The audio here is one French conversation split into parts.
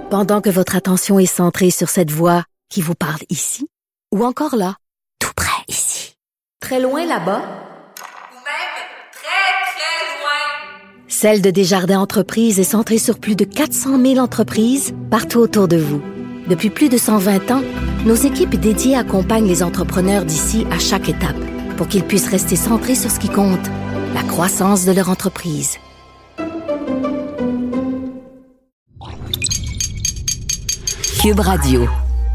Pendant que votre attention est centrée sur cette voix qui vous parle ici, ou encore là, tout près ici, très loin là-bas, ou même très, très loin. Celle de Desjardins Entreprises est centrée sur plus de 400 000 entreprises partout autour de vous. Depuis plus de 120 ans, nos équipes dédiées accompagnent les entrepreneurs d'ici à chaque étape pour qu'ils puissent rester centrés sur ce qui compte, la croissance de leur entreprise. Cube Radio.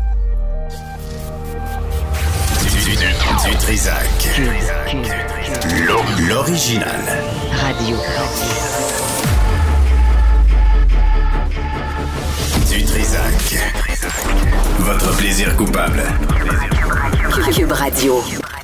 Du Trizac. L'original. Radio. Du Trizac. Votre plaisir coupable. Cube Radio.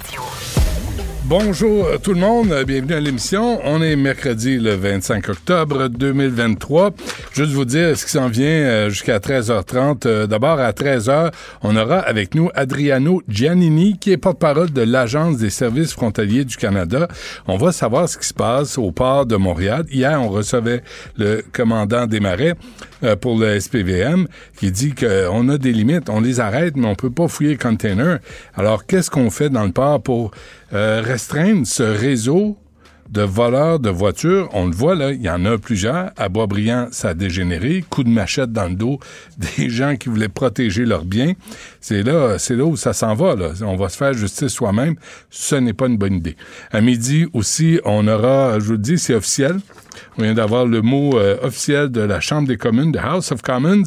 Bonjour tout le monde, bienvenue à l'émission. On est mercredi le 25 octobre 2023. Juste vous dire ce qui s'en vient jusqu'à 13h30. D'abord, à 13h, on aura avec nous Adriano Giannini, qui est porte-parole de l'Agence des services frontaliers du Canada. On va savoir ce qui se passe au port de Montréal. Hier, on recevait le commandant des marais pour le SPVM qui dit qu'on a des limites, on les arrête, mais on peut pas fouiller les containers. Alors, qu'est-ce qu'on fait dans le port pour restreindre ce réseau de voleurs de voitures? On le voit, là, il y en a plusieurs. À Boisbriand, ça a dégénéré. Coup de machette dans le dos des gens qui voulaient protéger leurs biens. C'est là où ça s'en va, là. On va se faire justice soi-même. Ce n'est pas une bonne idée. À midi aussi, on aura, je vous le dis, c'est officiel. On vient d'avoir le mot officiel de la Chambre des communes, de House of Commons.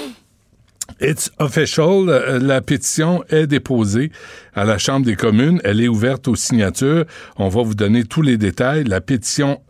It's official. La pétition est déposée à la Chambre des communes. Elle est ouverte aux signatures. On va vous donner tous les détails. La pétition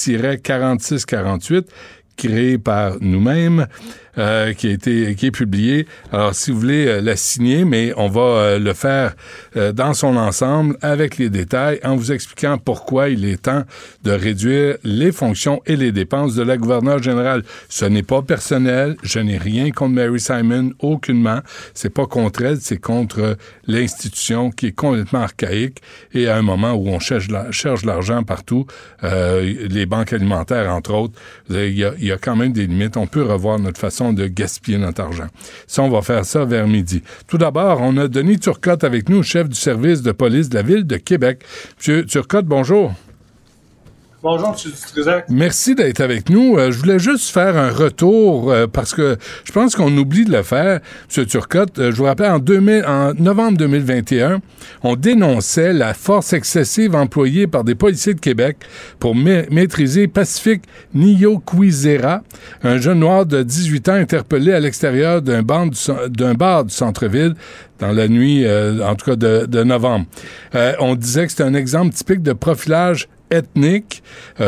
E-4648, créée par nous-mêmes, qui est publiée. Alors, si vous voulez la signer, mais on va le faire dans son ensemble avec les détails en vous expliquant pourquoi il est temps de réduire les fonctions et les dépenses de la gouverneure générale. Ce n'est pas personnel. Je n'ai rien contre Mary Simon, aucunement. C'est pas contre elle, c'est contre l'institution qui est complètement archaïque et à un moment où on cherche l'argent partout, les banques alimentaires, entre autres, il y a quand même des limites. On peut revoir notre façon de gaspiller notre argent. Ça, on va faire ça vers midi. Tout d'abord, on a Denis Turcotte avec nous, chef du service de police de la Ville de Québec. Monsieur Turcotte, bonjour. Bonjour, M. Dutrisac. Merci d'être avec nous. Je voulais juste faire un retour parce que je pense qu'on oublie de le faire, M. Turcotte. Je vous rappelle, en novembre 2021, on dénonçait la force excessive employée par des policiers de Québec pour maîtriser Pacifique Niyokwizera, un jeune noir de 18 ans interpellé à l'extérieur d'un bar du centre-ville dans la nuit, en tout cas de novembre. On disait que c'était un exemple typique de profilage ethnique.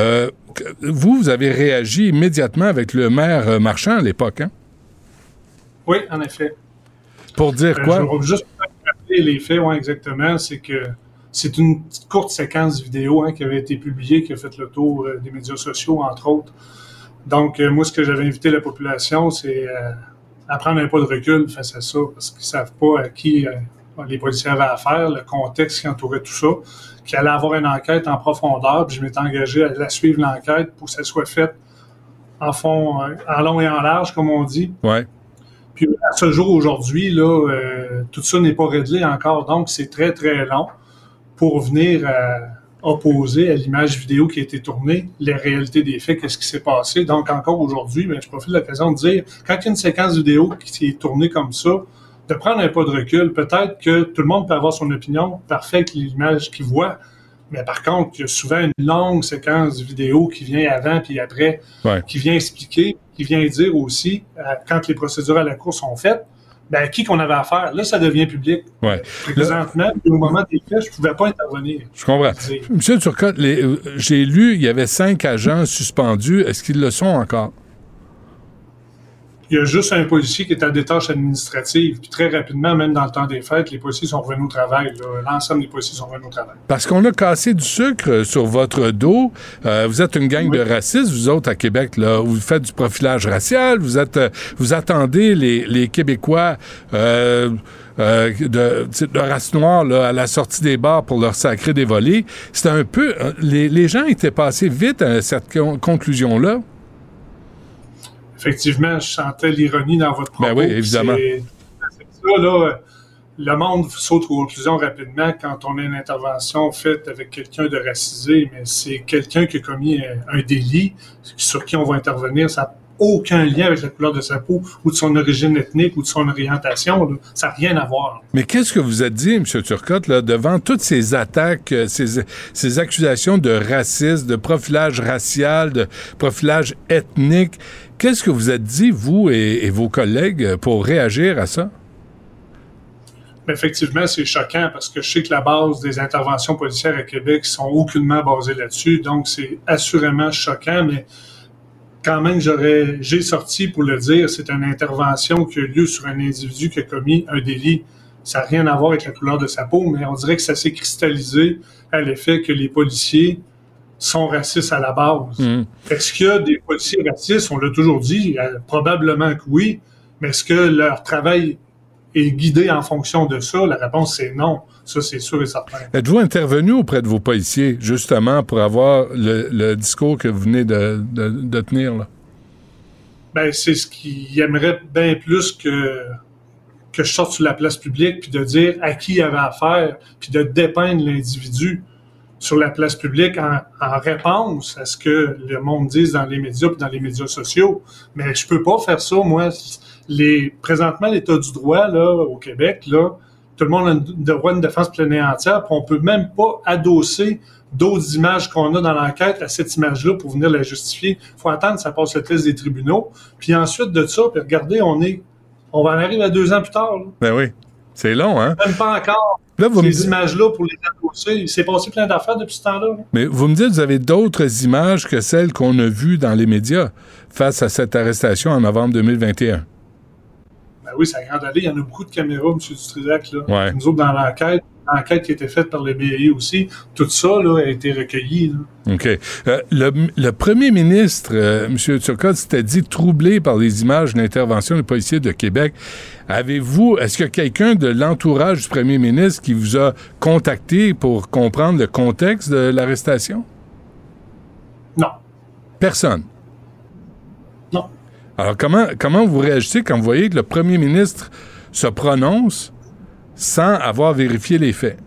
Vous avez réagi immédiatement avec le maire Marchand à l'époque, hein? Oui, en effet. Pour dire quoi? Je vais juste rappeler les faits, ouais, exactement. C'est que c'est une petite courte séquence vidéo qui avait été publiée, qui a fait le tour des médias sociaux, entre autres. Donc, moi, ce que j'avais invité la population, c'est à prendre un pas de recul face à ça, parce qu'ils ne savent pas à qui les policiers avaient affaire, le contexte qui entourait tout ça, qu'il allait avoir une enquête en profondeur, puis je m'étais engagé à la suivre, l'enquête, pour que ça soit fait en fond, en long et en large, comme on dit. Ouais. Puis à ce jour, aujourd'hui, là, tout ça n'est pas réglé encore, donc c'est très, très long pour venir opposer à l'image vidéo qui a été tournée les réalités des faits, qu'est-ce qui s'est passé. Donc encore aujourd'hui, mais je profite de l'occasion de dire, quand il y a une séquence vidéo qui est tournée comme ça, de prendre un pas de recul. Peut-être que tout le monde peut avoir son opinion parfaite, l'image qu'il voit, mais par contre, il y a souvent une longue séquence vidéo qui vient avant puis après, qui vient expliquer, qui vient dire aussi, quand les procédures à la cour sont faites, ben, à qui qu'on avait affaire. Là, ça devient public. Ouais. Présentement, au moment des faits, je ne pouvais pas intervenir. Je comprends. Monsieur Turcotte, j'ai lu, il y avait 5 agents suspendus. Est-ce qu'ils le sont encore? Il y a juste un policier qui est à des tâches administratives. Puis très rapidement, même dans le temps des fêtes, les policiers sont revenus au travail. Là. L'ensemble des policiers sont revenus au travail. Parce qu'on a cassé du sucre sur votre dos. Vous êtes une gang de racistes, vous autres, à Québec. Là. Vous faites du profilage racial. Vous attendez les Québécois de race noire là, à la sortie des bars pour leur sacrer des volets. C'était un peu... Les gens étaient passés vite à cette conclusion-là. effectivement, je sentais l'ironie dans votre propos. Ben oui, évidemment. C'est ça, là. Le monde saute aux conclusions rapidement quand on a une intervention faite avec quelqu'un de racisé, mais c'est quelqu'un qui a commis un délit sur qui on va intervenir. Ça n'a aucun lien avec la couleur de sa peau ou de son origine ethnique ou de son orientation. Là. Ça n'a rien à voir. Mais qu'est-ce que vous êtes dit, M. Turcotte, là, devant toutes ces attaques, ces accusations de racisme, de profilage racial, de profilage ethnique? Qu'est-ce que vous êtes dit, vous et vos collègues, pour réagir à ça? Effectivement, c'est choquant parce que je sais que la base des interventions policières à Québec sont aucunement basées là-dessus. Donc, c'est assurément choquant, mais quand même, j'ai sorti pour le dire, c'est une intervention qui a eu lieu sur un individu qui a commis un délit. Ça n'a rien à voir avec la couleur de sa peau, mais on dirait que ça s'est cristallisé à l'effet que les policiers sont racistes à la base. Est-ce qu'il y a des policiers racistes? On l'a toujours dit, probablement que oui, mais est-ce que leur travail est guidé en fonction de ça? La réponse, c'est non. Ça, c'est sûr et certain. Êtes-vous intervenu auprès de vos policiers, justement, pour avoir le discours que vous venez de tenir, là? Ben, c'est ce qu'ils aimeraient bien plus que je sorte sur la place publique puis de dire à qui il y avait affaire puis de dépeindre l'individu sur la place publique en réponse à ce que le monde dise dans les médias puis dans les médias sociaux. Mais je peux pas faire ça, moi. Présentement, l'état du droit, là, au Québec, là, tout le monde a le droit à une défense pleine et entière, puis on peut même pas adosser d'autres images qu'on a dans l'enquête à cette image-là pour venir la justifier. Il faut attendre que ça passe le test des tribunaux. Puis ensuite de ça, puis regardez, on va en arriver à 2 ans plus tard. Là. Ben oui. C'est long, hein? Même pas encore. Là, ces images-là pour les adosser. Il s'est passé plein d'affaires depuis ce temps-là. Là. Mais vous me dites, vous avez d'autres images que celles qu'on a vues dans les médias face à cette arrestation en novembre 2021. Ben oui, c'est à grande allée. Il y en a beaucoup de caméras, M. Dutrisac. Là. Ouais. Nous autres, dans l'enquête qui a été faite par le BAI aussi, tout ça là, a été recueilli. Là. OK. Le premier ministre, M. Turcotte, s'était dit troublé par les images d'intervention des policiers de Québec. Est-ce qu'il y a quelqu'un de l'entourage du premier ministre qui vous a contacté pour comprendre le contexte de l'arrestation? Non. Personne? Non. Alors, comment vous réagissez quand vous voyez que le premier ministre se prononce sans avoir vérifié les faits?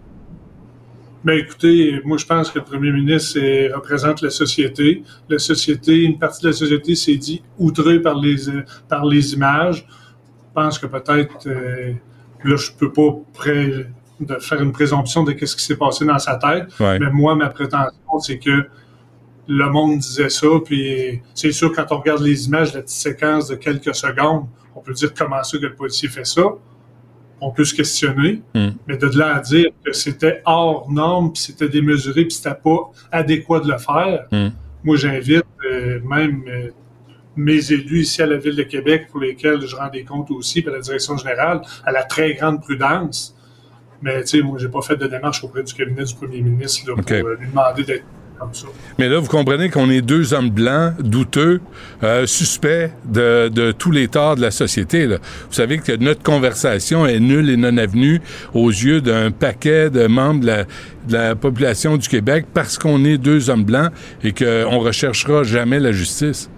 Ben écoutez, moi je pense que le premier ministre représente la société. Une partie de la société s'est dit outrée par les images. Je pense que peut-être, là je peux pas de faire une présomption de qu'est-ce qui s'est passé dans sa tête. Ouais. Mais moi, ma prétention, c'est que le monde disait ça, puis c'est sûr, quand on regarde les images, la petite séquence de quelques secondes, on peut dire comment ça que le policier fait ça. On peut se questionner, mais de là à dire que c'était hors norme, puis c'était démesuré, puis c'était pas adéquat de le faire, moi j'invite même mes élus ici à la Ville de Québec, pour lesquels je rends des comptes aussi, puis à la direction générale, à la très grande prudence. Mais tu sais, moi j'ai pas fait de démarche auprès du cabinet du premier ministre là, pour lui demander d'être comme ça. Mais là, vous comprenez qu'on est 2 hommes blancs, douteux, suspects de tous les torts de la société. Là. Vous savez que notre conversation est nulle et non avenue aux yeux d'un paquet de membres de la population du Québec parce qu'on est 2 hommes blancs et qu'on recherchera jamais la justice.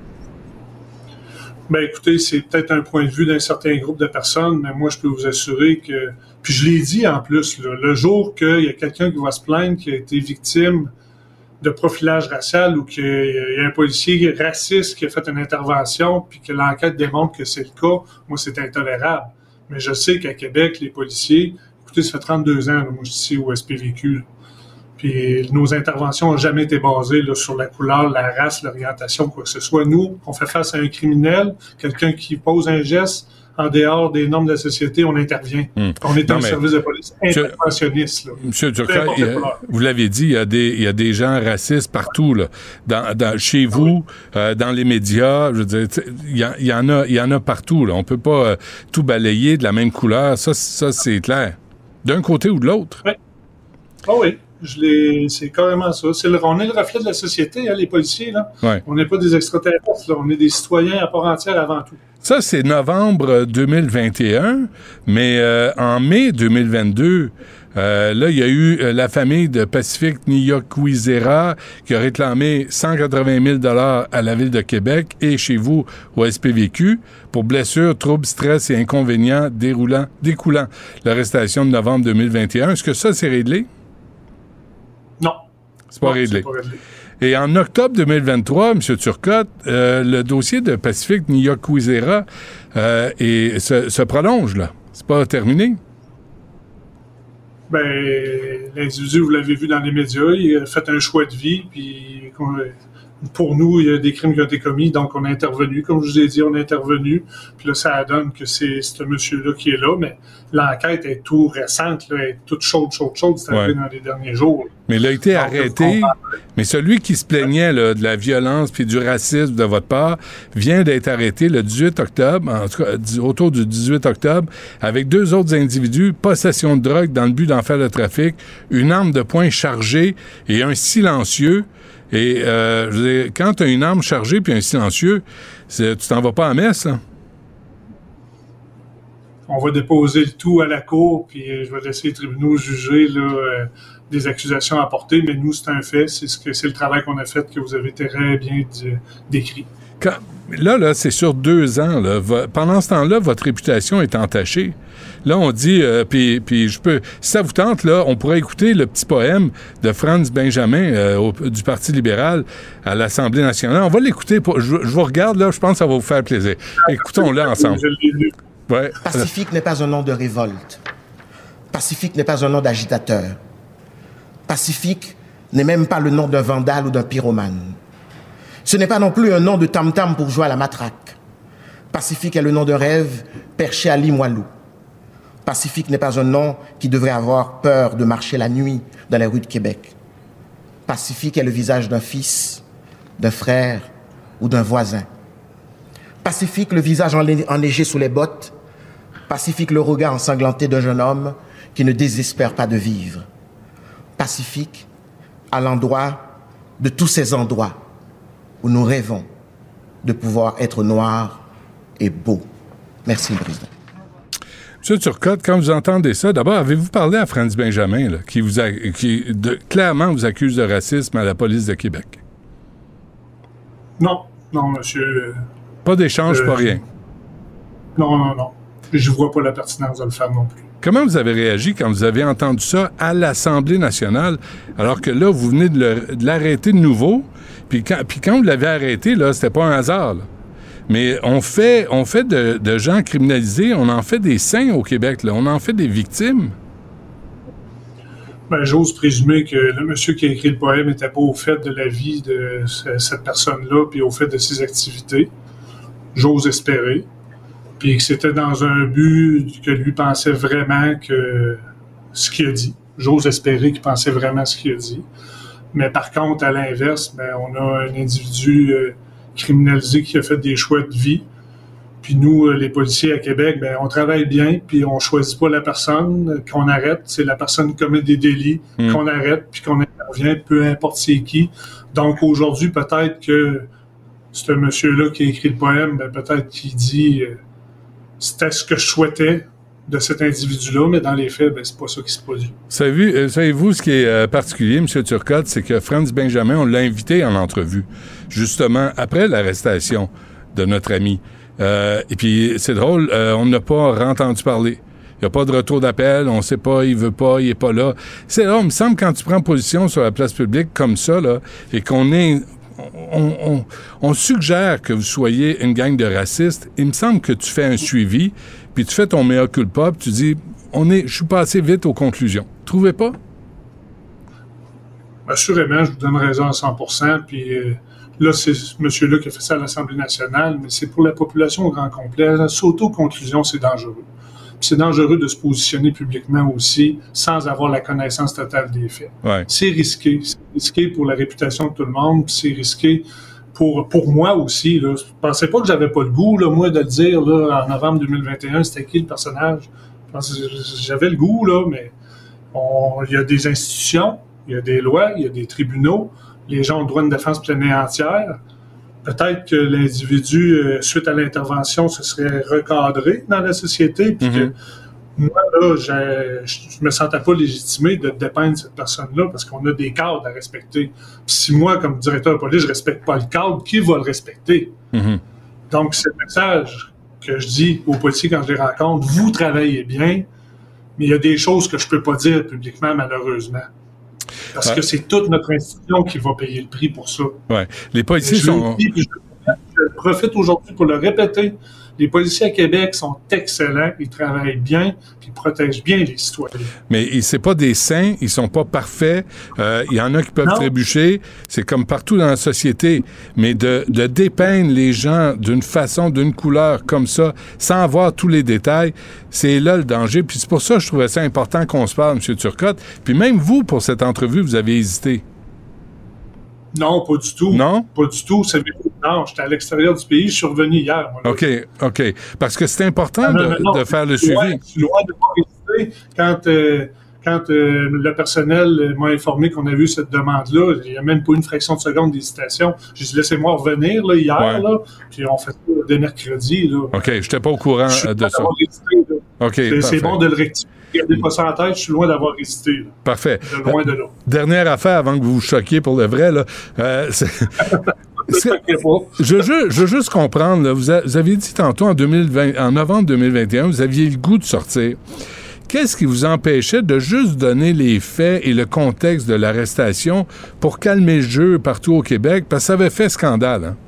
Ben écoutez, c'est peut-être un point de vue d'un certain groupe de personnes, mais moi, je peux vous assurer que... Puis je l'ai dit en plus, là, le jour qu'il y a quelqu'un qui va se plaindre qui a été victime de profilage racial ou qu'il y a un policier raciste qui a fait une intervention puis que l'enquête démontre que c'est le cas, moi, c'est intolérable. Mais je sais qu'à Québec, les policiers, écoutez, ça fait 32 ans, là, moi, je suis ici au SPVQ, là. Puis nos interventions n'ont jamais été basées là, sur la couleur, la race, l'orientation, quoi que ce soit. Nous, on fait face à un criminel, quelqu'un qui pose un geste en dehors des normes de la société, on intervient. On est un service de police interventionniste. Là. Monsieur Turcotte, vous l'avez dit, il y a des gens racistes partout, là. Chez vous, dans les médias, je veux dire, il y en a partout. Là. On peut pas tout balayer de la même couleur. Ça c'est clair. D'un côté ou de l'autre. Oui. Oh oui. C'est carrément ça. On est le reflet de la société, hein, les policiers. Là. Ouais. On n'est pas des extraterrestres, là. On est des citoyens à part entière avant tout. Ça, c'est novembre 2021, mais en mai 2022, là, il y a eu la famille de Pacifique Niyokwizera qui a réclamé 180 000 $ à la Ville de Québec et chez vous au SPVQ pour blessures, troubles, stress et inconvénients découlant de l'arrestation de novembre 2021. Est-ce que ça, c'est réglé? Non. C'est pas réglé. Et en octobre 2023, M. Turcotte, le dossier de Pacifique Niyokwizera se prolonge, là. C'est pas terminé? Ben, l'individu, vous l'avez vu dans les médias, il a fait un choix de vie, puis pour nous, il y a des crimes qui ont été commis, donc on a intervenu. Comme je vous ai dit, on a intervenu, puis là, ça donne que c'est ce monsieur-là qui est là, mais l'enquête est tout récente, là, elle est toute chaude, c'est arrivé dans les derniers jours. Mais il a été arrêté, mais celui qui se plaignait là, de la violence puis du racisme de votre part vient d'être arrêté le 18 octobre, en tout cas autour du 18 octobre, avec 2 autres individus, possession de drogue dans le but d'en faire le trafic, une arme de poing chargée et un silencieux. Et je veux dire, quand tu as une arme chargée puis un silencieux, tu t'en vas pas à messe, là. On va déposer le tout à la cour, puis je vais laisser les tribunaux juger là, des accusations apportées, mais nous, c'est un fait. C'est le travail qu'on a fait que vous avez très bien décrit. Là, c'est sur 2 ans. Là. Pendant ce temps-là, votre réputation est entachée. Là, on dit, puis je peux, si ça vous tente, là, on pourrait écouter le petit poème de Franz Benjamin du Parti libéral à l'Assemblée nationale. On va l'écouter. Je vous regarde, là, je pense que ça va vous faire plaisir. Écoutons-le ensemble. Je l'ai lu. Ouais. Pacifique n'est pas un nom de révolte. Pacifique n'est pas un nom d'agitateur. Pacifique n'est même pas le nom d'un vandale ou d'un pyromane. Ce n'est pas non plus un nom de tam-tam pour jouer à la matraque. Pacifique est le nom de rêve perché à Limoilou. Pacifique n'est pas un nom qui devrait avoir peur de marcher la nuit dans les rues de Québec. Pacifique est le visage d'un fils, d'un frère ou d'un voisin. Pacifique, le visage enneigé sous les bottes. Pacifique, le regard ensanglanté d'un jeune homme qui ne désespère pas de vivre. Pacifique, à l'endroit de tous ces endroits où nous rêvons de pouvoir être noirs et beaux. Merci, le Président. M. Turcotte, quand vous entendez ça, d'abord, avez-vous parlé à Franz Benjamin, là, qui clairement vous accuse de racisme à la police de Québec? Non, monsieur. Pas d'échange, pas rien? Non. Je ne vois pas la pertinence de le faire non plus. Comment vous avez réagi quand vous avez entendu ça à l'Assemblée nationale, alors que là, vous venez de l'arrêter de nouveau, puis quand vous l'avez arrêté, là, c'était pas un hasard, là. Mais on fait de gens criminalisés, on en fait des saints au Québec, là. On en fait des victimes. Ben, j'ose présumer que le monsieur qui a écrit le poème n'était pas au fait de la vie de cette personne-là, puis au fait de ses activités. J'ose espérer. Puis que c'était dans un but que lui pensait vraiment que ce qu'il a dit. J'ose espérer qu'il pensait vraiment ce qu'il a dit. Mais par contre, à l'inverse, ben, on a un individu criminalisé qui a fait des choix de vie. Puis nous, les policiers à Québec, ben, on travaille bien, puis on choisit pas la personne qu'on arrête. C'est la personne qui commet des délits qu'on arrête, puis qu'on intervient, peu importe c'est qui. Donc aujourd'hui, peut-être que ce monsieur-là qui a écrit le poème, ben, peut-être qu'il dit c'était ce que je souhaitais de cet individu-là, mais dans les faits, ben, c'est pas ça qui se produit. Savez-vous ce qui est particulier, M. Turcotte, c'est que Franz Benjamin, on l'a invité en entrevue, justement, après l'arrestation de notre ami. Et puis, c'est drôle, on n'a pas entendu parler. Il n'y a pas de retour d'appel, on ne sait pas, il veut pas, il est pas là. C'est là, il me semble, quand tu prends position sur la place publique comme ça, là, et qu'on est... On suggère que vous soyez une gang de racistes. Il me semble que tu fais un suivi, puis tu fais ton mea culpa, puis tu dis, je suis passé vite aux conclusions. Trouvez pas? Assurément, je vous donne raison à 100%, puis là, c'est ce monsieur-là qui a fait ça à l'Assemblée nationale, mais c'est pour la population au grand complet. S'auto-conclusion, c'est dangereux. Puis c'est dangereux de se positionner publiquement aussi sans avoir la connaissance totale des faits. Ouais. C'est risqué. C'est risqué pour la réputation de tout le monde, puis c'est risqué pour moi aussi. Là. Je pensais pas que j'avais pas le goût, là, moi, de le dire là, en novembre 2021, c'était qui le personnage. Je pensais que j'avais le goût, là, mais il y a des institutions, il y a des lois, il y a des tribunaux. Les gens ont le droit à une défense pleine et entière. peut-être que l'individu, suite à l'intervention, se serait recadré dans la société, puis que moi, là, je me sentais pas légitimé de dépeindre cette personne-là parce qu'on a des cadres à respecter. Puis si moi, comme directeur de police, je respecte pas le cadre, qui va le respecter? Donc, c'est le message que je dis aux policiers quand je les rencontre. Vous travaillez bien, mais il y a des choses que je peux pas dire publiquement, malheureusement. Parce que c'est toute notre institution qui va payer le prix pour ça. Ouais. Les policiers sont... Je profite aujourd'hui pour le répéter. Les policiers à Québec sont excellents, ils travaillent bien, puis ils protègent bien les citoyens. Mais c'est pas des saints, ils sont pas parfaits. Il y en a qui peuvent trébucher. C'est comme partout dans la société. Mais de dépeindre les gens d'une façon, d'une couleur comme ça, sans avoir tous les détails, c'est là le danger. Puis c'est pour ça que je trouvais ça important qu'on se parle, M. Turcotte. Puis même vous, pour cette entrevue, vous avez hésité. Non, pas du tout. Non? Pas du tout. Non, j'étais à l'extérieur du pays, je suis revenu hier. Moi, OK. Parce que c'est important de faire le suivi. Je suis loin de pas hésiter. Quand le personnel m'a informé qu'on a vu cette demande-là, il n'y a même pas une fraction de seconde d'hésitation. J'ai dit, laissez-moi revenir là, hier, là, puis on fait ça dès mercredi. Là. OK, je n'étais pas au courant de ça. Hésité, OK, c'est bon de le rectifier. Gardez pas ça en tête, je suis loin d'avoir hésité. Là. Parfait. De loin de là. Dernière affaire avant que vous vous choquiez pour le vrai, là. Je veux juste comprendre, là, vous aviez dit tantôt en novembre 2021, vous aviez le goût de sortir. Qu'est-ce qui vous empêchait de juste donner les faits et le contexte de l'arrestation pour calmer le jeu partout au Québec? Parce que ça avait fait scandale, hein?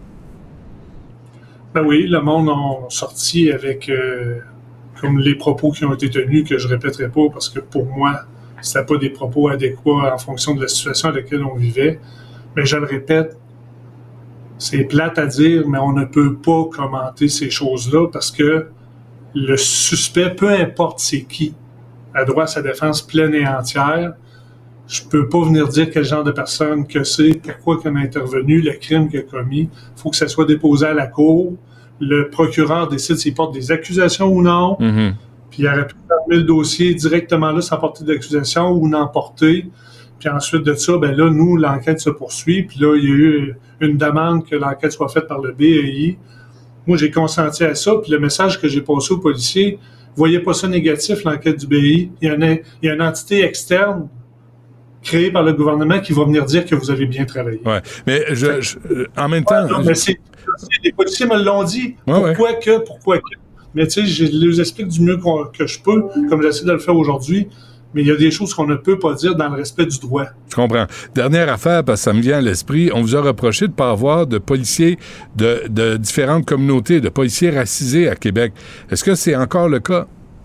Ben oui, le monde a sorti avec comme les propos qui ont été tenus, que je répéterai pas, parce que pour moi, c'était pas des propos adéquats en fonction de la situation à laquelle on vivait. Mais je le répète, c'est plate à dire, mais on ne peut pas commenter ces choses-là parce que le suspect, peu importe c'est qui, a droit à sa défense pleine et entière. Je peux pas venir dire quel genre de personne que c'est, pourquoi qu'on a intervenu, le crime qu'il a commis. Il faut que ça soit déposé à la cour. Le procureur décide s'il porte des accusations ou non. Puis il aurait pu fermer le dossier directement là sans porter d'accusation ou n'en porter. Puis ensuite de ça, ben là, nous, l'enquête se poursuit. Puis là, il y a eu une demande que l'enquête soit faite par le BEI. Moi, j'ai consenti à ça. Puis le message que j'ai passé aux policiers, voyez pas ça négatif, l'enquête du BEI. Il y a une entité externe créée par le gouvernement qui va venir dire que vous avez bien travaillé. Ouais. Mais en même temps... Non, mais les policiers me l'ont dit. Pourquoi que? Mais tu sais, je les explique du mieux que je peux, comme j'essaie de le faire aujourd'hui. Mais il y a des choses qu'on ne peut pas dire dans le respect du droit. Je comprends. Dernière affaire, parce que ça me vient à l'esprit, on vous a reproché de ne pas avoir de policiers de différentes communautés, de policiers racisés à Québec. Est-ce que c'est encore le cas?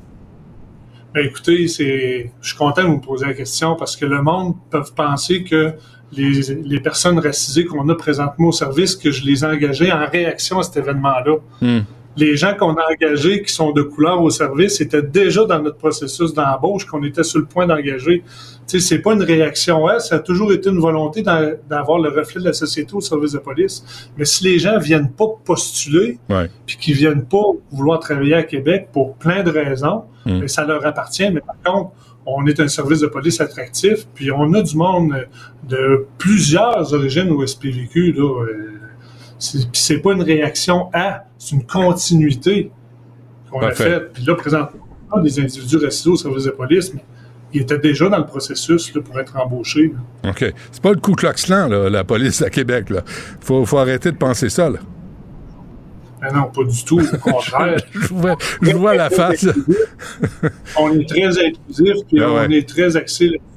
Ben écoutez, je suis content de vous poser la question parce que le monde peut penser que les personnes racisées qu'on a présentement au service, que je les ai engagées en réaction à cet événement-là. Les gens qu'on a engagés qui sont de couleur au service étaient déjà dans notre processus d'embauche qu'on était sur le point d'engager. Tu sais, c'est pas une réaction, ça a toujours été une volonté d'avoir le reflet de la société au service de police. Mais si les gens viennent pas postuler, puis qu'ils viennent pas vouloir travailler à Québec pour plein de raisons, mais ça leur appartient. Mais par contre, on est un service de police attractif, puis on a du monde de plusieurs origines au SPVQ, là. C'est pas une réaction c'est une continuité qu'on a faite. Puis là, présentement, on a des individus racisés au service de police, mais ils étaient déjà dans le processus là, pour être embauchés. Là. OK. C'est pas le Ku Klux Klan, là, la police à Québec. Là. Faut arrêter de penser ça. Là. Ben non, pas du tout. Au contraire. je vois la face. On est très inclusif, puis on est très axé là-dessus.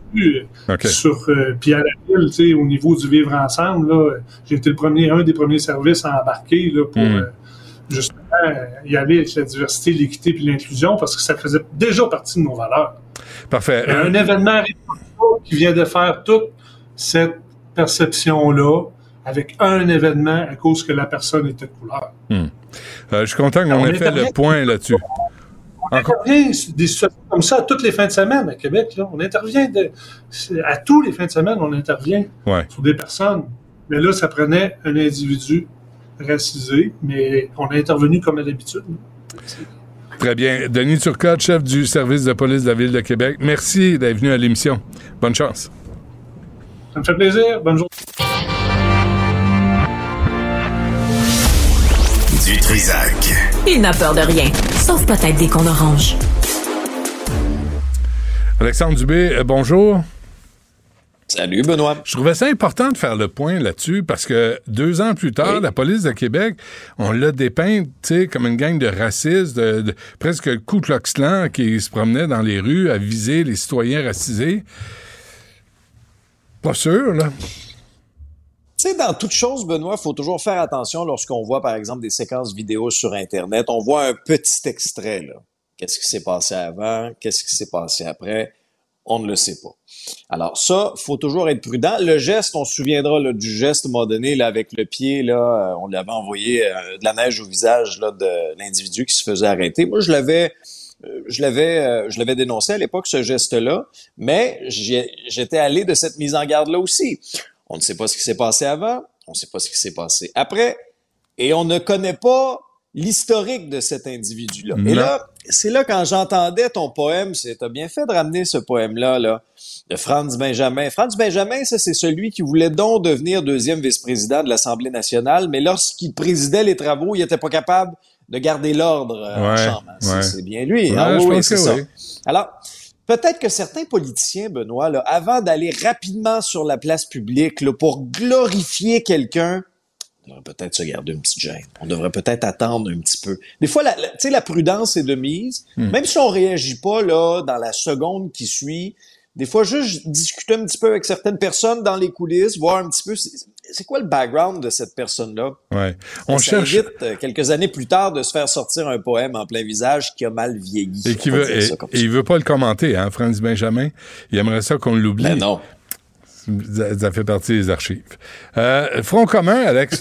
Puis à la ville, tu sais, au niveau du vivre ensemble, là, j'ai été un des premiers services à embarquer là, pour justement y aller avec la diversité, l'équité et l'inclusion parce que ça faisait déjà partie de nos valeurs. Parfait. Il y a un événement qui vient de faire toute cette perception-là avec un événement à cause que la personne était de couleur. Je suis content qu'on ait fait le point là-dessus. On intervient des situations comme ça à toutes les fins de semaine à Québec. Là. On intervient à tous les fins de semaine, on intervient sur des personnes. Mais là, ça prenait un individu racisé, mais on a intervenu comme à l'habitude. Très bien. Denis Turcotte, chef du service de police de la Ville de Québec. Merci d'être venu à l'émission. Bonne chance. Ça me fait plaisir. Bonne journée. Du Trisac. Il n'a peur de rien, sauf peut-être des qu'on orange. Alexandre Dubé, bonjour. Salut, Benoît. Je trouvais ça important de faire le point là-dessus parce que 2 ans plus tard, la police de Québec, on l'a dépeint, tu sais, comme une gang de racistes, de presque le Ku Klux Klan qui se promenait dans les rues à viser les citoyens racisés. Pas sûr, là. Tu sais, dans toute chose, Benoît, il faut toujours faire attention lorsqu'on voit, par exemple, des séquences vidéo sur Internet. On voit un petit extrait, là. Qu'est-ce qui s'est passé avant? Qu'est-ce qui s'est passé après? On ne le sait pas. Alors ça, faut toujours être prudent. Le geste, on se souviendra là, du geste à un moment donné là, avec le pied, là, on lui avait envoyé de la neige au visage là, de l'individu qui se faisait arrêter. Moi, je l'avais dénoncé à l'époque, ce geste-là, mais j'étais allé de cette mise en garde-là aussi. On ne sait pas ce qui s'est passé avant, on ne sait pas ce qui s'est passé après, et on ne connaît pas l'historique de cet individu-là. Non. Et là, c'est là quand j'entendais ton poème, t'as bien fait de ramener ce poème-là, là, de Franz Benjamin. Franz Benjamin, ça, c'est celui qui voulait donc devenir 2e vice-président de l'Assemblée nationale, mais lorsqu'il présidait les travaux, il était pas capable de garder l'ordre en chambre. C'est bien lui. Ouais, oui, c'est ça. Oui. Alors, peut-être que certains politiciens, Benoît, là, avant d'aller rapidement sur la place publique là, pour glorifier quelqu'un, on devrait peut-être se garder une petite gêne. On devrait peut-être attendre un petit peu. Des fois, tu sais, la prudence est de mise. Même si on réagit pas là dans la seconde qui suit, des fois, juste discuter un petit peu avec certaines personnes dans les coulisses, voir un petit peu c'est quoi le background de cette personne-là. Ouais. Ça évite, quelques années plus tard, de se faire sortir un poème en plein visage qui a mal vieilli. Et il veut pas le commenter, hein, Franz Benjamin. Il aimerait ça qu'on l'oublie. Ben non. Ça fait partie des archives. Front commun, Alex.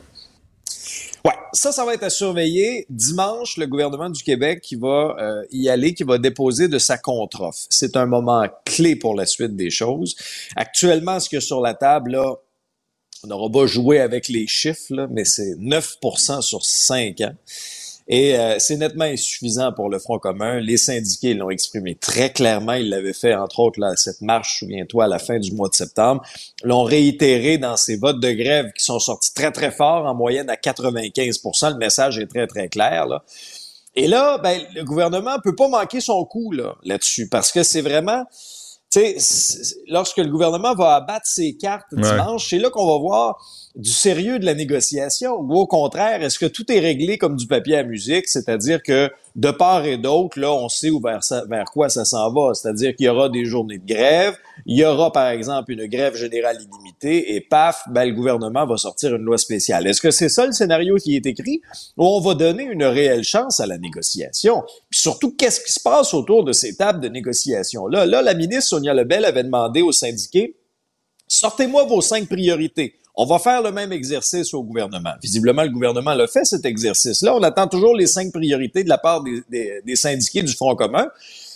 Ouais, ça va être à surveiller. Dimanche, le gouvernement du Québec qui va y aller, qui va déposer de sa contre-offre. C'est un moment clé pour la suite des choses. Actuellement, ce qu'il y a sur la table, là, on n'aura pas joué avec les chiffres, là, mais c'est 9% sur 5 ans. Et c'est nettement insuffisant pour le Front commun. Les syndiqués l'ont exprimé très clairement. Ils l'avaient fait, entre autres, là, cette marche, souviens-toi, à la fin du mois de septembre. L'ont réitéré dans ces votes de grève qui sont sortis très, très fort, en moyenne à 95%. Le message est très, très clair, là. Et là, ben, le gouvernement peut pas manquer son coup, là-dessus, parce que c'est vraiment... Tu sais, lorsque le gouvernement va abattre ses cartes dimanche, c'est là qu'on va voir du sérieux de la négociation. Ou au contraire, est-ce que tout est réglé comme du papier à musique? C'est-à-dire que de part et d'autre, là, on sait vers quoi ça s'en va. C'est-à-dire qu'il y aura des journées de grève, il y aura, par exemple, une grève générale illimitée, et paf, ben, le gouvernement va sortir une loi spéciale. Est-ce que c'est ça le scénario qui est écrit? Ou on va donner une réelle chance à la négociation? Puis surtout, qu'est-ce qui se passe autour de ces tables de négociation-là? Là, la ministre Sonia Lebel avait demandé aux syndiqués, sortez-moi vos 5 priorités. On va faire le même exercice au gouvernement. Visiblement, le gouvernement l'a fait, cet exercice-là. On attend toujours les 5 priorités de la part des syndiqués du Front commun.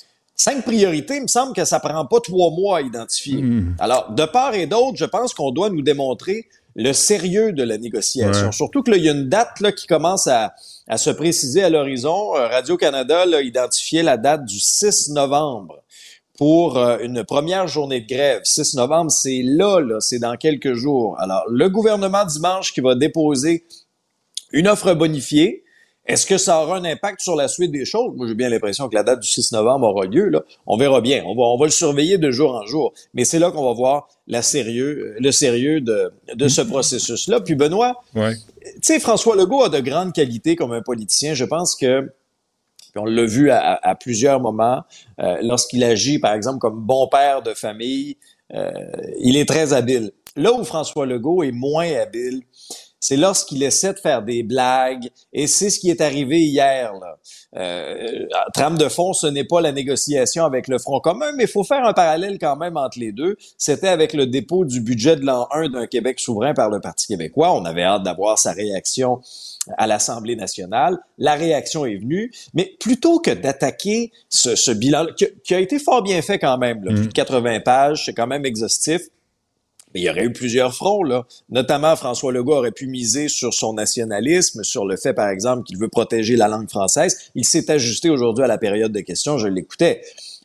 5 priorités, il me semble que ça prend pas 3 mois à identifier. Alors, de part et d'autre, je pense qu'on doit nous démontrer le sérieux de la négociation. Ouais. Surtout que là, il y a une date là, qui commence à se préciser à l'horizon. Radio-Canada a identifié la date du 6 novembre. Pour une première journée de grève. 6 novembre, c'est là, c'est dans quelques jours. Alors, le gouvernement dimanche qui va déposer une offre bonifiée, est-ce que ça aura un impact sur la suite des choses? Moi, j'ai bien l'impression que la date du 6 novembre aura lieu, là. On verra bien. On va le surveiller de jour en jour. Mais c'est là qu'on va voir le sérieux de ce processus-là. Puis Benoît, tu sais, François Legault a de grandes qualités comme un politicien. Je pense que puis on l'a vu à plusieurs moments, lorsqu'il agit, par exemple, comme bon père de famille, il est très habile. Là où François Legault est moins habile, c'est lorsqu'il essaie de faire des blagues, et c'est ce qui est arrivé hier, là. Trame de fond, ce n'est pas la négociation avec le Front commun, mais il faut faire un parallèle quand même entre les deux. C'était avec le dépôt du budget de l'an 1 d'un Québec souverain par le Parti québécois. On avait hâte d'avoir sa réaction à l'Assemblée nationale. La réaction est venue, mais plutôt que d'attaquer ce bilan qui a été fort bien fait quand même, là, plus de 80 pages, c'est quand même exhaustif. Mais il y aurait eu plusieurs fronts, là. Notamment, François Legault aurait pu miser sur son nationalisme, sur le fait, par exemple, qu'il veut protéger la langue française. Il s'est ajusté aujourd'hui à la période de questions, je l'écoutais.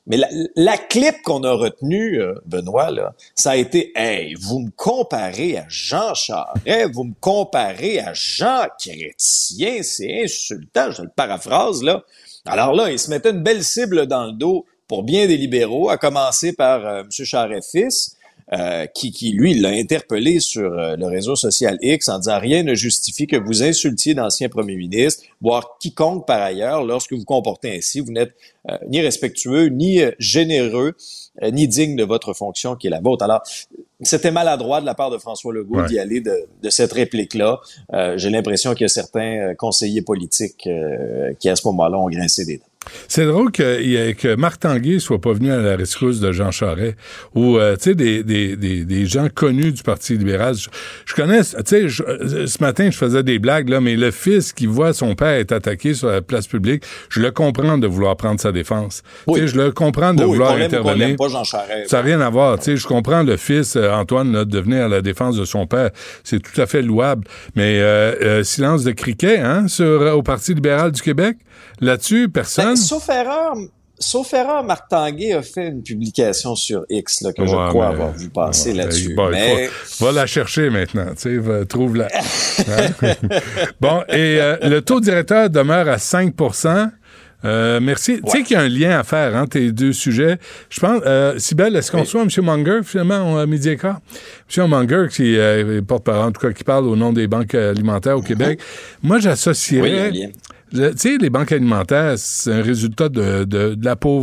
Mais la clip qu'on a retenue, Benoît, là, ça a été « Hey, vous me comparez à Jean Charest, vous me comparez à Jean Chrétien, c'est insultant, je le paraphrase, là. » Alors là, il se mettait une belle cible dans le dos pour bien des libéraux, à commencer par M. Charest-Fils, qui lui, l'a interpellé sur le réseau social X en disant « Rien ne justifie que vous insultiez d'anciens premiers ministres, voire quiconque par ailleurs, lorsque vous comportez ainsi. Vous n'êtes ni respectueux, ni généreux, ni digne de votre fonction qui est la vôtre. » Alors, c'était maladroit de la part de François Legault d'y aller de cette réplique-là. J'ai l'impression qu'il y a certains conseillers politiques qui, à ce moment-là, ont grincé des dents. C'est drôle que Marc Tanguay soit pas venu à la rescousse de Jean Charest ou tu sais des gens connus du Parti libéral. Je connais, tu sais, ce matin je faisais des blagues là, mais le fils qui voit son père être attaqué sur la place publique, je le comprends de vouloir prendre sa défense. Oui. Tu sais, je le comprends de vouloir intervenir. Pas Jean Charest, ça n'a rien à voir. Tu sais, je comprends le fils Antoine là, de venir à la défense de son père, c'est tout à fait louable. Mais silence de criquet, hein, au Parti libéral du Québec. Là-dessus, personne. Sauf erreur, Marc Tanguay a fait une publication sur X là, que je crois avoir vu passer là-dessus. Bon, mais... va la chercher maintenant, tu sais, trouve-la. Hein? Bon, et le taux directeur demeure à 5%. Merci. Ouais. Tu sais qu'il y a un lien à faire entre tes deux sujets. Je pense, Cybèle, est-ce qu'on soit M. Munger, finalement, à midi et quart? M. Munger, qui est porte-parole, en tout cas, qui parle au nom des banques alimentaires au Québec. Moi, j'associerais... Oui, tu sais, les banques alimentaires, c'est un résultat de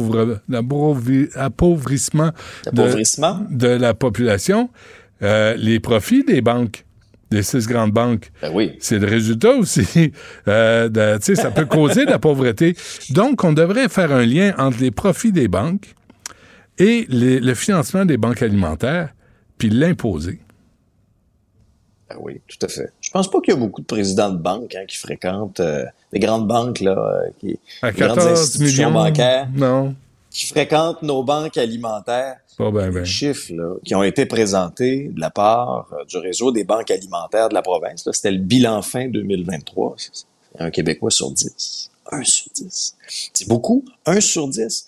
l'appauvrissement de la population. Les profits des banques, des 6 grandes banques, c'est le résultat aussi. Tu sais, ça peut causer de la pauvreté. Donc, on devrait faire un lien entre les profits des banques et le financement des banques alimentaires, puis l'imposer. Oui, tout à fait. Je pense pas qu'il y a beaucoup de présidents de banques qui fréquentent des grandes banques, là, des grandes institutions bancaires, qui fréquentent nos banques alimentaires. Les chiffres là, qui ont été présentés de la part du réseau des banques alimentaires de la province, là, c'était le bilan fin 2023. C'est un Québécois sur 10. 1 sur 10. C'est beaucoup. 1 sur 10.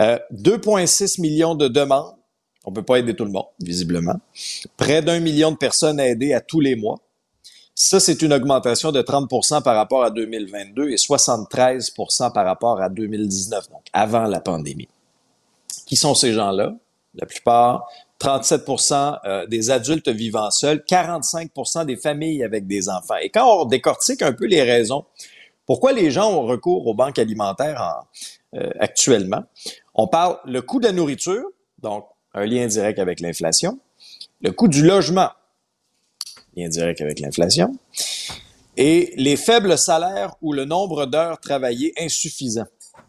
2,6 millions de demandes. On peut pas aider tout le monde, visiblement. Près d'1 million de personnes à aider à tous les mois. Ça, c'est une augmentation de 30% par rapport à 2022 et 73% par rapport à 2019, donc avant la pandémie. Qui sont ces gens-là? La plupart, 37% des adultes vivant seuls, 45% des familles avec des enfants. Et quand on décortique un peu les raisons, pourquoi les gens ont recours aux banques alimentaires actuellement, on parle le coût de la nourriture, donc un lien direct avec l'inflation. Le coût du logement, lien direct avec l'inflation. Et les faibles salaires ou le nombre d'heures travaillées insuffisant.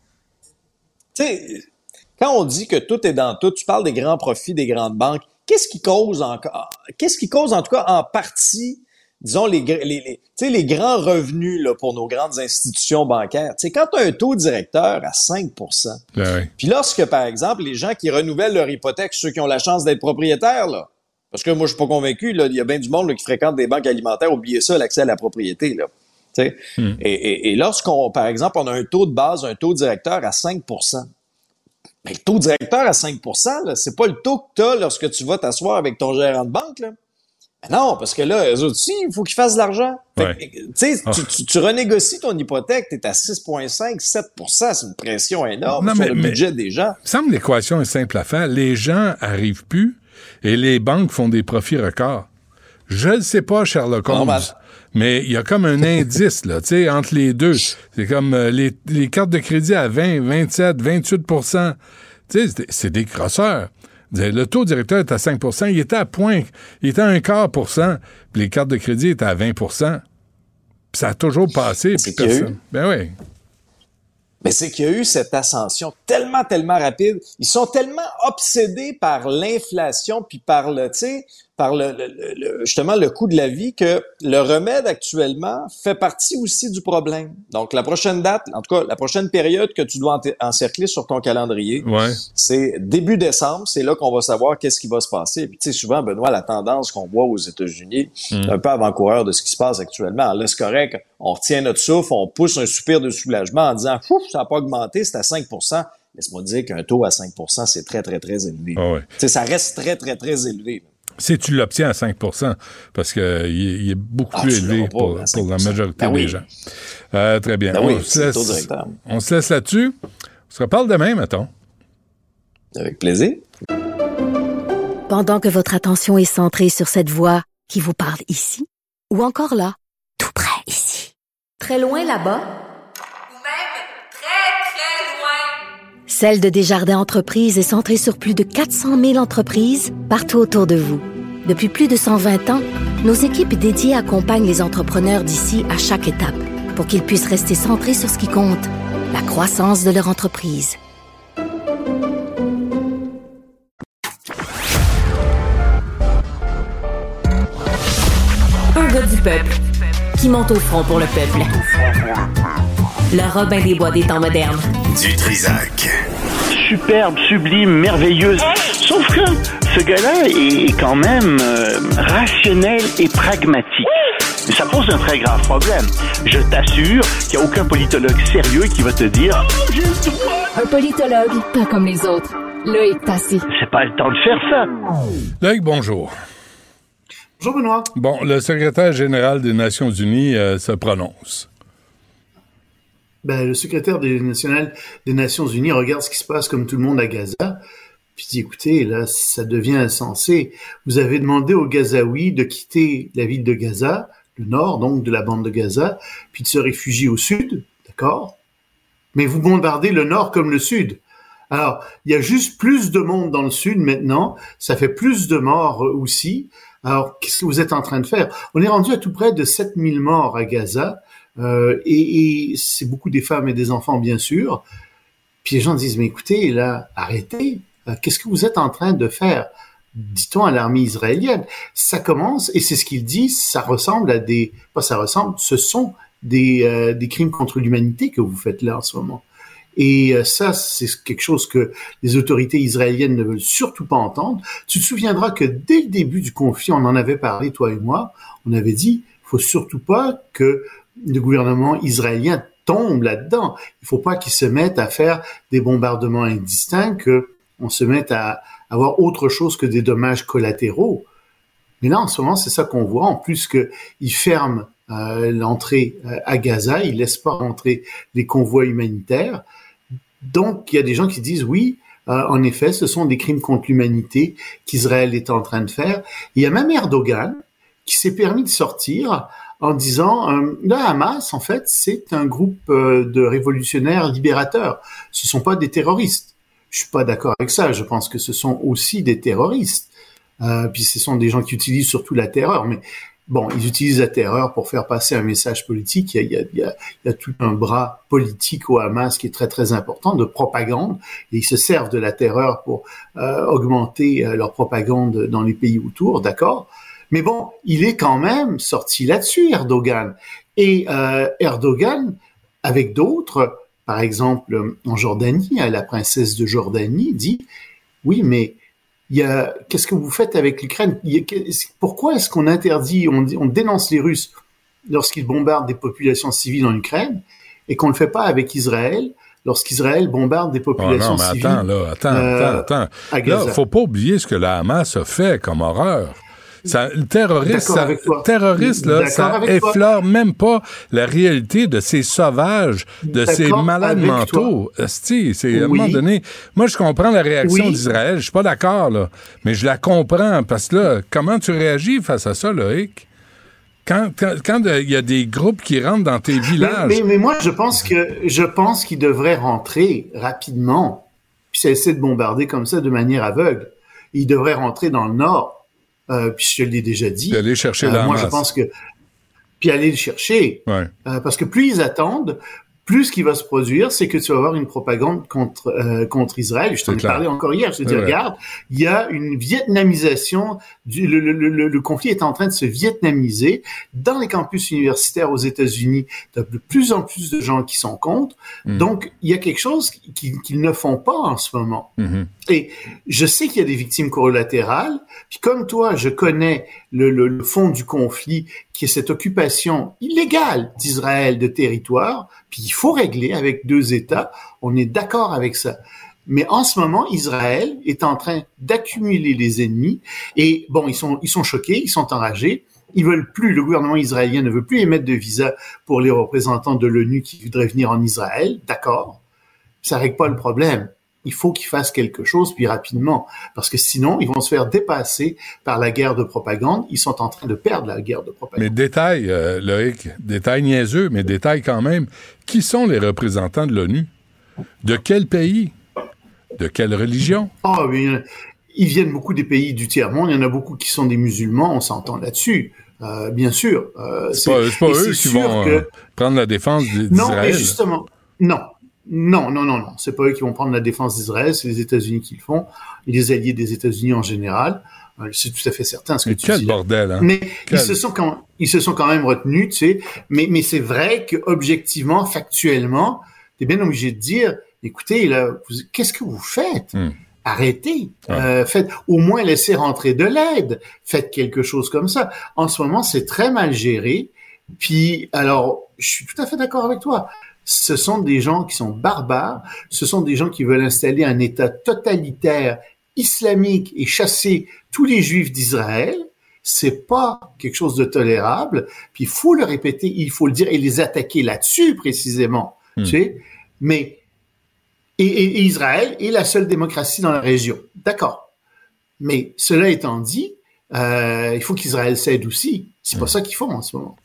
Tu sais, quand on dit que tout est dans tout, tu parles des grands profits des grandes banques. Qu'est-ce qui cause en tout cas en partie, disons, les grands revenus là, pour nos grandes institutions bancaires? Tu sais, quand tu as un taux directeur à 5%, puis lorsque, par exemple, les gens qui renouvellent leur hypothèque, ceux qui ont la chance d'être propriétaires, là, parce que moi, je suis pas convaincu, là, il y a bien du monde là, qui fréquente des banques alimentaires, oubliez ça, l'accès à la propriété, là. Tu sais, et lorsqu'on, par exemple, on a un taux de base, un taux directeur à 5%, ben, le taux directeur à 5%, là, c'est pas le taux que tu as lorsque tu vas t'asseoir avec ton gérant de banque, là. Ben non, parce que là, eux autres aussi, il faut qu'ils fassent de l'argent. Tu sais, tu renégocies ton hypothèque, t'es à 6,5, 7%, c'est une pression énorme sur le budget des gens. Il me semble que l'équation est simple à faire. Les gens arrivent plus et les banques font des profits records. Je ne sais pas, Sherlock Holmes, mais il y a comme un indice, là, tu sais, entre les deux. C'est comme les cartes de crédit à 20, 27, 28%. Tu sais, c'est des grosseurs. Le taux directeur est à 5%, il était à 1/4%, puis les cartes de crédit étaient à 20%. Puis ça a toujours passé, puis personne. Ben oui. Mais c'est qu'il y a eu cette ascension tellement rapide. Ils sont tellement obsédés par l'inflation puis par justement le coût de la vie que le remède actuellement fait partie aussi du problème. Donc la prochaine date, en tout cas la prochaine période que tu dois encercler sur ton calendrier, c'est début décembre, c'est là qu'on va savoir qu'est-ce qui va se passer. Puis tu sais souvent Benoît, la tendance qu'on voit aux États-Unis, un peu avant-coureur de ce qui se passe actuellement. Là c'est correct, on retient notre souffle, on pousse un soupir de soulagement en disant ça n'a pas augmenté, c'est à 5%. laisse-moi dire qu'un taux à 5 %, c'est très, très, très élevé. Ah ouais. Tu sais, ça reste très, très, très élevé. Si tu l'obtiens à 5 % parce que il est beaucoup plus élevé pour la majorité des gens. Très bien. Ben On se laisse là-dessus. On se reparle demain, mettons. Avec plaisir. Pendant que votre attention est centrée sur cette voix qui vous parle ici, ou encore là, tout près ici, très loin là-bas, Ou même très, très loin. Celle de Desjardins Entreprises est centrée sur plus de 400 000 entreprises partout autour de vous. Depuis plus de 120 ans, nos équipes dédiées accompagnent les entrepreneurs d'ici à chaque étape pour qu'ils puissent rester centrés sur ce qui compte, la croissance de leur entreprise. Un gars du peuple qui monte au front pour le peuple. Le Robin des Bois des temps modernes. Du Trisac. Superbe, sublime, merveilleuse. Sauf que ce gars-là est quand même rationnel et pragmatique. Mais ça pose un très grave problème. Je t'assure qu'il n'y a aucun politologue sérieux qui va te dire « Oh, j'ai le droit! » Un politologue, pas comme les autres. Loïc Tassé. C'est pas le temps de faire ça. Loïc, bonjour. Bonjour Benoît. Bon, le secrétaire général des Nations Unies se prononce. Le secrétaire des Nations Unies regarde ce qui se passe comme tout le monde à Gaza, puis dit, écoutez, là, ça devient insensé. Vous avez demandé aux Gazaouis de quitter la ville de Gaza, le nord, donc, de la bande de Gaza, puis de se réfugier au sud, d'accord? Mais vous bombardez le nord comme le sud. Alors, il y a juste plus de monde dans le sud maintenant, ça fait plus de morts aussi. Alors, qu'est-ce que vous êtes en train de faire? On est rendu à tout près de 7000 morts à Gaza, et c'est beaucoup des femmes et des enfants, bien sûr. Puis les gens disent, mais écoutez, là, arrêtez. Qu'est-ce que vous êtes en train de faire? Dit-on à l'armée israélienne. Ça commence, et c'est ce qu'ils disent, ça ressemble à ce sont des crimes contre l'humanité que vous faites là en ce moment. Et ça, c'est quelque chose que les autorités israéliennes ne veulent surtout pas entendre. Tu te souviendras que dès le début du conflit, on en avait parlé, toi et moi, on avait dit, il faut surtout pas que le gouvernement israélien tombe là-dedans. Il faut pas qu'il se mette à faire des bombardements indistincts, qu'on se mette à avoir autre chose que des dommages collatéraux. Mais là, en ce moment, c'est ça qu'on voit. En plus qu'ils ferment l'entrée à Gaza, ils laissent pas rentrer les convois humanitaires. Donc, il y a des gens qui disent oui, en effet, ce sont des crimes contre l'humanité qu'Israël est en train de faire. Il y a même Erdogan qui s'est permis de sortir en disant le Hamas, en fait, c'est un groupe de révolutionnaires libérateurs. Ce sont pas des terroristes. Je suis pas d'accord avec ça. Je pense que ce sont aussi des terroristes. Puis ce sont des gens qui utilisent surtout la terreur. Mais bon, ils utilisent la terreur pour faire passer un message politique. Il y a tout un bras politique au Hamas qui est très, très important, de propagande. Et ils se servent de la terreur pour augmenter leur propagande dans les pays autour, d'accord? Mais bon, il est quand même sorti là-dessus, Erdogan. Et Erdogan, avec d'autres, par exemple en Jordanie, la princesse de Jordanie dit « Oui, mais qu'est-ce que vous faites avec l'Ukraine? Pourquoi est-ce qu'on interdit, on dénonce les Russes lorsqu'ils bombardent des populations civiles en Ukraine et qu'on ne le fait pas avec Israël lorsqu'Israël bombarde des populations civiles? Attends. Là, faut pas oublier ce que la Hamas a fait comme horreur. Le terroriste, là, ça effleure même pas la réalité de ces sauvages, de ces malades mentaux. C'est à un moment donné. Moi, je comprends la réaction d'Israël. Je suis pas d'accord, là. Mais je la comprends. Parce que là, comment tu réagis face à ça, Loïc? Quand il y a des groupes qui rentrent dans tes villages. Mais moi, je pense qu'ils devraient rentrer rapidement. Puis ça essaie de bombarder comme ça de manière aveugle. Ils devraient rentrer dans le nord. Puis je te l'ai déjà dit. Puis aller chercher la moi, je pense que puis aller le chercher. Ouais. Parce que plus ils attendent, plus ce qui va se produire, c'est que tu vas avoir une propagande contre Israël. Je t'en ai parlé encore hier. Je te dis, regarde, il y a une vietnamisation. Le conflit est en train de se vietnamiser. Dans les campus universitaires aux États-Unis, tu as de plus en plus de gens qui sont contre. Donc, il y a quelque chose qu'ils ne font pas en ce moment. Et je sais qu'il y a des victimes collatérales. Puis comme toi, je connais le fond du conflit, qui est cette occupation illégale d'Israël de territoire. Puis il faut régler avec deux États. On est d'accord avec ça. Mais en ce moment, Israël est en train d'accumuler les ennemis et bon, ils sont choqués, ils sont enragés. Ils veulent plus, le gouvernement israélien ne veut plus émettre de visa pour les représentants de l'ONU qui voudraient venir en Israël. D'accord. Ça règle pas le problème. Il faut qu'ils fassent quelque chose, puis rapidement. Parce que sinon, ils vont se faire dépasser par la guerre de propagande. Ils sont en train de perdre la guerre de propagande. Mais détail, Loïc, détail niaiseux, mais détail quand même. Qui sont les représentants de l'ONU? De quel pays? De quelle religion? Ah, mais ils viennent beaucoup des pays du tiers-monde. Il y en a beaucoup qui sont des musulmans. On s'entend là-dessus. Bien sûr. C'est pas eux qui vont prendre la défense d'Israël. Non, mais justement, non. Non. C'est pas eux qui vont prendre la défense d'Israël, c'est les États-Unis qui le font, et les alliés des États-Unis en général. C'est tout à fait certain ce que tu dis. Quel bordel, hein? Mais ils se sont quand même retenus, tu sais. Mais c'est vrai que objectivement, factuellement, t'es bien obligé de dire, écoutez, là, qu'est-ce que vous faites? Arrêtez. Faites, au moins laissez rentrer de l'aide. Faites quelque chose comme ça. En ce moment, c'est très mal géré. Puis, alors, je suis tout à fait d'accord avec toi. Ce sont des gens qui sont barbares. Ce sont des gens qui veulent installer un État totalitaire islamique et chasser tous les Juifs d'Israël. C'est pas quelque chose de tolérable. Puis, il faut le répéter, il faut le dire et les attaquer là-dessus, précisément. Tu sais? Mais, et Israël est la seule démocratie dans la région. D'accord. Mais cela étant dit, il faut qu'Israël cède aussi. C'est pas ça qu'ils font en ce moment.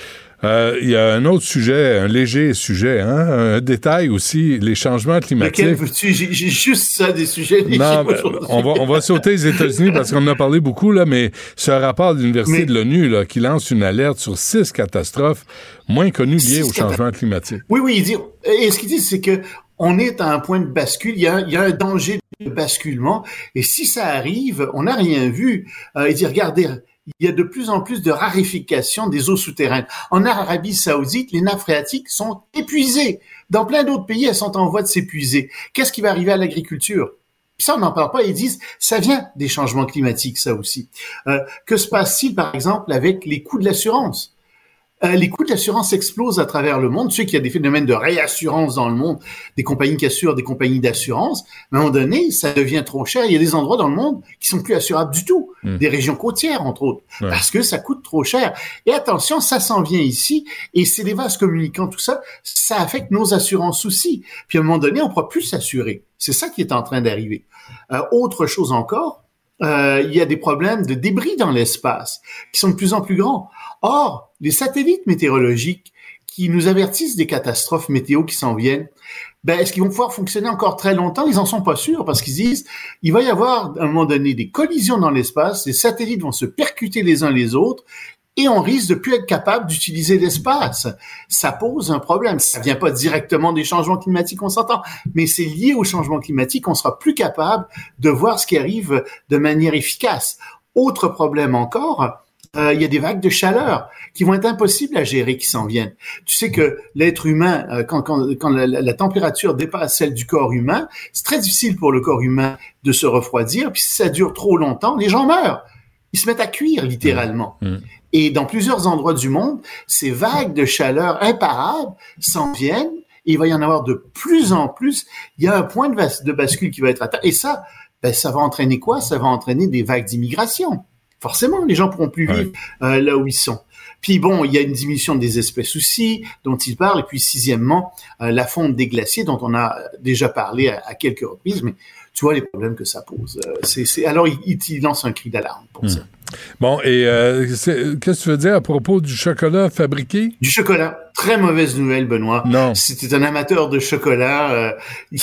Il y a un autre sujet, un léger sujet, un détail aussi, les changements climatiques. Lequel veux-tu? J'ai juste ça, des sujets légers. Non, on va sauter les États-Unis parce qu'on en a parlé beaucoup, là, mais ce rapport de l'Université de l'ONU là, qui lance une alerte sur 6 catastrophes moins connues liées au changement climatique. Oui, et ce qu'ils disent, c'est que on est à un point de bascule, il y a un danger de basculement, et si ça arrive, on n'a rien vu. Il dit, regardez, il y a de plus en plus de raréfaction des eaux souterraines. En Arabie Saoudite, les nappes phréatiques sont épuisées. Dans plein d'autres pays, elles sont en voie de s'épuiser. Qu'est-ce qui va arriver à l'agriculture? Ça, on n'en parle pas. Ils disent, ça vient des changements climatiques, ça aussi. Que se passe-t-il, par exemple, avec les coûts de l'assurance? Les coûts de l'assurance explosent à travers le monde. Tu sais qu'il y a des phénomènes de réassurance dans le monde, des compagnies qui assurent des compagnies d'assurance. À un moment donné, ça devient trop cher. Il y a des endroits dans le monde qui sont plus assurables du tout. Des régions côtières, entre autres, parce que ça coûte trop cher. Et attention, ça s'en vient ici, et c'est des vases communicants, tout ça, ça affecte nos assurances aussi. Puis à un moment donné, on ne pourra plus s'assurer. C'est ça qui est en train d'arriver. Autre chose encore, il y a des problèmes de débris dans l'espace qui sont de plus en plus grands. Or, les satellites météorologiques qui nous avertissent des catastrophes météo qui s'en viennent, est-ce qu'ils vont pouvoir fonctionner encore très longtemps? Ils en sont pas sûrs parce qu'ils disent il va y avoir à un moment donné des collisions dans l'espace, les satellites vont se percuter les uns les autres et on risque de plus être capable d'utiliser l'espace. Ça pose un problème. Ça vient pas directement des changements climatiques, on s'entend, mais c'est lié au changement climatique. On sera plus capable de voir ce qui arrive de manière efficace. Autre problème encore, il y a des vagues de chaleur qui vont être impossibles à gérer, qui s'en viennent. Tu sais que l'être humain, quand la température dépasse celle du corps humain, c'est très difficile pour le corps humain de se refroidir. Puis si ça dure trop longtemps, les gens meurent. Ils se mettent à cuire, littéralement. Et dans plusieurs endroits du monde, ces vagues de chaleur imparables s'en viennent et il va y en avoir de plus en plus. Il y a un point de bascule qui va être atteint. Et ça, ça va entraîner quoi? Ça va entraîner des vagues d'immigration. Forcément, les gens pourront plus vivre là où ils sont. Puis bon, il y a une diminution des espèces aussi, dont il parle. Et puis sixièmement, la fonte des glaciers, dont on a déjà parlé à quelques reprises. Mais tu vois les problèmes que ça pose. Alors, il lance un cri d'alarme pour ça. Bon, et qu'est-ce que tu veux dire à propos du chocolat fabriqué? Du chocolat. Très mauvaise nouvelle, Benoît. Non. Si tu es un amateur de chocolat, il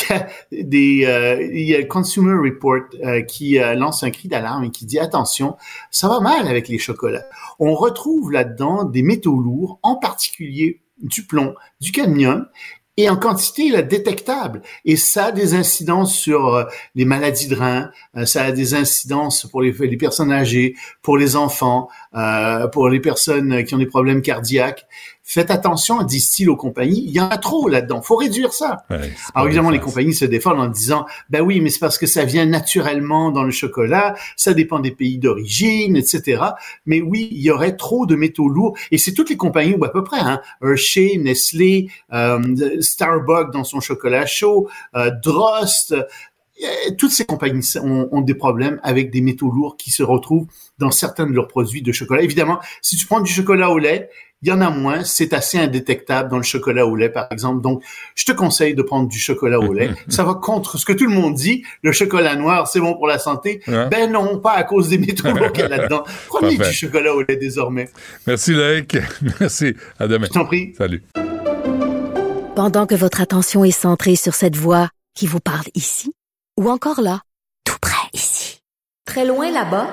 y a le Consumer Report qui lance un cri d'alarme et qui dit « Attention, ça va mal avec les chocolats. » On retrouve là-dedans des métaux lourds, en particulier du plomb, du cadmium, et en quantité là, détectable. Et ça a des incidences sur les maladies de reins, ça a des incidences pour les personnes âgées, pour les enfants, pour les personnes qui ont des problèmes cardiaques. Faites attention, disent-ils aux compagnies, il y en a trop là-dedans, faut réduire ça. Alors évidemment, les compagnies se défendent en disant, oui, mais c'est parce que ça vient naturellement dans le chocolat, ça dépend des pays d'origine, etc. Mais oui, il y aurait trop de métaux lourds, et c'est toutes les compagnies, ou à peu près, Hershey, Nestlé, Starbucks dans son chocolat chaud, Drost, toutes ces compagnies ont des problèmes avec des métaux lourds qui se retrouvent dans certains de leurs produits de chocolat. Évidemment, si tu prends du chocolat au lait, il y en a moins, c'est assez indétectable dans le chocolat au lait, par exemple. Donc, je te conseille de prendre du chocolat au lait. Ça va contre ce que tout le monde dit. Le chocolat noir, c'est bon pour la santé. Ouais. Ben non, pas à cause des métaux lourds qu'il y a là-dedans. Prenez du chocolat au lait désormais. Merci, Loïc. Merci. À demain. Je t'en prie. Salut. Pendant que votre attention est centrée sur cette voix qui vous parle ici, ou encore là, tout près ici, très loin là-bas,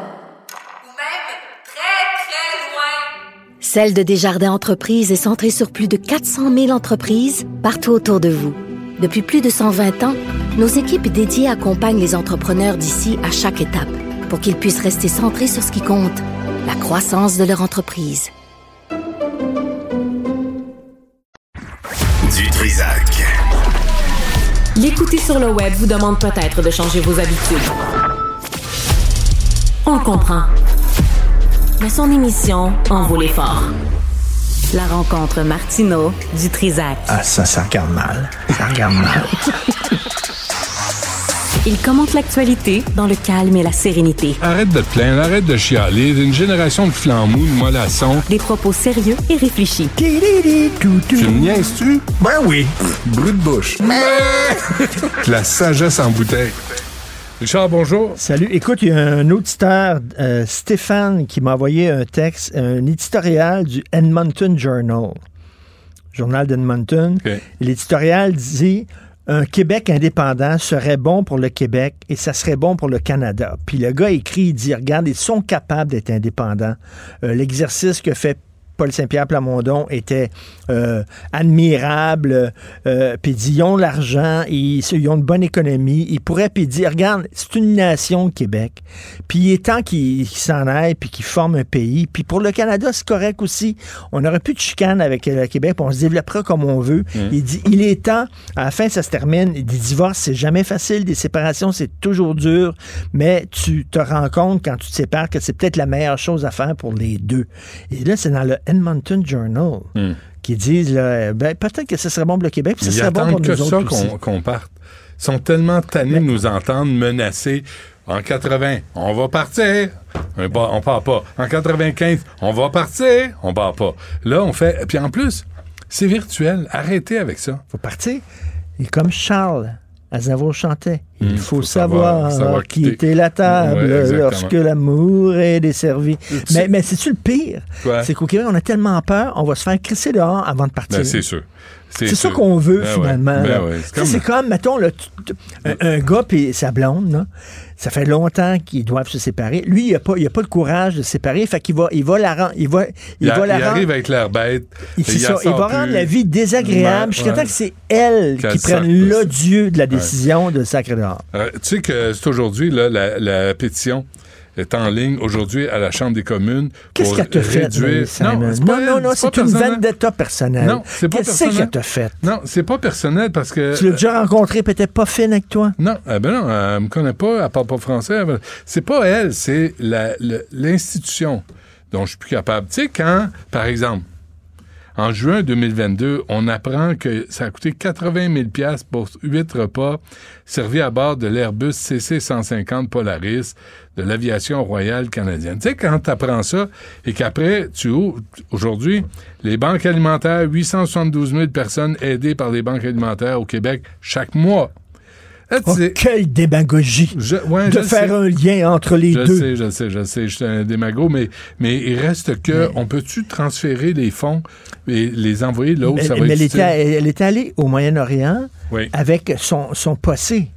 Celle de Desjardins Entreprises est centrée sur plus de 400 000 entreprises partout autour de vous. Depuis plus de 120 ans, nos équipes dédiées accompagnent les entrepreneurs d'ici à chaque étape pour qu'ils puissent rester centrés sur ce qui compte, la croissance de leur entreprise. Du Trizac. L'écouter sur le web vous demande peut-être de changer vos habitudes. On le comprend. Mais son émission en vaut l'effort. La rencontre Martineau du Trizac. Ah, ça regarde mal. Ça regarde mal. Il commente l'actualité dans le calme et la sérénité. Arrête de te plaindre, arrête de chialer. Une génération de flambous, de mollassons. Des propos sérieux et réfléchis. Tu me niaises-tu? Ben oui. Bruit de bouche. La sagesse en bouteille. Richard, bonjour. Salut. Écoute, il y a un auditeur, Stéphane, qui m'a envoyé un texte, un éditorial du Edmonton Journal, journal d'Edmonton. Okay. L'éditorial dit « Un Québec indépendant serait bon pour le Québec et ça serait bon pour le Canada. » Puis le gars écrit, il dit « Regarde, ils sont capables d'être indépendants. L'exercice que fait Paul Saint-Pierre Plamondon était admirable, puis il dit, ils ont l'argent, ils ont une bonne économie, ils pourraient, puis il dit, regarde, c'est une nation, le Québec, puis il est temps qu'ils s'en aillent, puis qu'ils forment un pays, puis pour le Canada, c'est correct aussi, on n'aurait plus de chicane avec le Québec, puis on se développera comme on veut. Il dit, il est temps, à la fin, ça se termine, des divorces, c'est jamais facile, des séparations, c'est toujours dur, mais tu te rends compte, quand tu te sépares, que c'est peut-être la meilleure chose à faire pour les deux. Et là, c'est dans le Edmonton Journal qui disent là, ben, peut-être que ce serait bon pour le Québec, puis ce serait bon pour nous autres aussi. Ils attendent que ça qu'on parte. Ils sont tellement tannés de nous entendre menacer. En 80, on va partir. On part pas. En 95, on va partir. On part pas. Là, on fait... Puis en plus, c'est virtuel. Arrêtez avec ça. Faut partir. Et comme Charles Aznavour chantait, il faut savoir quitter la table lorsque l'amour est desservi. Mais c'est-tu le pire? Quoi? C'est qu'au Québec, on a tellement peur, on va se faire crisser dehors avant de partir. Ben, c'est sûr. C'est ça qu'on veut, finalement. C'est comme, mettons, un gars et sa blonde, là, ça fait longtemps qu'ils doivent se séparer. Lui, il n'a pas le courage de se séparer, fait qu'il va la rendre. Il arrive avec l'air bête. Il va rendre la vie désagréable jusqu'à temps que c'est elle qui prenne l'odieux de la décision de le sacrer dehors. Tu sais que c'est aujourd'hui, là, la pétition est en ligne aujourd'hui à la Chambre des communes. Qu'est-ce qu'elle t'a fait, Non, c'est une vendetta personnelle. Non, c'est pas personnel. Qu'est-ce qu'elle t'a fait? Non, c'est pas personnel parce que... Tu l'as déjà rencontrée, puis elle était pas fine avec toi? Non, elle me connaît pas, elle parle pas français. C'est pas elle, c'est l'institution dont je suis plus capable. Tu sais, quand, par exemple, en juin 2022, on apprend que ça a coûté 80 000 $ pour 8 repas servis à bord de l'Airbus CC-150 Polaris de l'aviation royale canadienne. Tu sais, quand tu apprends ça et qu'après, aujourd'hui, les banques alimentaires, 872 000 personnes aidées par les banques alimentaires au Québec chaque mois. Là, quelle démagogie de faire un lien entre les deux. Je sais, je suis un démago, mais il reste que, on peut-tu transférer les fonds et les envoyer là où ça va être utile? Elle est allée au Moyen-Orient avec son possé.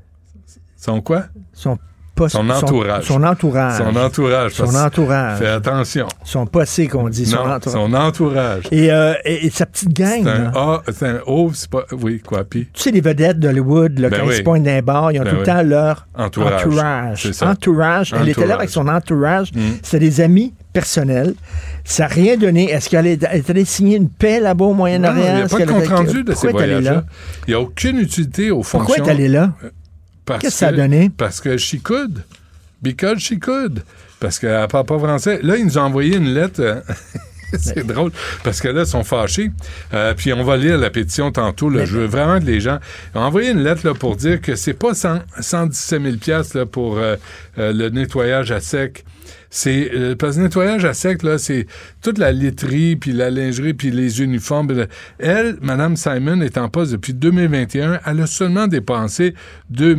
Son quoi? Son entourage. Son entourage. Fais attention. Son possé, qu'on dit. Son entourage. Et sa petite gang. C'est un O, c'est pas... Oui, quoi, pis? Tu sais, les vedettes d'Hollywood, quand ils se pointent d'un bar, ils ont tout le temps leur entourage. Entourage. Elle était là avec son entourage. C'était des amis personnels. Ça n'a rien donné. Est-ce qu'elle est allée signer une paix là-bas au Moyen-Orient? Il n'y a pas de compte-rendu de ces voyages-là. Il n'y a aucune utilité aux fonctions. Pourquoi est-elle allée là? Qu'est-ce que ça a donné? Parce que she could. Because she could. Parce qu'elle ne parle pas français. Là, ils nous ont envoyé une lettre. C'est drôle, parce que là, ils sont fâchés. Puis on va lire la pétition tantôt. Là. Je veux vraiment que les gens ont envoyé une lettre là, pour dire que c'est pas 117 000 $ là, pour le nettoyage à sec. C'est parce que le nettoyage à sec, là, c'est toute la literie, puis la lingerie, puis les uniformes. Elle, Mme Simon, est en poste depuis 2021. Elle a seulement dépensé 2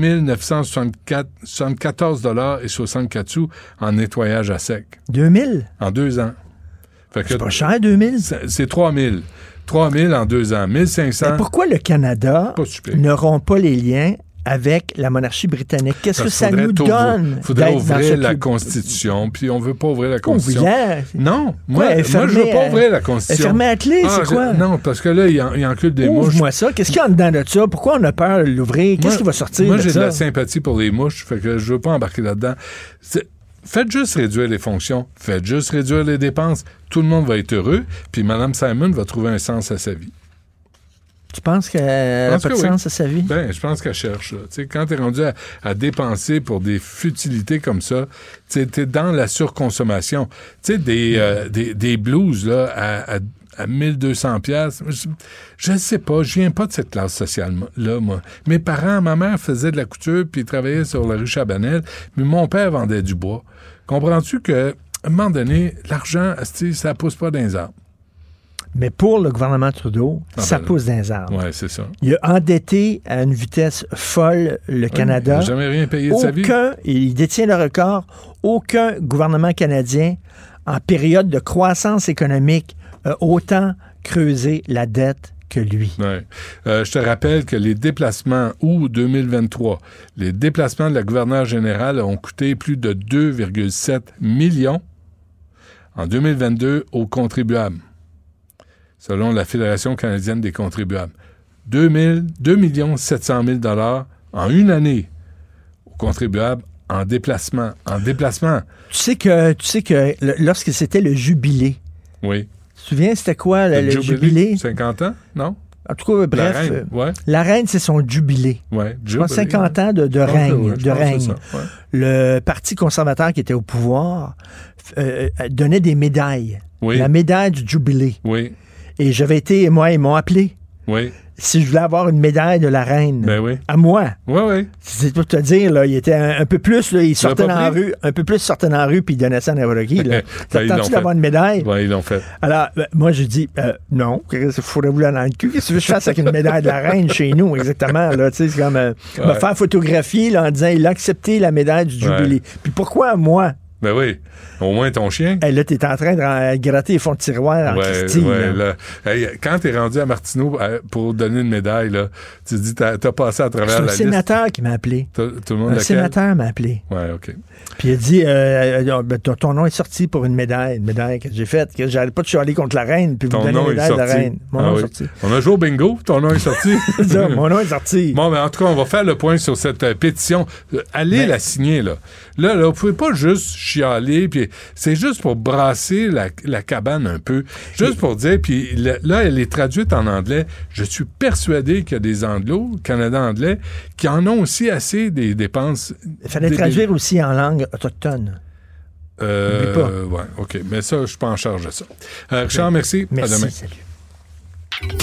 974 $ et 64 sous en nettoyage à sec. 2000? En 2 ans. C'est pas cher, 2000? C'est 3000. 3000 en 2 ans. 1500. Mais pourquoi le Canada ne rompt pas les liens avec la monarchie britannique? Qu'est-ce que ça nous donne? Il faudrait ouvrir la Constitution, puis on veut pas ouvrir la Constitution. Non, moi je veux pas ouvrir la Constitution. Elle est fermée à clé, c'est quoi? Non, parce que là, il encule des mouches. Ouvre-moi ça. Qu'est-ce qu'il y a en dedans de ça? Pourquoi on a peur de l'ouvrir? Qu'est-ce qui va sortir moi, de ça? Moi, j'ai de la sympathie pour les mouches, fait que je veux pas embarquer là-dedans. Faites juste réduire les fonctions, faites juste réduire les dépenses. Tout le monde va être heureux, puis Mme Simon va trouver un sens à sa vie. Tu penses qu'elle n'a pas de sens à sa vie? Ben, je pense qu'elle cherche. Tu sais, quand tu es rendu à dépenser pour des futilités comme ça, tu es dans la surconsommation. Tu sais, des blouses là, à 1200 $, je ne sais pas, je viens pas de cette classe sociale-là, moi. Mes parents, ma mère faisait de la couture, puis ils travaillaient sur la rue Chabanel, mais mon père vendait du bois. Comprends-tu qu'à un moment donné, l'argent, ça pousse pas dans les arbres? Mais pour le gouvernement Trudeau, ça pousse dans les arbres. Oui, c'est ça. Il a endetté à une vitesse folle le Canada. Il n'a jamais rien payé de sa vie. Il détient le record. Aucun gouvernement canadien, en période de croissance économique, a autant creusé la dette que lui. Ouais. Je te rappelle que les déplacements août 2023, les déplacements de la gouverneure générale ont coûté plus de 2,7 millions en 2022 aux contribuables, selon la Fédération canadienne des contribuables. 2 700 000 $ en une année aux contribuables en déplacement. Tu sais que lorsque c'était le jubilé. Oui. Tu te souviens, c'était quoi le jubilé? 50 ans, non? En tout cas, bref. La reine, ouais. La reine, c'est son jubilé. Ouais, je pense 50 ans de règne. Ça, ouais. Le Parti conservateur qui était au pouvoir donnait des médailles. Oui. La médaille du jubilé. Oui. Et j'avais été, moi, ils m'ont appelé. Oui. Si je voulais avoir une médaille de la reine. Ben oui. À moi. Oui, oui. C'est pour te dire, là, il était un peu plus, là, il sortait dans la rue, un peu plus sortait dans la rue, puis il donnait ça à n'importe qui. T'attends-tu d'avoir une médaille? Oui, ils l'ont fait. Alors, moi, j'ai dit, non, il faudrait vouloir dans le cul. Qu'est-ce que tu veux que je fasse avec une médaille de la reine chez nous, exactement? Là, tu sais, c'est comme me faire photographier là, en disant, il a accepté la médaille du jubilé. Puis pourquoi moi? Ben oui. Au moins ton chien. Là, t'es en train de gratter les fonds de tiroir en Christine. Là. Hey, quand t'es rendu à Martineau pour donner une médaille, là, tu te dis, t'as passé à travers la liste. C'est un sénateur qui m'a appelé. Tout le monde un sénateur m'a appelé. Ouais, OK. Puis il a dit, ton nom est sorti pour une médaille que j'ai faite. Que j'arrête pas de chialer contre la reine, puis vous donner une médaille de la reine. Mon nom est sorti. On a joué au bingo, ton nom est sorti. Ça, mon nom est sorti. Bon, mais en tout cas, on va faire le point sur cette pétition. Allez la signer, là. Là, vous pouvez pas juste chialer, puis c'est juste pour brasser la cabane un peu. Juste pour dire, puis là, elle est traduite en anglais. Je suis persuadé qu'il y a des Anglos, Canada anglais, qui en ont aussi assez des dépenses. Il fallait traduire aussi en langue autochtone. N'oublie pas. Ouais, OK. Mais ça, je suis pas en charge de ça. Richard, merci. Merci. À demain. Salut.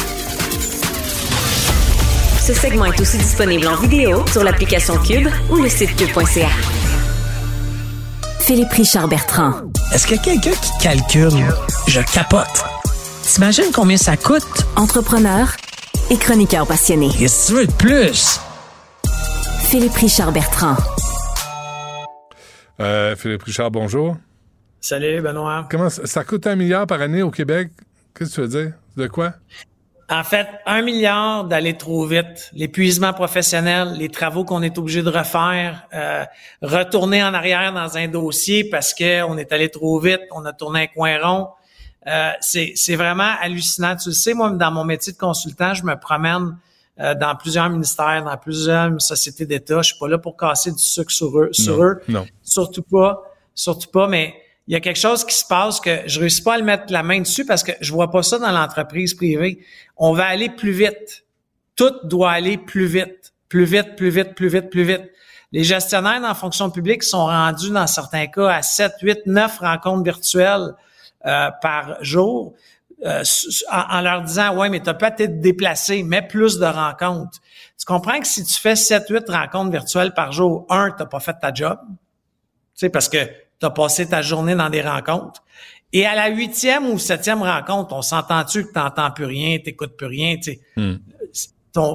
Ce segment est aussi disponible en vidéo sur l'application Cube ou le site cube.ca. Philippe Richard Bertrand. Est-ce qu'il y a quelqu'un qui calcule? Je capote. T'imagines combien ça coûte? Entrepreneur et chroniqueur passionné. Qu'est-ce que tu veux de plus? Philippe Richard Bertrand. Philippe Richard, bonjour. Salut, Benoît. Comment ça coûte 1 milliard par année au Québec? Qu'est-ce que tu veux dire? De quoi? En fait, 1 milliard d'aller trop vite, l'épuisement professionnel, les travaux qu'on est obligé de refaire, retourner en arrière dans un dossier parce que on est allé trop vite, on a tourné un coin rond. C'est vraiment hallucinant. Tu le sais, moi, dans mon métier de consultant, je me promène dans plusieurs ministères, dans plusieurs sociétés d'État. Je suis pas là pour casser du sucre sur eux. Non. Surtout pas, mais il y a quelque chose qui se passe que je réussis pas à le mettre la main dessus parce que je vois pas ça dans l'entreprise privée. On va aller plus vite. Tout doit aller plus vite. Plus vite, plus vite, plus vite, plus vite. Les gestionnaires dans la fonction publique sont rendus, dans certains cas, à 7, 8, 9 rencontres virtuelles par jour, en leur disant, ouais, mais t'as peut-être déplacé, mets plus de rencontres. Tu comprends que si tu fais 7-8 rencontres virtuelles par jour, t'as pas fait ta job. Tu sais, parce que t'as passé ta journée dans des rencontres. Et à la 8e ou 7e rencontre, on s'entend-tu que t'entends plus rien, t'écoutes plus rien, tu sais.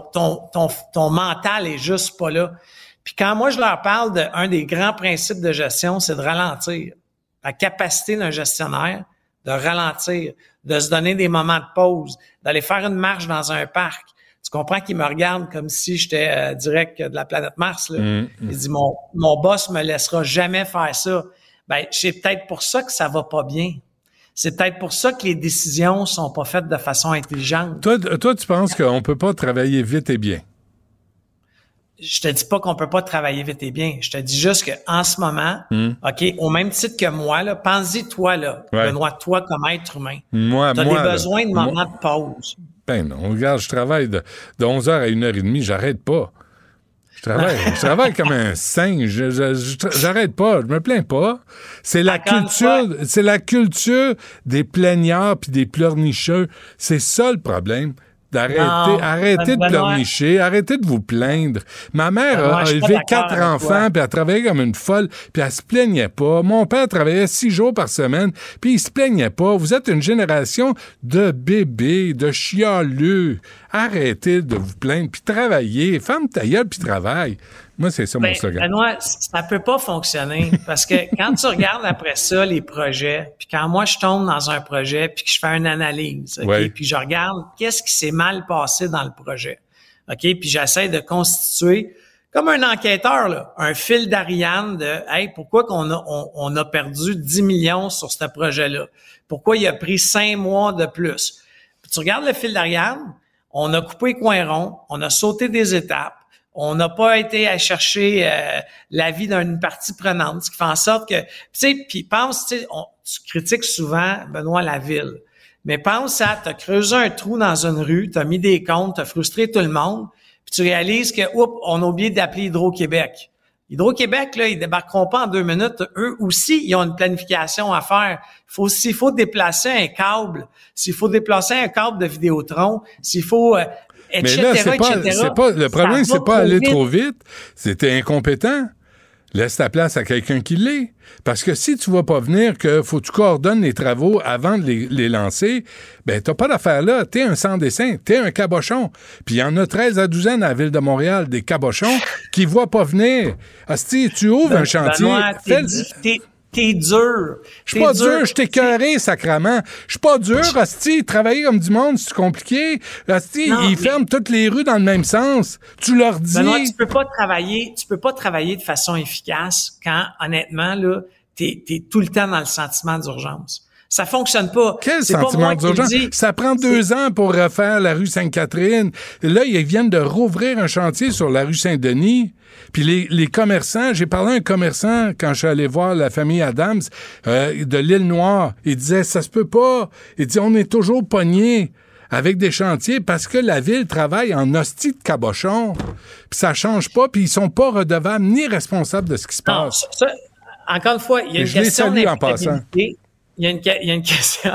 Ton mental est juste pas là. Puis quand moi, je leur parle d'un des grands principes de gestion, c'est de ralentir. La capacité d'un gestionnaire de ralentir, de se donner des moments de pause, d'aller faire une marche dans un parc. Tu comprends qu'il me regarde comme si j'étais direct de la planète Mars, là. Il dit, mon boss me laissera jamais faire ça. Ben, c'est peut-être pour ça que ça va pas bien. C'est peut-être pour ça que les décisions sont pas faites de façon intelligente. Toi, tu penses qu'on peut pas travailler vite et bien? Je te dis pas qu'on peut pas travailler vite et bien. Je te dis juste qu'en ce moment, OK, au même titre que moi, là, pense-y, toi, là, Benoît, toi, comme être humain. T'as des besoins de moments de pause. Ben non, regarde, je travaille de 11h à 1h30, j'arrête pas. Je travaille comme un singe. J'arrête pas, je me plains pas. C'est la culture des plaignards puis des pleurnicheux. C'est ça le problème. Arrêtez de pleurnicher, arrêtez de vous plaindre. Ma mère a élevé 4 enfants, puis elle travaillait comme une folle, puis elle se plaignait pas. Mon père travaillait 6 jours par semaine, puis il se plaignait pas. Vous êtes une génération de bébés, de chialeux. Arrêtez de vous plaindre, puis travaillez. Ferme ta gueule, puis travaille. Moi, c'est ça mon slogan. Benoît, ça peut pas fonctionner parce que quand tu regardes après ça les projets, puis quand moi je tombe dans un projet puis que je fais une analyse, puis je regarde qu'est-ce qui s'est mal passé dans le projet, puis j'essaie de constituer comme un enquêteur là, un fil d'Ariane de hey, pourquoi on a perdu 10 millions sur ce projet-là, pourquoi il a pris 5 mois de plus. Puis tu regardes le fil d'Ariane, on a coupé coin rond, on a sauté des étapes. On n'a pas été à chercher l'avis d'une partie prenante, ce qui fait en sorte que, tu sais, puis pense, tu critiques souvent, Benoît, la ville, mais pense à, t'as creusé un trou dans une rue, t'as mis des comptes, t'as frustré tout le monde, puis tu réalises que, on a oublié d'appeler Hydro-Québec. Hydro-Québec, là, ils débarqueront pas en 2 minutes. Eux aussi, ils ont une planification à faire. S'il faut déplacer un câble, s'il faut déplacer un câble de Vidéotron, s'il faut... Mais là, le problème, c'est pas aller trop vite, c'était incompétent. Laisse ta place à quelqu'un qui l'est. Parce que si tu vas pas venir, que faut que tu coordonnes les travaux avant de les lancer, ben t'as pas d'affaire là. T'es un sans-dessin, t'es un cabochon. Puis il y en a 13 à 12 à la Ville de Montréal, des cabochons qui voient pas venir. Asti, tu ouvres un chantier... Benoît, t'es dur. Je suis pas dur, je t'ai écœuré, sacrement. Je suis pas dur, hostie. Travailler comme du monde, c'est compliqué. Hostie, ils ferment toutes les rues dans le même sens. Tu leur dis... Benoît, tu peux pas travailler de façon efficace quand, honnêtement, là, t'es tout le temps dans le sentiment d'urgence. Ça fonctionne pas. Quel sentiment d'urgence? Ça prend 2 ans pour refaire la rue Sainte-Catherine. Là, ils viennent de rouvrir un chantier sur la rue Saint-Denis. Puis les commerçants, j'ai parlé à un commerçant quand je suis allé voir la famille Adams de l'Île-Noire. Il disait, ça se peut pas. Il dit, on est toujours pognés avec des chantiers parce que la ville travaille en hostie de cabochon. Puis ça change pas, puis ils sont pas redevables ni responsables de ce qui se passe. Ça, encore une fois, il y a une question d'imputabilité. Il y a une question,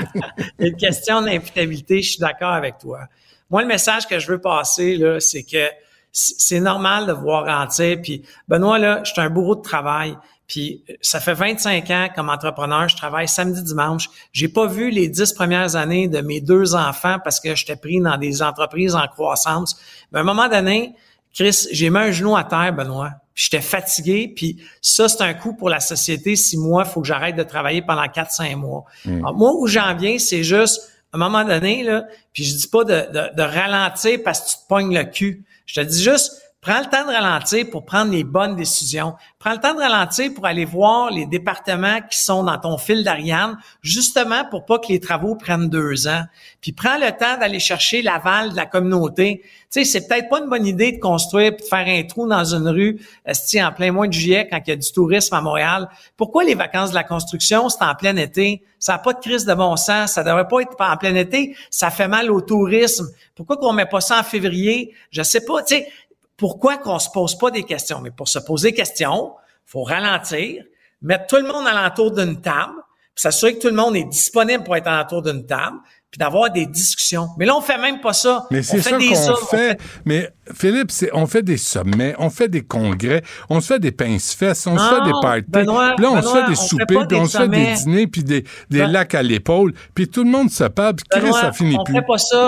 une question d'imputabilité, je suis d'accord avec toi. Moi, le message que je veux passer, là, c'est que c'est normal de voir rentrer. Puis, Benoît, là, je suis un bourreau de travail. Puis, ça fait 25 ans comme entrepreneur, je travaille samedi, dimanche. J'ai pas vu les 10 premières années de mes 2 enfants parce que j'étais pris dans des entreprises en croissance. Mais à un moment donné, Chris, j'ai mis un genou à terre, Benoît. J'étais fatigué, puis ça, c'est un coup pour la société. 6 mois, il faut que j'arrête de travailler pendant 4-5 mois. Alors, moi, où j'en viens, c'est juste, à un moment donné, là, puis je dis pas de ralentir parce que tu te pognes le cul. Je te dis juste, prends le temps de ralentir pour prendre les bonnes décisions. Prends le temps de ralentir pour aller voir les départements qui sont dans ton fil d'Ariane, justement pour pas que les travaux prennent 2 ans. Puis prends le temps d'aller chercher l'aval de la communauté. Tu sais, c'est peut-être pas une bonne idée de construire puis de faire un trou dans une rue en plein mois de juillet quand il y a du tourisme à Montréal. Pourquoi les vacances de la construction, c'est en plein été? Ça n'a pas de crise de bon sens. Ça devrait pas être en plein été. Ça fait mal au tourisme. Pourquoi qu'on met pas ça en février? Je sais pas, tu sais. Pourquoi qu'on se pose pas des questions? Mais pour se poser des questions, faut ralentir, mettre tout le monde alentour d'une table, s'assurer que tout le monde est disponible pour être autour d'une table, puis d'avoir des discussions. Mais là, on fait même pas ça. Mais c'est ça qu'on fait. Mais Philippe, on fait des sommets, on fait des congrès, on se fait des pince-fesses, on se fait des parties. Benoît, puis là, on se fait des soupers, puis on se fait des dîners, puis des lacs à l'épaule, puis tout le monde se parle, puis Benoît, ça finit plus. On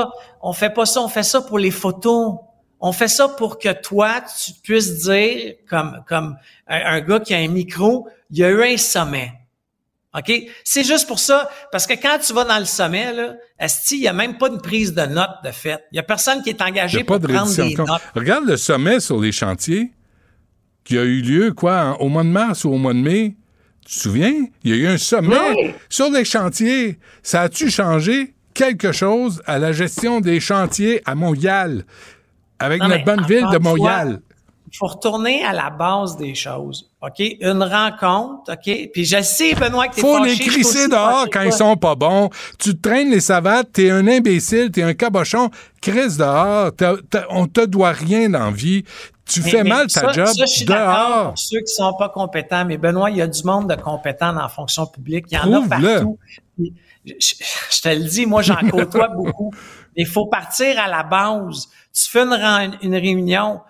fait pas ça. On fait ça pour les photos. On fait ça pour que toi, tu puisses dire, comme un gars qui a un micro, il y a eu un sommet. OK? C'est juste pour ça, parce que quand tu vas dans le sommet, là, asti, il y a même pas une prise de notes de fait. Il y a personne qui est engagé pour prendre des notes. Regarde le sommet sur les chantiers qui a eu lieu, au mois de mars ou au mois de mai. Tu te souviens? Il y a eu un sommet sur les chantiers. Ça a-tu changé quelque chose à la gestion des chantiers à Montréal? Avec notre bonne ville de Montréal. Il faut retourner à la base des choses, OK? Une rencontre, OK? Puis je sais, Benoît, que t'es fâché. Faut les crisser dehors quand ils sont pas bons. Tu te traînes les savates, t'es un imbécile, t'es un cabochon. Crisse dehors. On te doit rien dans la vie. Tu fais mal ta job je suis dehors. Pour ceux qui sont pas compétents, mais Benoît, il y a du monde de compétents dans la fonction publique. Il y en a partout. Je te le dis, moi, j'en côtoie beaucoup. Il faut partir à la base. Tu fais une réunion.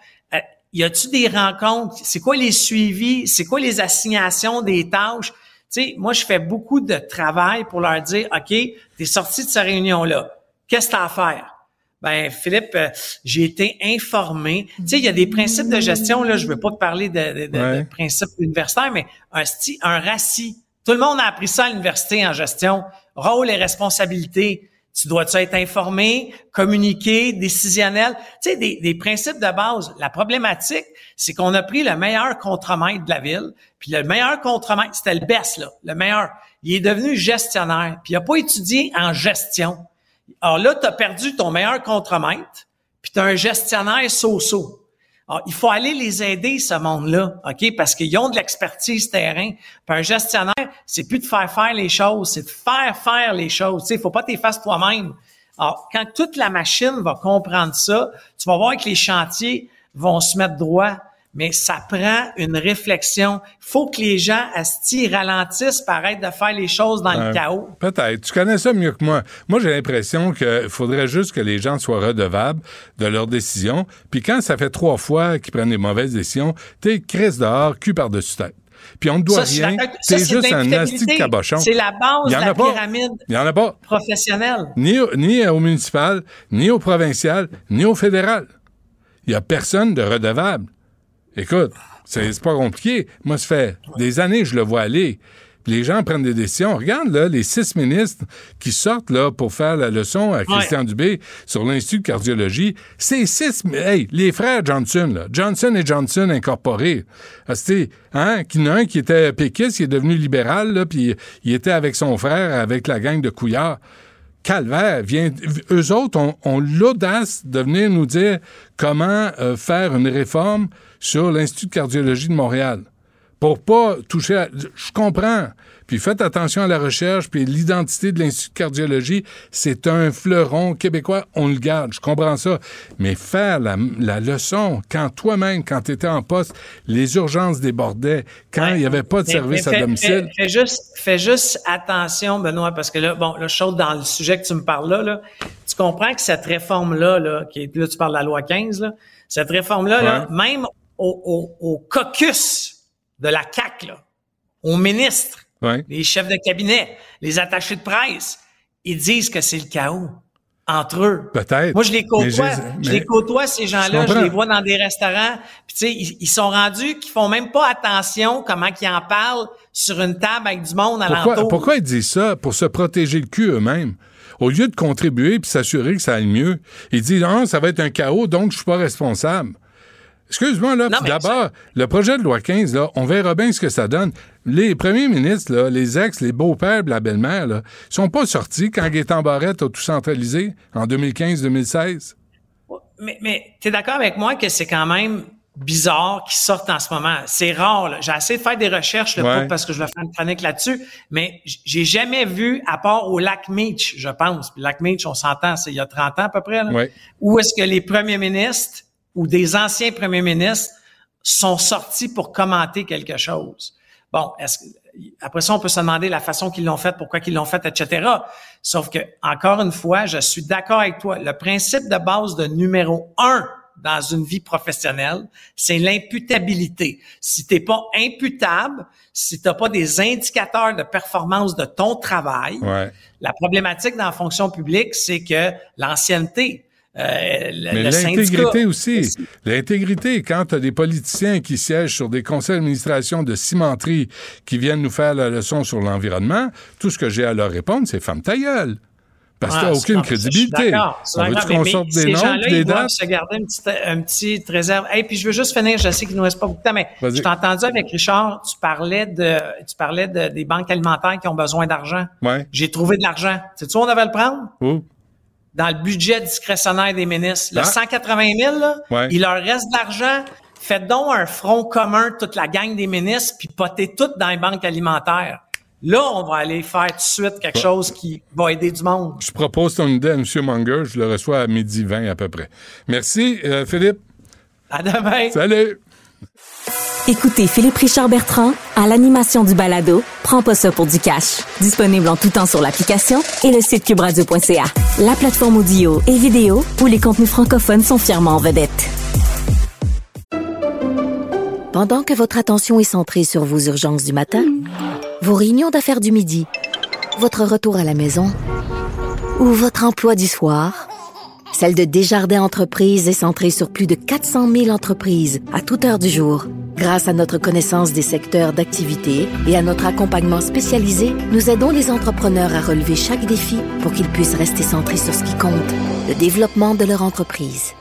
Y a-tu des rencontres? C'est quoi les suivis? C'est quoi les assignations des tâches? Tu sais, moi, je fais beaucoup de travail pour leur dire, OK, t'es sorti de cette réunion-là. Qu'est-ce que t'as à faire? Ben, Philippe, j'ai été informé. Tu sais, il y a des principes de gestion, là, je veux pas te parler de principes universitaires, mais un RACI. Tout le monde a appris ça à l'université en gestion. Rôle et responsabilité. Tu dois-tu être informé, communiquer, décisionnel? Tu sais, des principes de base. La problématique, c'est qu'on a pris le meilleur contremaître de la ville, puis le meilleur contremaître, c'était le best, là, le meilleur. Il est devenu gestionnaire, puis il n'a pas étudié en gestion. Alors là, tu as perdu ton meilleur contremaître, puis tu as un gestionnaire so-so. Alors, il faut aller les aider, ce monde-là, OK? Parce qu'ils ont de l'expertise terrain. Puis un gestionnaire, c'est plus de faire les choses, c'est de faire les choses. Tu sais, il faut pas t'y faire toi-même. Alors, quand toute la machine va comprendre ça, tu vas voir que les chantiers vont se mettre droit. Mais ça prend une réflexion. Il faut que les gens ralentissent, arrêtent de faire les choses dans le chaos. Peut-être. Tu connais ça mieux que moi. Moi, j'ai l'impression qu'il faudrait juste que les gens soient redevables de leurs décisions. Puis quand ça fait 3 fois qu'ils prennent des mauvaises décisions, t'es crisse dehors, cul par-dessus tête. Puis on ne doit rien. T'es juste un nasty de cabochon. C'est la base de la pyramide professionnelle. Ni au municipal, ni au provincial, ni au fédéral. Il n'y a personne de redevable. Écoute, c'est pas compliqué. Moi, ça fait des années que je le vois aller. Puis les gens prennent des décisions. Regarde, là, les 6 ministres qui sortent là pour faire la leçon à Christian Dubé sur l'Institut de cardiologie. C'est 6... Hey, les frères Johnson, là. Johnson & Johnson incorporés. C'était, qu'il y en a un qui était péquiste, qui est devenu libéral, là, puis il était avec son frère, avec la gang de Couillard. Calvaire, eux autres ont l'audace de venir nous dire comment faire une réforme sur l'Institut de cardiologie de Montréal. Pour pas toucher je comprends. Puis faites attention à la recherche, puis l'identité de l'Institut de cardiologie, c'est un fleuron québécois, on le garde, je comprends ça. Mais faire la leçon, quand toi-même, quand tu étais en poste, les urgences débordaient, quand il n'y avait pas de service à domicile... Fais juste attention, Benoît, parce que là, je saute dans le sujet que tu me parles là. Tu comprends que cette réforme-là, là, là, tu parles de la loi 15, là, cette réforme-là, là, même au caucus de la CAQ, là, aux ministres, les chefs de cabinet, les attachés de presse, ils disent que c'est le chaos entre eux. Peut-être. Moi, je les côtoie, ces gens-là, je les vois dans des restaurants, puis tu sais, ils sont rendus qu'ils font même pas attention comment qu'ils en parlent sur une table avec du monde alentour. Pourquoi ils disent ça? Pour se protéger le cul eux-mêmes. Au lieu de contribuer puis s'assurer que ça aille mieux, ils disent « Non, ça va être un chaos, donc je suis pas responsable ». Excuse-moi, là, puis d'abord, le projet de loi 15, là, on verra bien ce que ça donne. Les premiers ministres, là, les ex, les beaux-pères, la belle-mère, là, sont pas sortis quand Gaétan Barrette a tout centralisé en 2015-2016. Mais t'es d'accord avec moi que c'est quand même bizarre qu'ils sortent en ce moment. C'est rare, là. J'ai essayé de faire des recherches, là, parce que je vais faire une chronique là-dessus, mais j'ai jamais vu, à part au lac Meech, je pense. Puis lac Meech, on s'entend, c'est il y a 30 ans à peu près, là. Où est-ce que les premiers ministres ou des anciens premiers ministres sont sortis pour commenter quelque chose. Bon, après ça, on peut se demander la façon qu'ils l'ont fait, pourquoi qu'ils l'ont fait, etc. Sauf que, encore une fois, je suis d'accord avec toi. Le principe de base de numéro 1 dans une vie professionnelle, c'est l'imputabilité. Si t'es pas imputable, si t'as pas des indicateurs de performance de ton travail, la problématique dans la fonction publique, c'est que l'ancienneté, mais l'intégrité aussi. L'intégrité, quand tu as des politiciens qui siègent sur des conseils d'administration de cimenterie qui viennent nous faire la leçon sur l'environnement, tout ce que j'ai à leur répondre, c'est « ferme ta gueule ». Parce que tu n'as aucune crédibilité. On veut qu'on sorte des noms, des dates? Se garder une petite réserve. Et puis je veux juste finir, je sais qu'il ne nous reste pas beaucoup de temps, mais je t'ai entendu avec Richard, tu parlais des banques alimentaires qui ont besoin d'argent. Ouais. J'ai trouvé de l'argent. Sais-tu où on devait le prendre? Où? Dans le budget discrétionnaire des ministres. Le 180 000, là, il leur reste de l'argent. Faites donc un front commun, toute la gang des ministres, puis potez toutes dans les banques alimentaires. Là, on va aller faire tout de suite quelque chose qui va aider du monde. Je propose ton idée à M. Munger. Je le reçois à 12h20 à peu près. Merci, Philippe. À demain. Salut. Écoutez Philippe Richard Bertrand à l'animation du balado Prends pas ça pour du cash. Disponible en tout temps sur l'application et le site cubradio.ca. La plateforme audio et vidéo où les contenus francophones sont fièrement en vedette. Pendant que votre attention est centrée sur vos urgences du matin, vos réunions d'affaires du midi, votre retour à la maison ou votre emploi du soir, celle de Desjardins Entreprises est centrée sur plus de 400 000 entreprises à toute heure du jour. Grâce à notre connaissance des secteurs d'activité et à notre accompagnement spécialisé, nous aidons les entrepreneurs à relever chaque défi pour qu'ils puissent rester centrés sur ce qui compte, le développement de leur entreprise.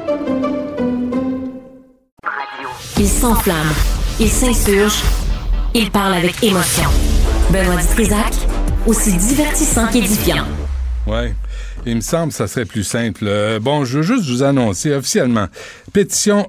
Il s'enflamme, il s'insurge, il parle avec émotion. Benoît Dutrisac, aussi divertissant qu'édifiant. Ouais. Il me semble que ça serait plus simple. Bon, je veux juste vous annoncer officiellement. Pétition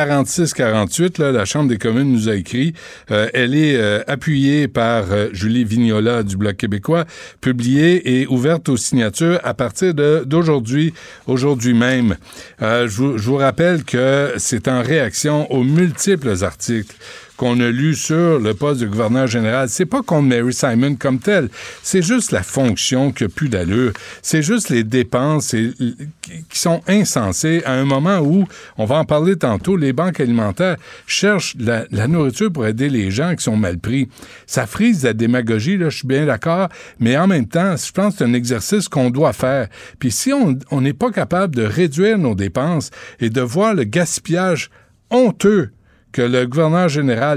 E4648, là, la Chambre des communes nous a écrit. Elle est appuyée par Julie Vignola du Bloc québécois, publiée et ouverte aux signatures à partir d'aujourd'hui même. Je vous rappelle que c'est en réaction aux multiples articles qu'on a lu sur le poste de gouverneur général. C'est pas contre Mary Simon comme telle. C'est juste la fonction qui a plus d'allure. C'est juste les dépenses qui sont insensées à un moment où, on va en parler tantôt, les banques alimentaires cherchent la nourriture pour aider les gens qui sont mal pris. Ça frise la démagogie, là, je suis bien d'accord, mais en même temps, je pense que c'est un exercice qu'on doit faire. Puis si on n'est pas capable de réduire nos dépenses et de voir le gaspillage honteux que la gouverneure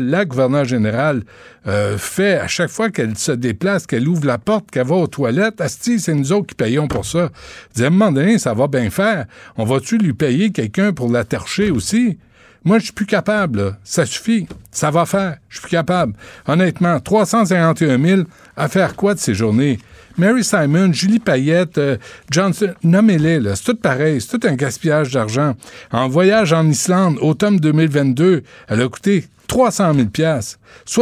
générale fait à chaque fois qu'elle se déplace, qu'elle ouvre la porte, qu'elle va aux toilettes. Asti, c'est nous autres qui payons pour ça. À un moment donné, ça va bien faire. On va-tu lui payer quelqu'un pour la torcher aussi? Moi, je suis plus capable, là. Ça suffit. Ça va faire. Je suis plus capable. Honnêtement, 351 000, à faire quoi de ces journées? Mary Simon, Julie Payette, Johnson, nommez-les, là. C'est tout pareil. C'est tout un gaspillage d'argent. En voyage en Islande, automne 2022, elle a coûté 300 000 $,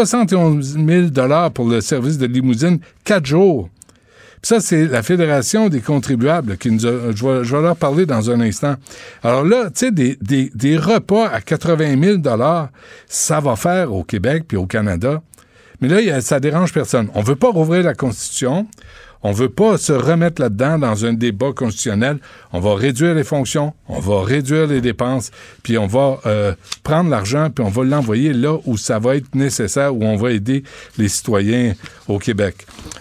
71 000 pour le service de limousine, 4 jours. Puis ça, c'est la Fédération des contribuables qui nous a... Je vais leur parler dans un instant. Alors là, tu sais, des repas à 80 000 $, ça va faire au Québec puis au Canada. Mais là, ça dérange personne. On veut pas rouvrir la Constitution. On veut pas se remettre là-dedans dans un débat constitutionnel. On va réduire les fonctions, on va réduire les dépenses, puis on va prendre l'argent, puis on va l'envoyer là où ça va être nécessaire, où on va aider les citoyens au Québec.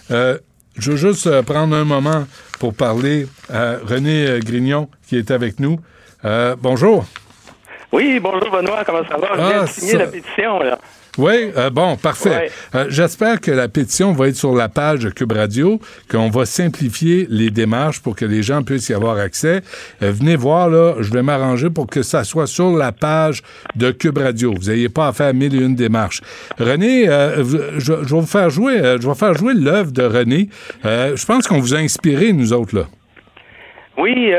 Je veux juste prendre un moment pour parler à René Grignon, qui est avec nous. Bonjour. Oui, bonjour Benoît, comment ça va? Je viens de signer la pétition, là. Oui, bon, parfait. Ouais. J'espère que la pétition va être sur la page de Cube Radio, qu'on va simplifier les démarches pour que les gens puissent y avoir accès. Venez voir, là, je vais m'arranger pour que ça soit sur la page de Cube Radio. Vous n'ayez pas à faire 1001 démarches. René, je vais vous faire jouer, l'œuvre de René. Je pense qu'on vous a inspiré, nous autres, là. Oui,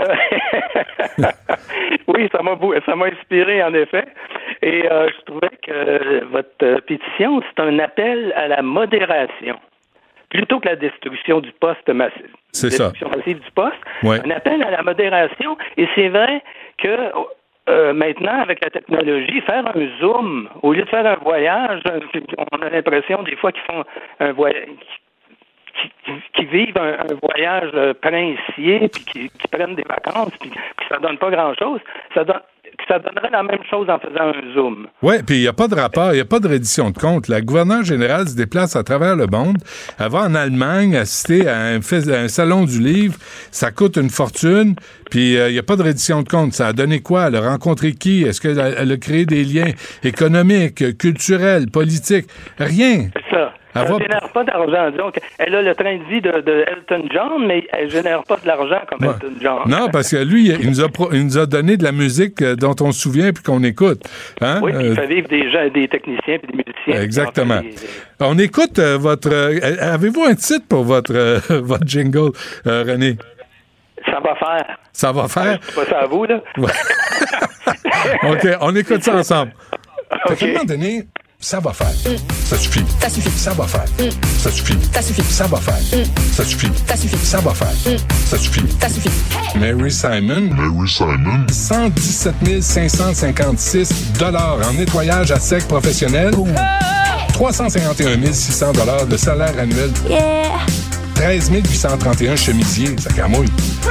oui, ça m'a inspiré, en effet. Et je trouvais que votre pétition, c'est un appel à la modération. Plutôt que la destruction du poste massif. C'est ça. Destruction massive du poste. Ouais. Un appel à la modération. Et c'est vrai que maintenant, avec la technologie, faire un zoom, au lieu de faire un voyage, on a l'impression des fois qu'ils font un voyage, qui vivent un voyage princier, puis qui prennent des vacances, puis que ça donne pas grand-chose. Ça donnerait la même chose en faisant un zoom. Oui, puis il n'y a pas de rapport, il n'y a pas de reddition de compte. La gouverneure générale se déplace à travers le monde. Elle va en Allemagne assister à un salon du livre. Ça coûte une fortune, puis il n'y a pas de reddition de compte. Ça a donné quoi? Elle a rencontré qui? Est-ce qu'elle a créé des liens économiques, culturels, politiques? Rien. C'est ça. Elle ne génère pas d'argent. Donc, elle a le train de vie de Elton John, mais elle ne génère pas de l'argent comme Elton John. Non, parce que lui, il nous a donné de la musique dont on se souvient puis qu'on écoute. Hein? Oui, il fait vivre des techniciens et des musiciens. Exactement. On écoute votre... avez-vous un titre pour votre jingle, René? Ça va faire. Ça va faire? C'est pas ça à vous, là? Ouais. OK, on écoute ça ensemble. OK. À un moment donné... Ça va faire. Ça suffit. Ça suffit. Ça va faire. Ça suffit. Ça suffit. Ça va faire. Ça suffit. Ça suffit. Ça va faire. Ça suffit. Ça suffit. Mary Simon. 117 556 $ en nettoyage à sec professionnel. 351 600 $ de salaire annuel. 13 831 chemisiers. Ça camouille.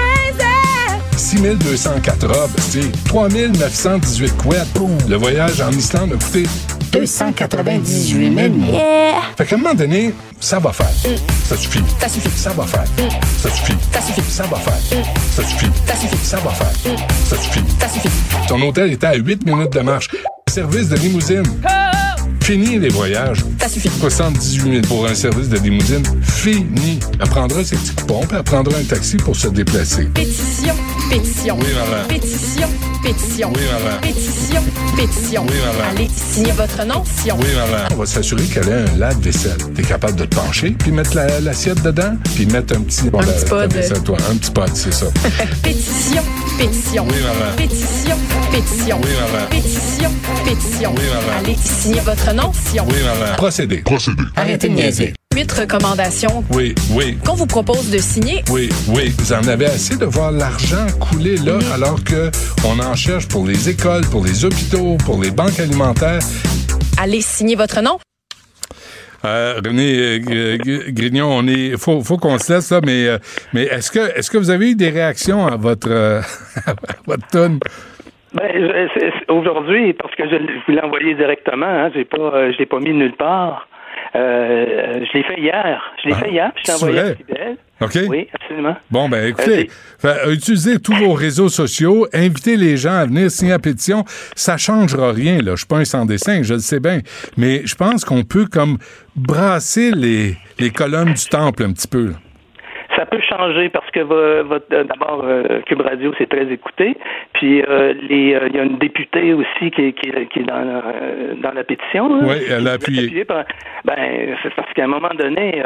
6 204 robes, 3 918 couettes. Le voyage en Islande a coûté 298 000. Fait qu'à un moment donné, ça va faire. Ça suffit. Ça suffit. Ça va faire. Ça suffit. Ça suffit. Ça va faire. Ça suffit. Ça suffit. Ça va faire. Ça suffit. Ça suffit. Ton hôtel était à 8 minutes de marche. Service de limousine. Fini les voyages. Ça suffit. 78 000 pour un service de limousine. Fini. Elle prendra ses petits coupons puis elle prendra un taxi pour se déplacer. Pétition. Pétition. Oui, maman. Pétition. Pétition. Oui, maman. Pétition. Pétition. Oui, maman. Allez signer votre nom. Oui, maman. On va s'assurer qu'elle ait un lave-vaisselle. T'es capable de te pencher, puis mettre l'assiette dedans, puis mettre un petit... Un petit pod. Un petit pod, c'est ça. Pétition. Pétition. Oui, maman. Pétition. Pétition. Oui, maman. Pétition. Pétition. Oui, maman. Allez signer votre nom. Oui, maman. Procédez. Arrêtez de niaiser. 8 recommandations Oui. qu'on vous propose de signer. Oui. Vous en avez assez de voir l'argent couler là, alors que on en cherche pour les écoles, pour les hôpitaux, pour les banques alimentaires. Allez signer votre nom. René Grignon, faut qu'on se laisse là, mais est-ce que vous avez eu des réactions à votre tonne? Ben, aujourd'hui, parce que je voulais l'envoyer directement, hein, je l'ai pas mis nulle part. Je l'ai fait hier. Je l'ai envoyé à Cybelle. OK. Oui, absolument. Bon, ben écoutez, utilisez tous vos réseaux sociaux, invitez les gens à venir signer la pétition. Ça changera rien, là. Je suis pas un sans-dessin, je le sais bien. Mais je pense qu'on peut comme brasser les colonnes du temple un petit peu, là. Ça peut changer parce que d'abord, Cube Radio, c'est très écouté. Puis, il y a une députée aussi qui est dans la pétition. Là, oui, elle a appuyé. C'est parce qu'à un moment donné,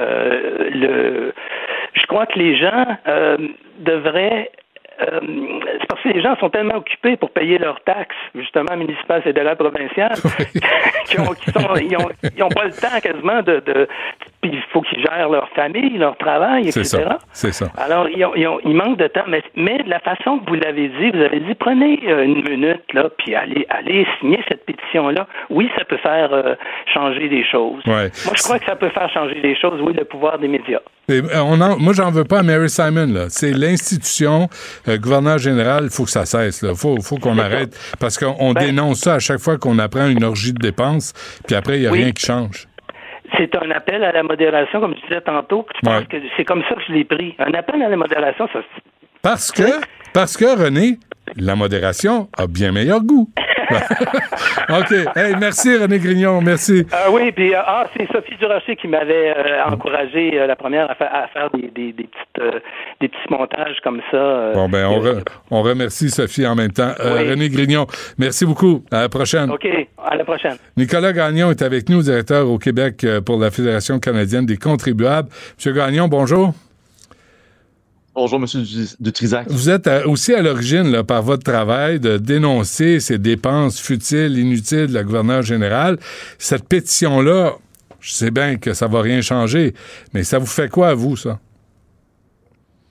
je crois que les gens devraient... c'est parce que les gens sont tellement occupés pour payer leurs taxes, justement, municipales, fédérales, provinciales, qu'ils n'ont pas le temps quasiment puis il faut qu'ils gèrent leur famille, leur travail, etc. C'est ça. Alors, ils manquent de temps. Mais de la façon que vous l'avez dit, vous avez dit, prenez une minute, là, puis allez signer cette pétition-là. Oui, ça peut faire changer des choses. Ouais. Moi, je crois que ça peut faire changer des choses, oui, le pouvoir des médias. Moi, j'en veux pas à Mary Simon, là. C'est l'institution, gouverneur général, il faut que ça cesse, là. Faut qu'on arrête. Parce qu'on dénonce ça à chaque fois qu'on apprend une orgie de dépenses, puis après, il n'y a rien qui change. C'est un appel à la modération, comme je disais tantôt. Je pense que c'est comme ça que je l'ai pris. Un appel à la modération, ça... Parce que, René, la modération a bien meilleur goût. OK. Hey, merci, René Grignon. Merci. Oui, puis c'est Sophie Durocher qui m'avait encouragé la première à faire des petits montages comme ça. Bon, on remercie Sophie en même temps. René Grignon, merci beaucoup. À la prochaine. OK. À la prochaine. Nicolas Gagnon est avec nous, directeur au Québec pour la Fédération canadienne des contribuables. Monsieur Gagnon, bonjour. Bonjour, M. Dutrisac. Vous êtes aussi à l'origine, là, par votre travail, de dénoncer ces dépenses futiles, inutiles de la gouverneure générale. Cette pétition-là, je sais bien que ça va rien changer, mais ça vous fait quoi à vous, ça?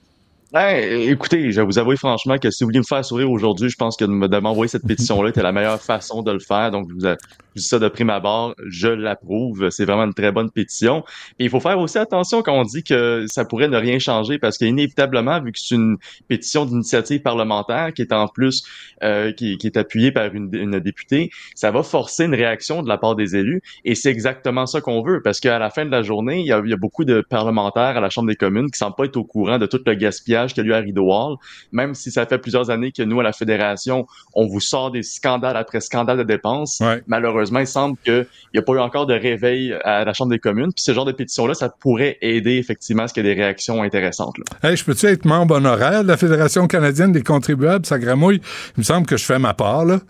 Écoutez, je vais vous avouer franchement que si vous vouliez me faire sourire aujourd'hui, je pense que de m'envoyer cette pétition-là était la meilleure façon de le faire. Donc, je dis ça de prime abord, je l'approuve. C'est vraiment une très bonne pétition. Et il faut faire aussi attention quand on dit que ça pourrait ne rien changer parce qu'inévitablement, vu que c'est une pétition d'initiative parlementaire qui est en plus qui est appuyée par une députée, ça va forcer une réaction de la part des élus. Et c'est exactement ça qu'on veut parce qu'à la fin de la journée, il y a beaucoup de parlementaires à la Chambre des communes qui semblent pas être au courant de tout le gaspillage qu'il y a eu à Rideau Hall, même si ça fait plusieurs années que nous, à la Fédération, on vous sort des scandales après scandales de dépenses. Ouais. Malheureusement, il semble qu'il n'y a pas eu encore de réveil à la Chambre des communes. Puis ce genre de pétition-là, ça pourrait aider effectivement à ce qu'il y ait des réactions intéressantes. Là. Hey, je peux-tu être membre honoraire de la Fédération canadienne des contribuables? Ça gramouille. Il me semble que je fais ma part, là.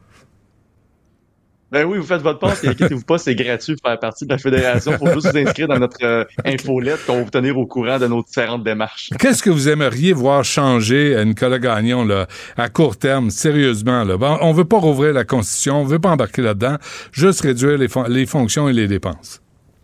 Ben oui, vous faites votre part, et inquiétez-vous pas, c'est gratuit pour faire partie de la Fédération. Il faut juste vous inscrire dans notre infolette qu'on va vous tenir au courant de nos différentes démarches. Qu'est-ce que vous aimeriez voir changer, Nicolas Gagnon, là, à court terme, sérieusement? Là? Bon, on veut pas rouvrir la Constitution, on veut pas embarquer là-dedans, juste réduire les fonctions et les dépenses.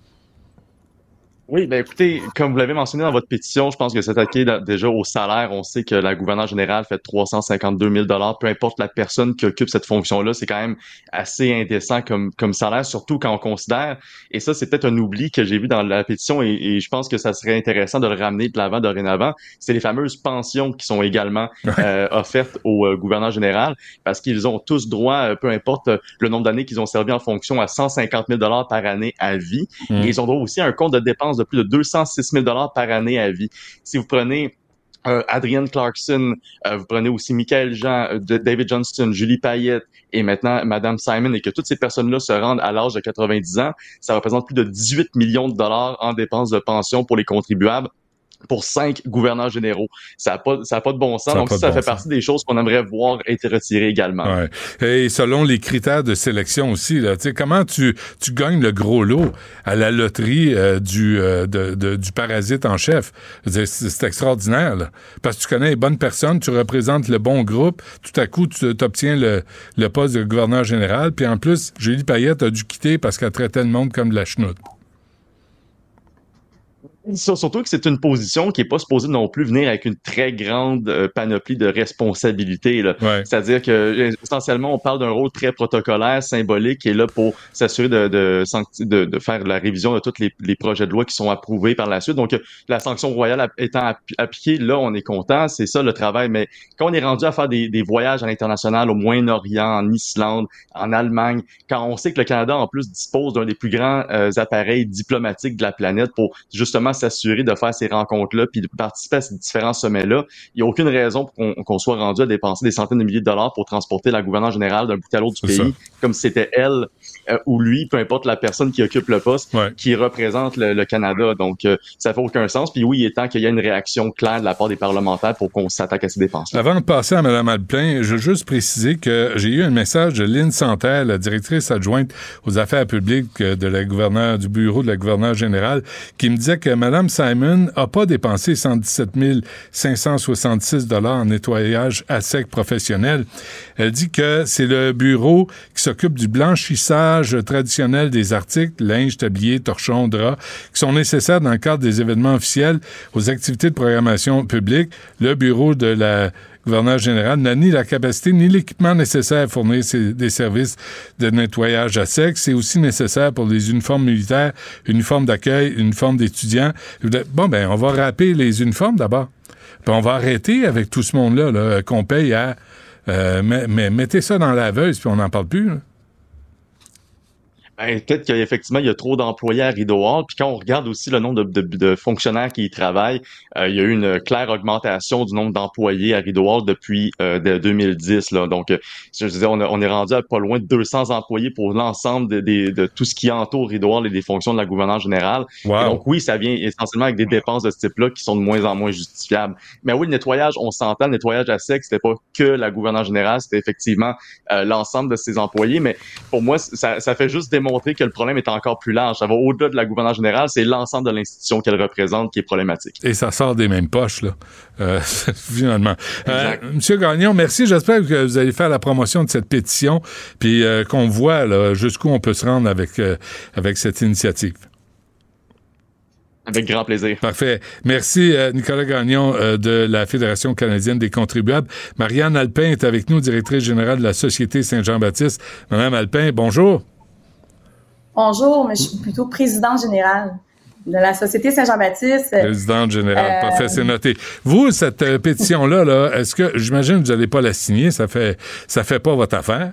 Oui, ben écoutez, comme vous l'avez mentionné dans votre pétition, je pense que c'est attaqué déjà au salaire. On sait que la gouverneure générale fait 352 000 $, peu importe la personne qui occupe cette fonction-là, c'est quand même assez indécent comme salaire, surtout quand on considère, et ça c'est peut-être un oubli que j'ai vu dans la pétition et je pense que ça serait intéressant de le ramener de l'avant dorénavant, c'est les fameuses pensions qui sont également offertes au gouverneur général, parce qu'ils ont tous droit, peu importe le nombre d'années qu'ils ont servi en fonction, à 150 000 $ par année à vie, et ils ont droit aussi à un compte de dépenses de plus de 206 000 $ par année à vie. Si vous prenez Adrienne Clarkson, vous prenez aussi Michael Jean, David Johnston, Julie Payette et maintenant Madame Simon, et que toutes ces personnes-là se rendent à l'âge de 90 ans, ça représente plus de 18 millions de $ en dépenses de pension pour les contribuables, pour 5 gouverneurs généraux. Ça a pas de bon sens. Donc, ça fait partie des choses qu'on aimerait voir être retirées également. Ouais. Et selon les critères de sélection aussi, là, tu sais, comment tu gagnes le gros lot à la loterie du parasite en chef? C'est extraordinaire, là. Parce que tu connais les bonnes personnes, tu représentes le bon groupe, tout à coup, tu obtiens le poste de gouverneur général, puis en plus, Julie Payette a dû quitter parce qu'elle traitait le monde comme de la chenoute. Surtout que c'est une position qui est pas supposée non plus venir avec une très grande panoplie de responsabilités. Là. Ouais. C'est-à-dire que essentiellement, on parle d'un rôle très protocolaire, symbolique, qui est là pour s'assurer de faire la révision de tous les projets de loi qui sont approuvés par la suite. Donc, la sanction royale étant appliquée, là, on est content, c'est ça le travail. Mais quand on est rendu à faire des voyages à l'international, au Moyen-Orient, en Islande, en Allemagne, quand on sait que le Canada, en plus, dispose d'un des plus grands appareils diplomatiques de la planète pour justement s'assurer de faire ces rencontres-là puis de participer à ces différents sommets-là. Il n'y a aucune raison pour qu'on soit rendu à dépenser des centaines de milliers de dollars pour transporter la gouverneure générale d'un bout à l'autre du pays, comme si c'était elle ou lui, peu importe la personne qui occupe le poste, qui représente le Canada. Donc, ça fait aucun sens. Puis oui, il est temps qu'il y ait une réaction claire de la part des parlementaires pour qu'on s'attaque à ces dépenses. Avant de passer à Mme Alplein, je veux juste préciser que j'ai eu un message de Lynne Santerre, la directrice adjointe aux affaires publiques du bureau de la gouverneure générale, qui me disait que Mme Simon n'a pas dépensé 117 566 $ en nettoyage à sec professionnel. Elle dit que c'est le bureau qui s'occupe du blanchissage traditionnel des articles, linge, tablier, torchons, draps, qui sont nécessaires dans le cadre des événements officiels aux activités de programmation publique. Le bureau de la gouverneure générale n'a ni la capacité ni l'équipement nécessaire à fournir des services de nettoyage à sec. C'est aussi nécessaire pour les uniformes militaires, uniformes d'accueil, uniformes d'étudiants. Bon, ben, on va râper les uniformes d'abord. Puis on va arrêter avec tout ce monde-là là, qu'on paye à... mais mettez ça dans la laveuse, puis on n'en parle plus, là. Ben, peut-être qu'effectivement, il y a trop d'employés à Rideau Hall. Puis quand on regarde aussi le nombre de fonctionnaires qui y travaillent, il y a eu une claire augmentation du nombre d'employés à Rideau Hall depuis 2010. Là. Donc, je veux dire, on est rendu à pas loin de 200 employés pour l'ensemble de tout ce qui entoure Rideau Hall et des fonctions de la gouverneure générale. Wow. Et donc oui, ça vient essentiellement avec des dépenses de ce type-là qui sont de moins en moins justifiables. Mais oui, le nettoyage, on s'entend, le nettoyage à sec, c'était pas que la gouverneure générale, c'était effectivement l'ensemble de ses employés. Mais pour moi, ça fait juste montrer que le problème est encore plus large. Ça va au-delà de la gouverneure générale, c'est l'ensemble de l'institution qu'elle représente qui est problématique. Et ça sort des mêmes poches, là, finalement. Monsieur Gagnon, merci. J'espère que vous allez faire la promotion de cette pétition, puis qu'on voit là, jusqu'où on peut se rendre avec cette initiative. Avec grand plaisir. Parfait. Merci, Nicolas Gagnon de la Fédération canadienne des contribuables. Marianne Alpin est avec nous, directrice générale de la Société Saint-Jean-Baptiste. Madame Alpin, bonjour. Bonjour, mais je suis plutôt présidente générale de la Société Saint-Jean-Baptiste. Présidente générale, parfait, c'est noté. Vous, cette pétition-là, là, est-ce que, j'imagine que vous n'allez pas la signer, ça fait pas votre affaire?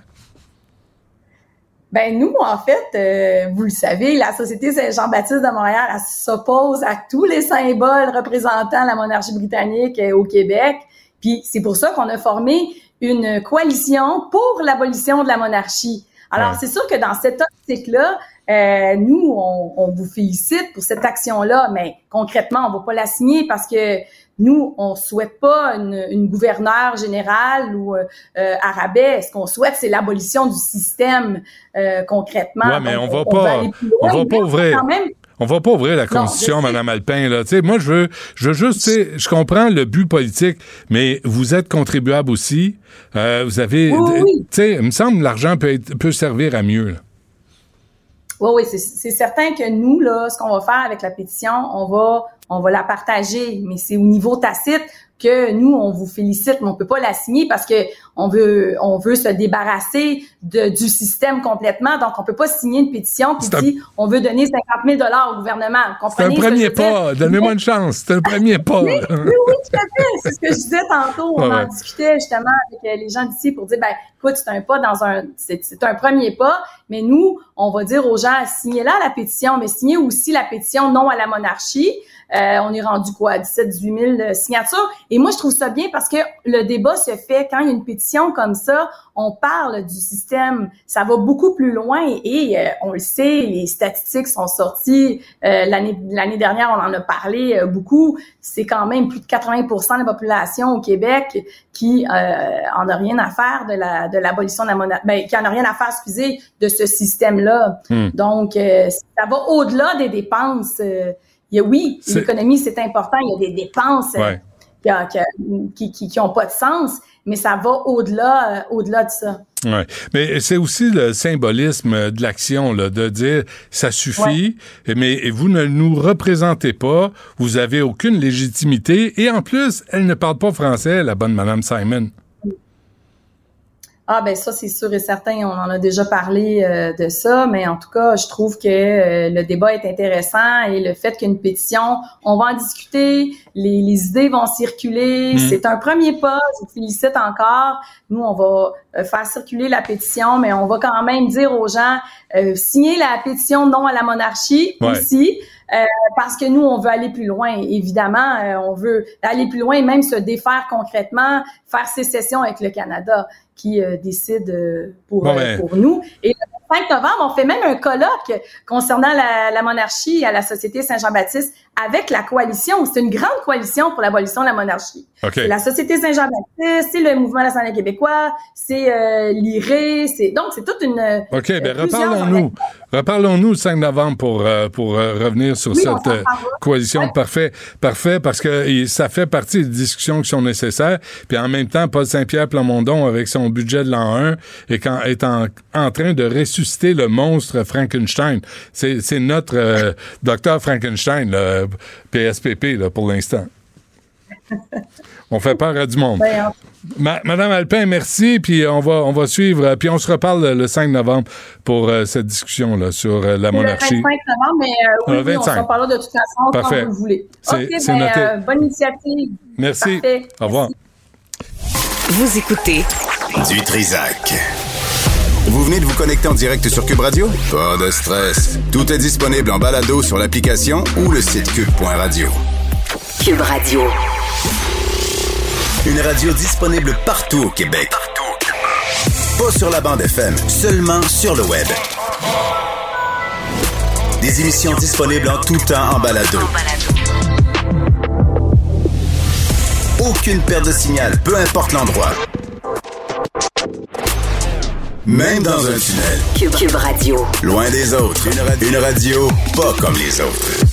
Ben nous, en fait, vous le savez, la Société Saint-Jean-Baptiste de Montréal, elle s'oppose à tous les symboles représentant la monarchie britannique au Québec. Puis c'est pour ça qu'on a formé une coalition pour l'abolition de la monarchie. Alors, c'est sûr que dans cette optique-là, nous, on vous félicite pour cette action-là, mais concrètement, on va pas la signer parce que nous, on souhaite pas une gouverneure générale ou arabais. Ce qu'on souhaite, c'est l'abolition du système concrètement. Ouais, mais on va pas ouvrir la Constitution, Mme Alpin, là. Tu sais, moi, je veux juste, tu sais, je comprends le but politique, mais vous êtes contribuable aussi. Vous avez, tu sais, il me semble que l'argent peut servir à mieux, là. Oui, c'est certain que nous, là, ce qu'on va faire avec la pétition, on va la partager, mais c'est au niveau tacite que nous, on vous félicite, mais on peut pas la signer parce que on veut se débarrasser du système complètement. Donc, on peut pas signer une pétition puis dire on veut donner 50 000 $ au gouvernement. C'est un premier pas. Donnez-moi une chance. C'est un premier pas. Oui, tout à fait. C'est ce que je disais tantôt. On en discutait justement avec les gens d'ici pour dire, ben, écoute, c'est un pas c'est un premier pas, mais nous, on va dire aux gens, signez-la la pétition, mais signez aussi la pétition non à la monarchie. On est rendu 17-18 000 signatures. Et moi, je trouve ça bien parce que le débat se fait quand il y a une pétition comme ça, on parle du système. Ça va beaucoup plus loin et on le sait, les statistiques sont sorties. L'année dernière, on en a parlé beaucoup. C'est quand même plus de 80% de la population au Québec qui en a rien à faire de l'abolition de la monarchie, qui en a rien à faire, de ce système-là. Donc, ça va au-delà des dépenses. L'économie, c'est important. Il y a des dépenses qui ont pas de sens, mais ça va au-delà de ça. Ouais. Mais c'est aussi le symbolisme de l'action, là, de dire ça suffit, mais vous ne nous représentez pas, vous avez aucune légitimité, et en plus, elle ne parle pas français, la bonne Madame Simon. Ah ben ça c'est sûr et certain, on en a déjà parlé de ça, mais en tout cas je trouve que le débat est intéressant et le fait qu'une pétition, on va en discuter, les idées vont circuler, c'est un premier pas, je vous félicite encore. Nous on va faire circuler la pétition, mais on va quand même dire aux gens signez la pétition non à la monarchie aussi. Parce que nous, on veut aller plus loin. Évidemment, on veut aller plus loin et même se défaire concrètement, faire sécession avec le Canada qui décide pour nous. Et le 5 novembre, on fait même un colloque concernant la monarchie à la Société Saint-Jean-Baptiste avec la coalition. C'est une grande coalition pour l'abolition de la monarchie. C'est la Société Saint-Jean-Baptiste, c'est le Mouvement national québécois, c'est l'IRE, donc c'est toute une... OK, reparlons-nous le 5 novembre pour revenir sur cette coalition. Parfait, parce que ça fait partie des discussions qui sont nécessaires. Puis en même temps, Paul Saint-Pierre Plamondon, avec son budget de l'an 1, est en train de ressusciter le monstre Frankenstein. C'est notre docteur Frankenstein, là, PSPP, là, pour l'instant. On fait peur à du monde. Madame Alpin, merci, puis on va suivre, puis on se reparle le 5 novembre pour cette discussion-là sur la monarchie. Le 25 novembre, mais oui, on se reparlera de toute façon quand vous le voulez. C'est noté. Bonne initiative. Merci. Parfait. Au revoir. Vous écoutez Du Trizac. Vous venez de vous connecter en direct sur Cube Radio? Pas de stress. Tout est disponible en balado sur l'application ou le site cube.radio. Cube Radio. Une radio disponible partout au Québec. Pas sur la bande FM, seulement sur le web. Des émissions disponibles en tout temps en balado. Aucune perte de signal, peu importe l'endroit. Même dans un tunnel. Cube Radio. Loin des autres. Une radio pas comme les autres.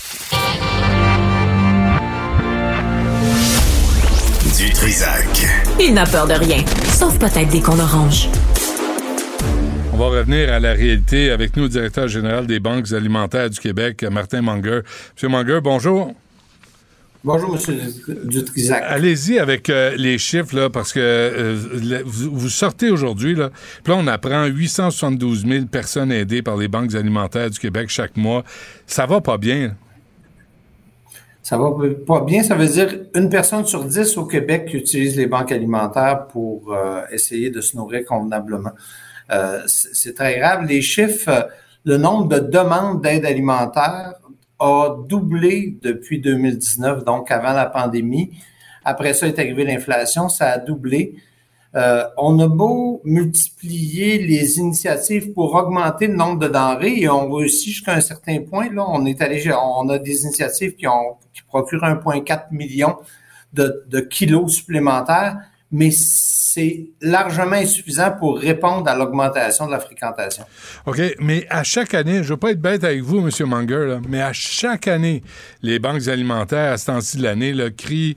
Du Trizac. Il n'a peur de rien, sauf peut-être des qu'on orange. On va revenir à la réalité avec nous, le directeur général des banques alimentaires du Québec, Martin Munger. Monsieur Munger, bonjour. Bonjour, M. Dutrisac. Allez-y avec les chiffres, là, parce que vous sortez aujourd'hui, là, puis là, on apprend 872 000 personnes aidées par les banques alimentaires du Québec chaque mois. Ça va pas bien. Ça va pas bien. Ça veut dire une personne sur 10 au Québec qui utilise les banques alimentaires pour essayer de se nourrir convenablement. C'est très grave. Les chiffres, le nombre de demandes d'aide alimentaire a doublé depuis 2019, donc avant la pandémie. Après ça est arrivée l'inflation, ça a doublé. On a beau multiplier les initiatives pour augmenter le nombre de denrées et on réussit jusqu'à un certain point. Là, on a des initiatives qui procurent 1,4 million de kilos supplémentaires, mais c'est largement insuffisant pour répondre à l'augmentation de la fréquentation. OK, mais à chaque année, je ne veux pas être bête avec vous, M. Munger, là, mais à chaque année, les banques alimentaires, à ce temps-ci de l'année, là, crient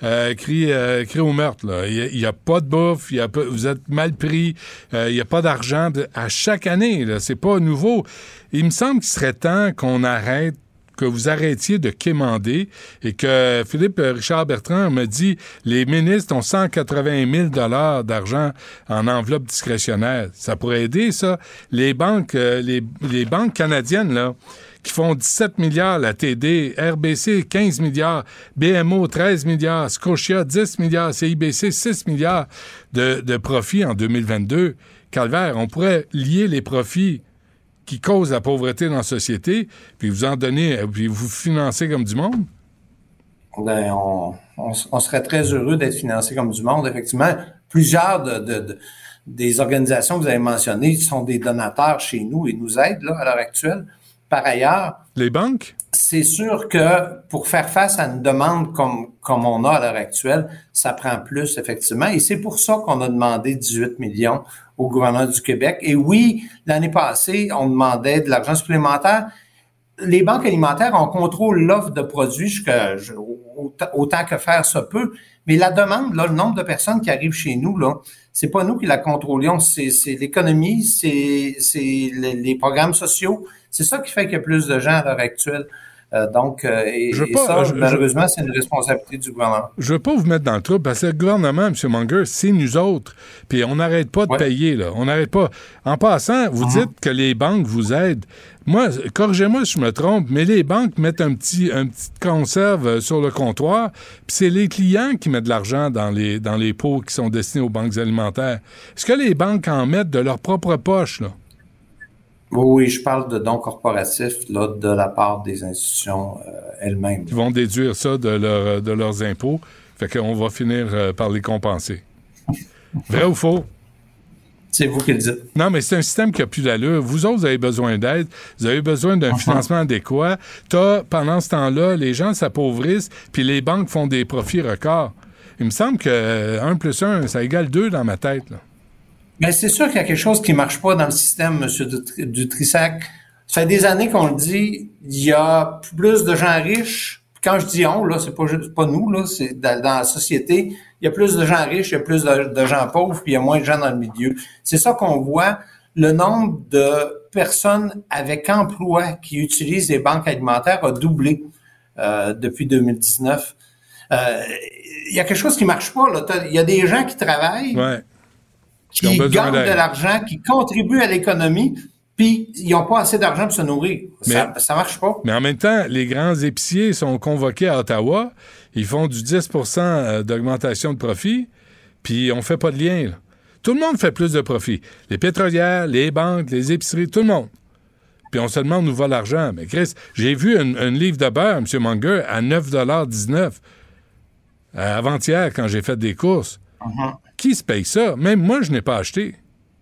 au meurtre. Là. Il n'y a pas de bouffe, vous êtes mal pris, il n'y a pas d'argent. À chaque année, là, c'est pas nouveau. Il me semble qu'il serait temps que vous arrêtiez de quémander et que Philippe Richard Bertrand me dit les ministres ont 180 000 $ d'argent en enveloppe discrétionnaire. Ça pourrait aider, ça. Les banques canadiennes, là, qui font 17 milliards, la TD, RBC, 15 milliards, BMO, 13 milliards, Scotia, 10 milliards, CIBC, 6 milliards de profits en 2022. Calvaire, on pourrait lier les profits qui causent la pauvreté dans la société, puis vous en donnez, puis vous financez comme du monde? Ben, on serait très heureux d'être financé comme du monde. Effectivement, plusieurs des organisations que vous avez mentionnées sont des donateurs chez nous et nous aident là, à l'heure actuelle. Par ailleurs, les banques? C'est sûr que pour faire face à une demande comme on a à l'heure actuelle, ça prend plus, effectivement. Et c'est pour ça qu'on a demandé 18 millions au gouvernement du Québec. Et oui, l'année passée, on demandait de l'argent supplémentaire. Les banques alimentaires, on contrôle l'offre de produits autant que faire se peut. Mais la demande, là, le nombre de personnes qui arrivent chez nous, là, c'est pas nous qui la contrôlions, c'est l'économie, c'est les programmes sociaux. C'est ça qui fait qu'il y a plus de gens à l'heure actuelle. Malheureusement, c'est une responsabilité du gouvernement. Je veux pas vous mettre dans le trouble, parce que le gouvernement, M. Munger, c'est nous autres. Puis on n'arrête pas de payer, là. On n'arrête pas. En passant, vous dites que les banques vous aident. Moi, corrigez-moi si je me trompe, mais les banques mettent un petit conserve sur le comptoir, puis c'est les clients qui mettent de l'argent dans les pots qui sont destinés aux banques alimentaires. Est-ce que les banques en mettent de leur propre poche, là? Oui, je parle de dons corporatifs là, de la part des institutions elles-mêmes. Ils vont déduire ça de leurs impôts, fait qu'on va finir par les compenser. Vrai ou faux? C'est vous qui le dites. Non, mais c'est un système qui n'a plus d'allure. Vous autres, vous avez besoin d'aide, vous avez besoin d'un financement adéquat. Pendant ce temps-là, les gens s'appauvrissent, puis les banques font des profits records. Il me semble que 1 + 1, ça égale 2 dans ma tête, là. Ben, c'est sûr qu'il y a quelque chose qui marche pas dans le système, M. Dutrisac. Ça fait des années qu'on le dit, il y a plus de gens riches. Quand je dis on, là, c'est pas nous, là, c'est dans la société. Il y a plus de gens riches, il y a plus de gens pauvres, puis il y a moins de gens dans le milieu. C'est ça qu'on voit. Le nombre de personnes avec emploi qui utilisent les banques alimentaires a doublé depuis 2019. Il y a quelque chose qui marche pas, là. Il y a des gens qui travaillent. Ouais. Qui gagnent de l'argent, qui contribuent à l'économie, puis ils n'ont pas assez d'argent pour se nourrir. Ça marche pas. Mais en même temps, les grands épiciers sont convoqués à Ottawa, ils font du 10 % d'augmentation de profit, puis on fait pas de lien, là. Tout le monde fait plus de profit. Les pétrolières, les banques, les épiceries, tout le monde. Puis on se demande où va l'argent. Mais Chris, j'ai vu un livre de beurre, M. Munger, à 9,19 $ avant-hier, quand j'ai fait des courses. Qui se paye ça? Même moi, je n'ai pas acheté.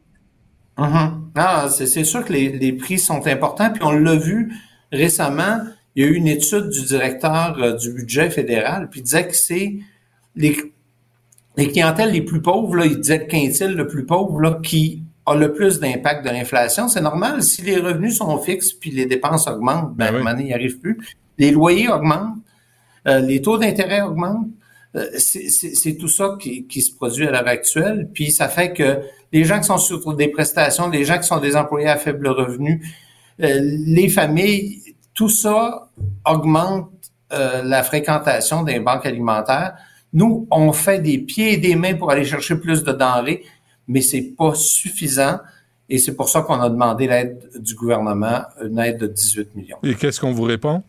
Ah, c'est sûr que les prix sont importants. Puis on l'a vu récemment, il y a eu une étude du directeur du budget fédéral, puis il disait que c'est les clientèles les plus pauvres, là, il disait le quintile le plus pauvre, là, qui a le plus d'impact de l'inflation. C'est normal, si les revenus sont fixes puis les dépenses augmentent, à un moment donné, il n'y arrive plus. Les loyers augmentent, les taux d'intérêt augmentent. C'est tout ça qui se produit à l'heure actuelle. Puis ça fait que les gens qui sont sur des prestations, les gens qui sont des employés à faible revenu, les familles, tout ça augmente la fréquentation des banques alimentaires. Nous, on fait des pieds et des mains pour aller chercher plus de denrées, mais c'est pas suffisant. Et c'est pour ça qu'on a demandé l'aide du gouvernement, une aide de 18 millions. Et qu'est-ce qu'on vous répond?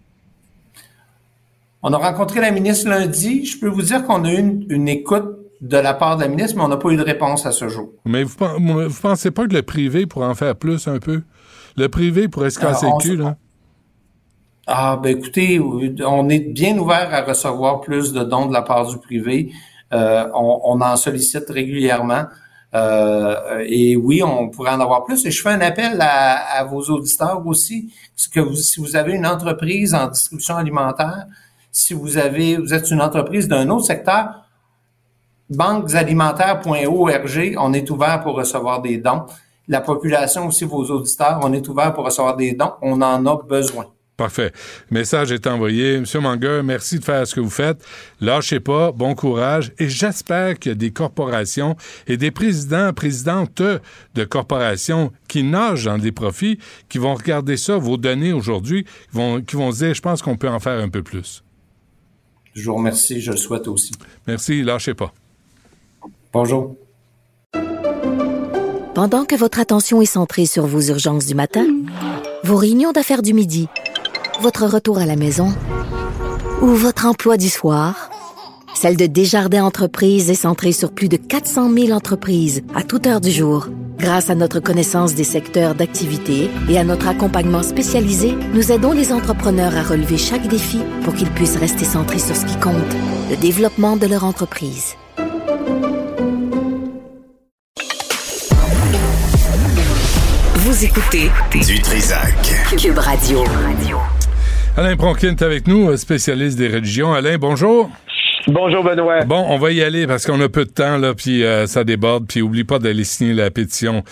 On a rencontré la ministre lundi. Je peux vous dire qu'on a eu une écoute de la part de la ministre, mais on n'a pas eu de réponse à ce jour. Mais vous pensez pas que le privé pourrait en faire plus un peu? Le privé pourrait se casser le cul, là? Écoutez, on est bien ouvert à recevoir plus de dons de la part du privé. On en sollicite régulièrement. Et oui, on pourrait en avoir plus. Et je fais un appel à vos auditeurs aussi, si vous avez une entreprise en distribution alimentaire, si vous êtes une entreprise d'un autre secteur, banquesalimentaires.org, on est ouvert pour recevoir des dons. La population aussi, vos auditeurs, on est ouvert pour recevoir des dons. On en a besoin. Parfait. Message est envoyé. Monsieur Munger, merci de faire ce que vous faites. Lâchez pas, bon courage. Et j'espère qu'il y a des corporations et des présidentes de corporations qui nagent dans des profits, qui vont regarder ça, vos données aujourd'hui, qui vont se dire, je pense qu'on peut en faire un peu plus. Je vous remercie, je le souhaite aussi. Merci, lâchez pas. Bonjour. Pendant que votre attention est centrée sur vos urgences du matin, vos réunions d'affaires du midi, votre retour à la maison ou votre emploi du soir, celle de Desjardins Entreprises est centrée sur plus de 400 000 entreprises à toute heure du jour. Grâce à notre connaissance des secteurs d'activité et à notre accompagnement spécialisé, nous aidons les entrepreneurs à relever chaque défi pour qu'ils puissent rester centrés sur ce qui compte, le développement de leur entreprise. Vous écoutez Du Trizac. Cube Radio. Alain Pronkin est avec nous, spécialiste des religions. Alain, bonjour. Bonjour, Benoît. Bon, on va y aller parce qu'on a peu de temps, là, puis ça déborde. Puis oublie pas d'aller signer la pétition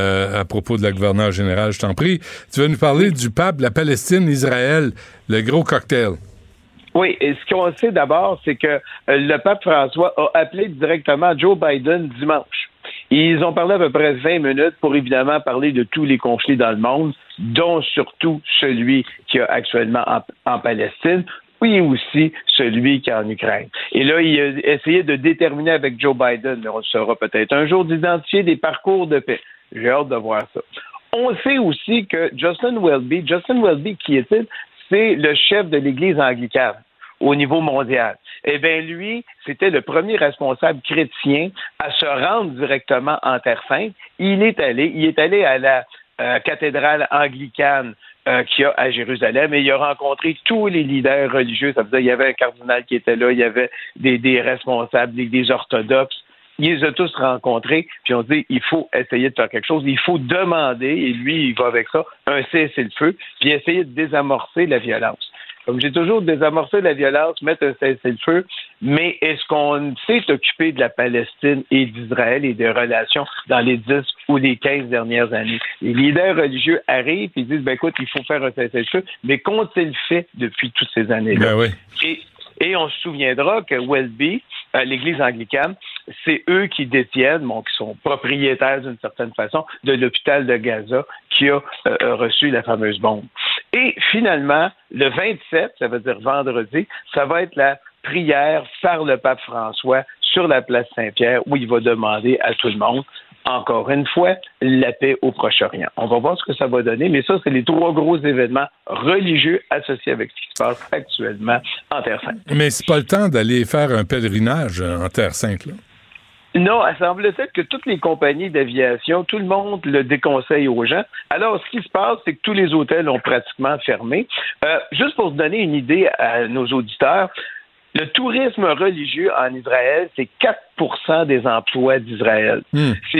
à propos de la gouverneure générale, je t'en prie. Tu vas nous parler du pape, la Palestine, Israël, le gros cocktail. Oui, et ce qu'on sait d'abord, c'est que le pape François a appelé directement Joe Biden dimanche. Ils ont parlé à peu près 20 minutes pour évidemment parler de tous les conflits dans le monde, dont surtout celui qu'il y a actuellement en Palestine, oui aussi celui qui est en Ukraine. Et là, il a essayé de déterminer avec Joe Biden, mais on le saura peut-être un jour, d'identifier des parcours de paix. J'ai hâte de voir ça. On sait aussi que Justin Welby, qui est-il? C'est le chef de l'Église anglicane au niveau mondial. Eh bien, lui, c'était le premier responsable chrétien à se rendre directement en Terre Sainte. Il est allé à la cathédrale anglicane qu'il y a à Jérusalem et il a rencontré tous les leaders religieux. Ça veut dire qu'il y avait un cardinal qui était là, il y avait des responsables, des orthodoxes. Il les a tous rencontrés, puis on dit il faut essayer de faire quelque chose, il faut demander, et lui, il va avec ça, un cessez-le-feu, puis essayer de désamorcer la violence. Comme j'ai toujours désamorcé la violence, mettre un cessez-le-feu, mais est-ce qu'on s'est occupé de la Palestine et d'Israël et des relations dans les 10 ou les 15 dernières années? Les leaders religieux arrivent et disent, écoute, il faut faire un cessez-le-feu, mais qu'ont-ils fait depuis toutes ces années-là? Ben oui. Et on se souviendra que Welby, l'Église anglicane, c'est eux qui détiennent, qui sont propriétaires d'une certaine façon, de l'hôpital de Gaza qui a reçu la fameuse bombe. Et finalement, le 27, ça veut dire vendredi, ça va être la prière par le pape François sur la place Saint-Pierre où il va demander à tout le monde, encore une fois, la paix au Proche-Orient. On va voir ce que ça va donner, mais ça, c'est les 3 gros événements religieux associés avec ce qui se passe actuellement en Terre Sainte. Mais c'est pas le temps d'aller faire un pèlerinage en Terre Sainte, là? Non, il semble-t-il que toutes les compagnies d'aviation, tout le monde le déconseille aux gens. Alors, ce qui se passe, c'est que tous les hôtels ont pratiquement fermé. Juste pour se donner une idée à nos auditeurs, le tourisme religieux en Israël, c'est 4% des emplois d'Israël. C'est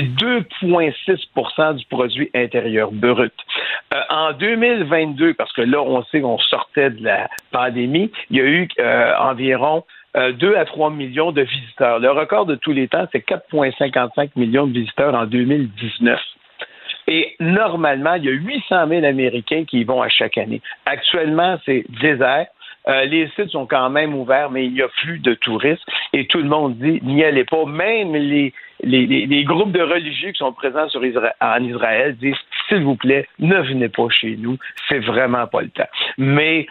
2,6% du produit intérieur brut. En 2022, parce que là, on sait qu'on sortait de la pandémie, il y a eu environ 2 à 3 millions de visiteurs. Le record de tous les temps, c'est 4,55 millions de visiteurs en 2019. Et normalement, il y a 800 000 Américains qui y vont à chaque année. Actuellement, c'est désert. Les sites sont quand même ouverts, mais il y a plus de touristes et tout le monde dit n'y allez pas. Même les groupes de religieux qui sont présents en Israël disent s'il vous plaît, ne venez pas chez nous, c'est vraiment pas le temps. Mais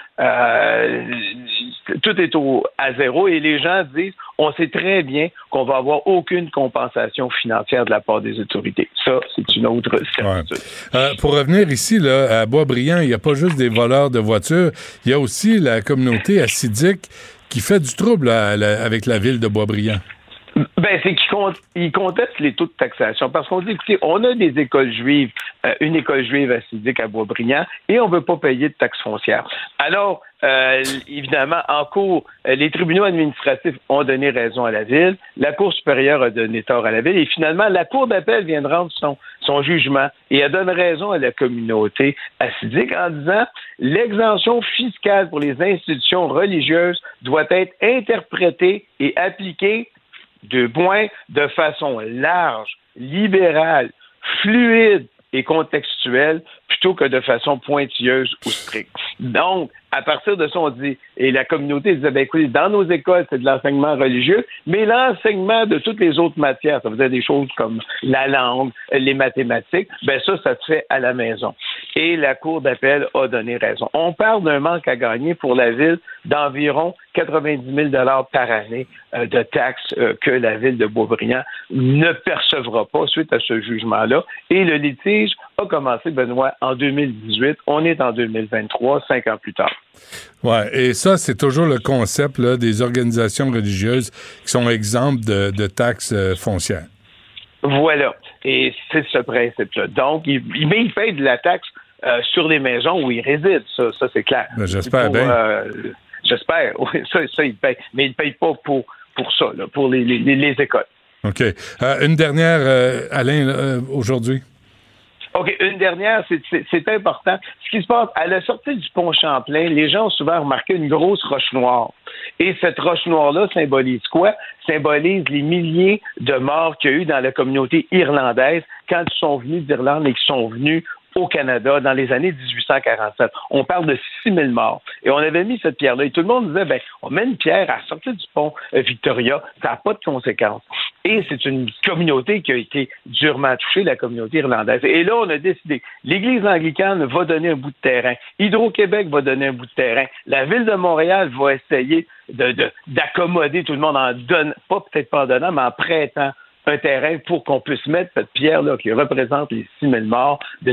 tout est à zéro et les gens disent on sait très bien qu'on va avoir aucune compensation financière de la part des autorités. Ça, c'est une autre certitude. Ouais. Pour revenir ici, là, à Boisbriand, il n'y a pas juste des voleurs de voitures, il y a aussi la communauté hassidique qui fait du trouble avec la ville de Boisbriand. Ben, c'est qu'ils contestent les taux de taxation parce qu'on dit, écoutez, on a des écoles juives, une école juive hassidique à Boisbriand et on ne veut pas payer de taxes foncières. Alors, évidemment, en cours, les tribunaux administratifs ont donné raison à la ville, la Cour supérieure a donné tort à la ville et finalement, la Cour d'appel vient de rendre son jugement et elle donne raison à la communauté hassidique en disant l'exemption fiscale pour les institutions religieuses doit être interprétée et appliquée de façon large, libérale, fluide et contextuelle, plutôt que de façon pointilleuse ou stricte. Donc, à partir de ça, on dit, et la communauté disait, ben écoutez, dans nos écoles, c'est de l'enseignement religieux, mais l'enseignement de toutes les autres matières, ça veut dire des choses comme la langue, les mathématiques, ben ça se fait à la maison. Et la Cour d'appel a donné raison. On parle d'un manque à gagner pour la ville d'environ 90 000 $ par année de taxes que la ville de Boisbriand ne percevra pas suite à ce jugement-là. Et le litige a commencé, Benoît, en 2018. On est en 2023, 5 ans plus tard. Ouais, et ça, c'est toujours le concept là, des organisations religieuses qui sont exemptes de taxes foncières. Voilà. Et c'est ce principe-là. Donc, ils payent de la taxe sur les maisons où ils résident. Ça c'est clair. Ben, j'espère bien. J'espère. Oui, ça, ils payent. Mais ils ne payent pas pour ça, là, pour les écoles. OK. Une dernière, Alain, aujourd'hui. OK, une dernière, c'est important. Ce qui se passe, à la sortie du pont Champlain, les gens ont souvent remarqué une grosse roche noire. Et cette roche noire-là symbolise quoi? Symbolise les milliers de morts qu'il y a eu dans la communauté irlandaise quand ils sont venus d'Irlande et qu'ils sont venus au Canada dans les années 1847. On parle de 6 000 morts. Et on avait mis cette pierre-là. Et tout le monde disait, ben, on met une pierre à la sortie du pont Victoria, ça n'a pas de conséquences. Et c'est une communauté qui a été durement touchée, la communauté irlandaise. Et là, on a décidé, l'Église anglicane va donner un bout de terrain. Hydro-Québec va donner un bout de terrain. La Ville de Montréal va essayer d'accommoder tout le monde en donnant, peut-être pas en donnant, mais en prêtant un terrain pour qu'on puisse mettre cette pierre-là qui représente les 6 000 morts de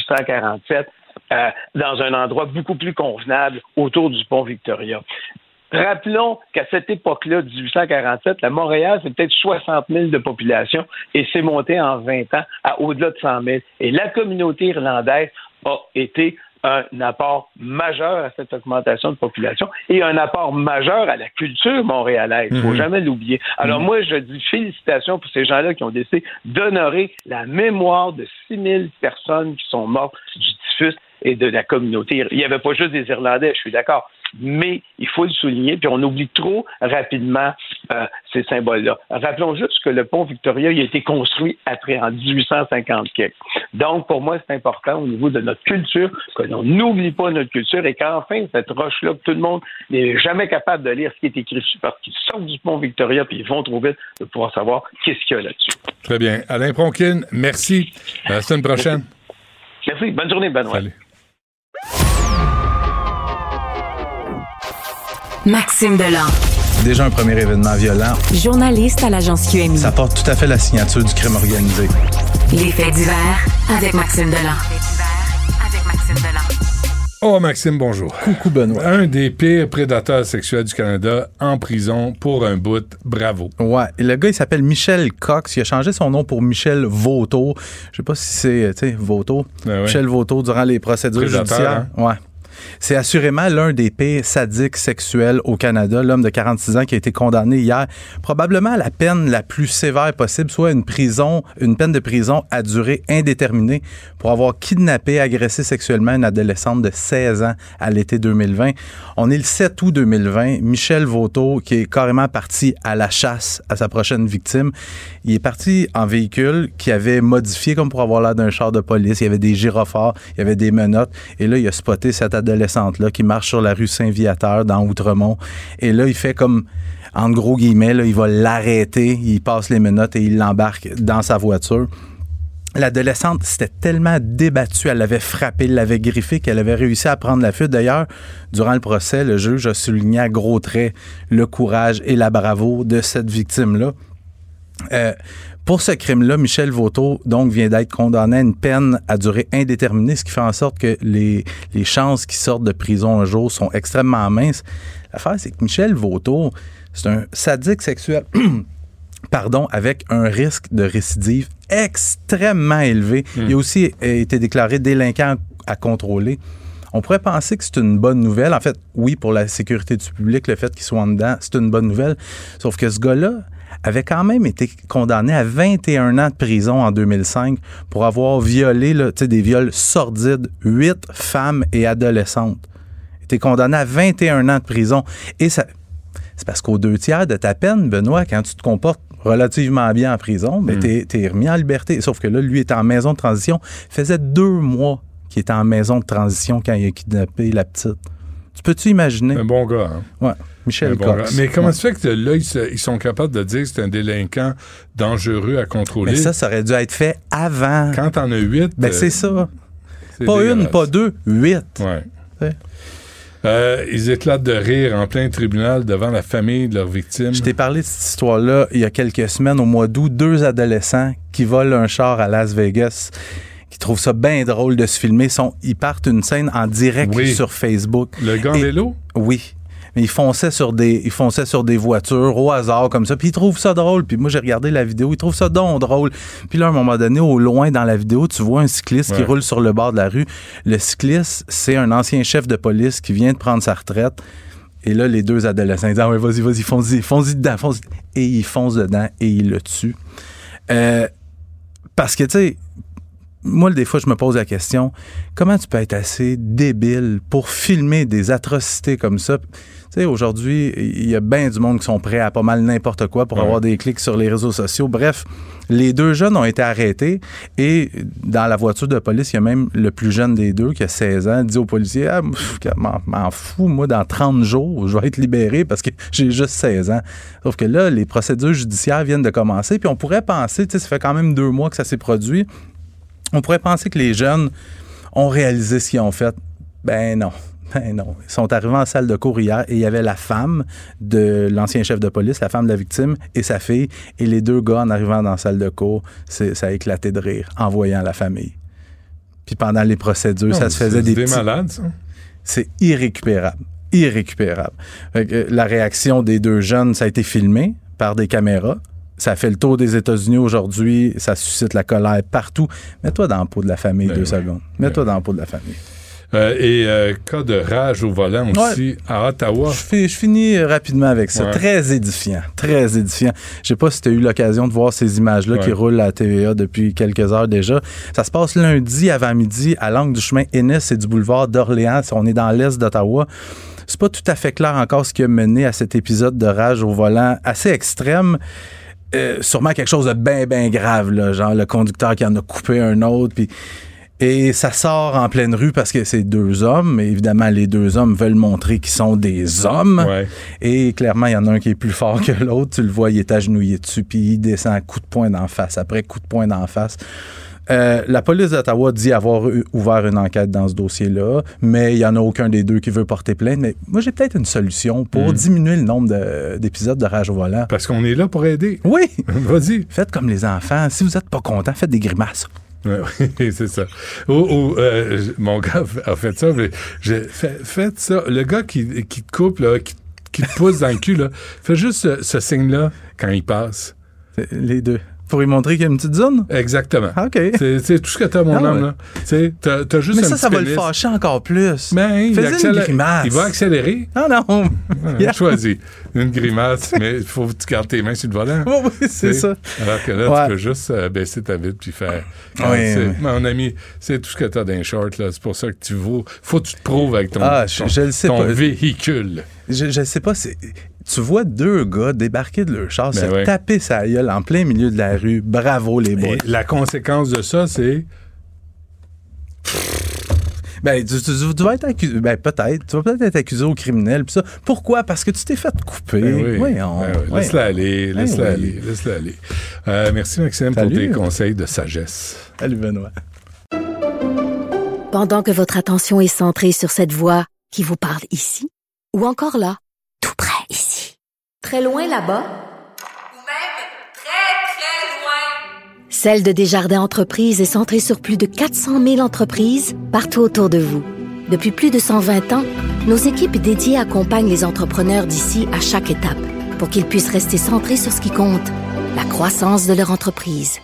1847 dans un endroit beaucoup plus convenable autour du pont Victoria. Rappelons qu'à cette époque-là, 1847, la Montréal, c'est peut-être 60 000 de population et c'est monté en 20 ans à au-delà de 100 000. Et la communauté irlandaise a été un apport majeur à cette augmentation de population et un apport majeur à la culture montréalaise. Il ne faut jamais l'oublier. Alors moi, je dis félicitations pour ces gens-là qui ont décidé d'honorer la mémoire de 6 000 personnes qui sont mortes du typhus et de la communauté. Il n'y avait pas juste des Irlandais, je suis d'accord. Mais il faut le souligner, puis on oublie trop rapidement ces symboles-là. Rappelons juste que le pont Victoria il a été construit après, en 1850 quelque. Donc, pour moi, c'est important au niveau de notre culture, que l'on n'oublie pas notre culture et qu'enfin, cette roche-là, que tout le monde n'est jamais capable de lire ce qui est écrit dessus parce qu'ils sortent du pont Victoria puis ils vont trop vite de pouvoir savoir qu'est-ce qu'il y a là-dessus. Très bien. Alain Pronkin, merci. À la semaine prochaine. Merci. Bonne journée, Benoît. Salut. Maxime Delan. Déjà un premier événement violent. Journaliste à l'agence QMI. Ça porte tout à fait la signature du crime organisé. Les faits divers avec Maxime Delan. Oh, Maxime, bonjour. Coucou, Benoît. Un des pires prédateurs sexuels du Canada en prison pour un bout. Bravo. Ouais. Et le gars, il s'appelle Michel Cox. Il a changé son nom pour Michel Vautour. Je sais pas si c'est, tu sais, Vautour. Ouais. Michel Vautour durant les procédures judiciaires. Hein? Ouais. C'est assurément l'un des pires sadiques sexuels au Canada, l'homme de 46 ans qui a été condamné hier, probablement à la peine la plus sévère possible, soit une peine de prison à durée indéterminée pour avoir kidnappé, agressé sexuellement une adolescente de 16 ans à l'été 2020. On est le 7 août 2020. Michel Vautour, qui est carrément parti à la chasse à sa prochaine victime, il est parti en véhicule qui avait modifié comme pour avoir l'air d'un char de police. Il y avait des gyrophares, il y avait des menottes, et là, il a spoté cette adolescente-là qui marche sur la rue Saint-Viateur dans Outremont. Et là, il fait comme, en gros guillemets, là, il va l'arrêter, il passe les menottes et il l'embarque dans sa voiture. L'adolescente s'était tellement débattue, elle l'avait frappé, elle l'avait griffé, qu'elle avait réussi à prendre la fuite. D'ailleurs, durant le procès, le juge a souligné à gros traits le courage et la bravoure de cette victime-là. Pour ce crime-là, Michel Vauteau, donc, vient d'être condamné à une peine à durée indéterminée, ce qui fait en sorte que les chances qu'il sorte de prison un jour sont extrêmement minces. L'affaire, c'est que Michel Vauteau, c'est un sadique sexuel... avec un risque de récidive extrêmement élevé. Il a aussi été déclaré délinquant à contrôler. On pourrait penser que c'est une bonne nouvelle. En fait, oui, pour la sécurité du public, le fait qu'il soit en dedans, c'est une bonne nouvelle. Sauf que ce gars-là avait quand même été condamné à 21 ans de prison en 2005 pour avoir violé des viols sordides, 8 femmes et adolescentes. Il a été condamné à 21 ans de prison. Et ça... C'est parce qu'aux 2/3 de ta peine, Benoît, quand tu te comportes relativement bien en prison, ben t'es remis en liberté. Sauf que là, lui était en maison de transition. Il faisait 2 mois qu'il était en maison de transition quand il a kidnappé la petite. Tu peux-tu imaginer? Un bon gars, hein? Ouais, Michel Cox. Mais comment se fait que là, ils sont capables de dire que c'est un délinquant dangereux à contrôler? Mais ça aurait dû être fait avant. Quand t'en as 8... Ben c'est ça. Pas une, pas 2, 8. Ouais. Ils éclatent de rire en plein tribunal devant la famille de leurs victimes. Je t'ai parlé de cette histoire-là il y a quelques semaines, au mois d'août. 2 adolescents qui volent un char à Las Vegas, qui trouvent ça bien drôle de se filmer. Ils partent une scène en direct sur Facebook. Le gars en vélo? Oui. Mais ils fonçaient sur des voitures au hasard comme ça, puis ils trouvent ça drôle. Puis moi, j'ai regardé la vidéo, ils trouvent ça donc drôle. Puis là, à un moment donné, au loin dans la vidéo, tu vois un cycliste qui roule sur le bord de la rue. Le cycliste, c'est un ancien chef de police qui vient de prendre sa retraite. Et là, les 2 adolescents disent « Ah ouais, vas-y, fonce-y dedans, fonce-y. » Et ils foncent dedans et ils le tuent. Parce que, tu sais, moi, des fois, je me pose la question, comment tu peux être assez débile pour filmer des atrocités comme ça? Tu sais, aujourd'hui, il y a bien du monde qui sont prêts à pas mal n'importe quoi pour avoir des clics sur les réseaux sociaux. Bref, les 2 jeunes ont été arrêtés et dans la voiture de police, il y a même le plus jeune des 2 qui a 16 ans, dit aux policiers « Ah, m'en fous, moi, dans 30 jours, je vais être libéré parce que j'ai juste 16 ans. » Sauf que là, les procédures judiciaires viennent de commencer, puis on pourrait penser, tu sais, ça fait quand même 2 mois que ça s'est produit, on pourrait penser que les jeunes ont réalisé ce qu'ils ont fait. Ben non. Ils sont arrivés en salle de cour hier et il y avait la femme de l'ancien chef de police, la femme de la victime et sa fille. Et les 2 gars, en arrivant dans la salle de cour, ça a éclaté de rire en voyant la famille. Puis pendant les procédures, ça se faisait des petits... C'est malade, ça. C'est irrécupérable. La réaction des 2 jeunes, ça a été filmé par des caméras. Ça fait le tour des États-Unis aujourd'hui. Ça suscite la colère partout. Mets-toi dans la peau de la famille 2 secondes. Mets-toi dans la peau de la famille. Cas de rage au volant aussi à Ottawa. Je finis rapidement avec ça. Très édifiant. Très édifiant. Je sais pas si tu as eu l'occasion de voir ces images-là qui roulent à la TVA depuis quelques heures déjà. Ça se passe lundi avant midi à l'angle du chemin Ennis et du boulevard d'Orléans. On est dans l'est d'Ottawa. C'est pas tout à fait clair encore ce qui a mené à cet épisode de rage au volant assez extrême. Sûrement quelque chose de bien grave, là, genre le conducteur qui en a coupé un autre, et ça sort en pleine rue parce que c'est 2 hommes. Et évidemment, les 2 hommes veulent montrer qu'ils sont des hommes. Et clairement, il y en a un qui est plus fort que l'autre. Tu le vois, il est agenouillé dessus, puis il descend à coup de poing d'en face, après coup de poing d'en face. La police d'Ottawa dit avoir ouvert une enquête dans ce dossier-là, mais il n'y en a aucun des 2 qui veut porter plainte. Mais moi, j'ai peut-être une solution pour diminuer le nombre d'épisodes de rage au volant. Parce qu'on est là pour aider. Oui! Vas-y. Faites comme les enfants. Si vous n'êtes pas content, faites des grimaces. Oui, c'est ça. Mon gars a fait ça, mais faites ça. Le gars qui te coupe, là, qui te pousse dans le cul, là, fais juste ce signe-là quand il passe. Les 2. Pour lui montrer qu'il y a une petite zone? Exactement. OK. C'est tout ce que t'as, mon homme, là. T'as juste mais un ça va le fâcher encore plus. Ben, fais-y une grimace. Il va accélérer. Non. Choisis une grimace, mais il faut que tu gardes tes mains sur le volant. Oui, c'est ça. Alors que là, tu peux juste baisser ta vitre puis faire... Mon ami, c'est tout ce que t'as dans les shorts, là. C'est pour ça que faut que tu te prouves avec ton véhicule. Je sais pas, tu vois 2 gars débarquer de leur char, se taper sa gueule en plein milieu de la rue. Bravo, les boys. La conséquence de ça, c'est... Ben, tu vas être accusé. Ben, peut-être. Tu vas peut-être être accusé au criminel. Pis ça. Pourquoi? Parce que tu t'es fait couper. Oui. Laisse-la aller. Laisse-la aller. Merci, Maxime, pour tes conseils de sagesse. Salut, Benoît. Pendant que votre attention est centrée sur cette voix qui vous parle ici, ou encore là, tout près ici, très loin là-bas, Celle de Desjardins Entreprises est centrée sur plus de 400 000 entreprises partout autour de vous. Depuis plus de 120 ans, nos équipes dédiées accompagnent les entrepreneurs d'ici à chaque étape pour qu'ils puissent rester centrés sur ce qui compte, la croissance de leur entreprise.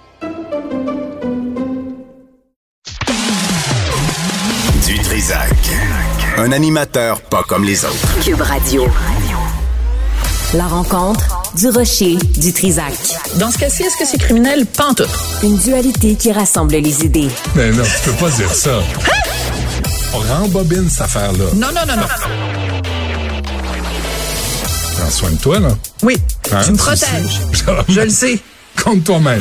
Du Trizac. Un animateur pas comme les autres. Cube Radio. La rencontre du Rocher du Trizac. Dans ce cas-ci, est-ce que c'est criminel? Pas en tout. Une dualité qui rassemble les idées. Mais non, tu peux pas dire ça. On rembobine cette affaire-là. Non. Prends soin de toi, là. Oui, tu me protèges. Je le sais. Contre toi-même.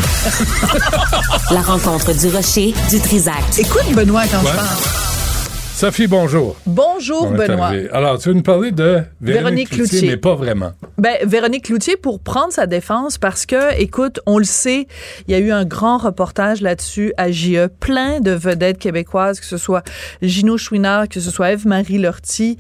La rencontre du Rocher du Trizac. Écoute, Benoît, quand je parle. Sophie, bonjour. Bonjour, Benoît. Alors, tu veux nous parler de Véronique Cloutier, mais pas vraiment. Ben, Véronique Cloutier, pour prendre sa défense, parce que, écoute, on le sait, il y a eu un grand reportage là-dessus à JE, plein de vedettes québécoises, que ce soit Gino Chouinard, que ce soit Ève-Marie Lortie,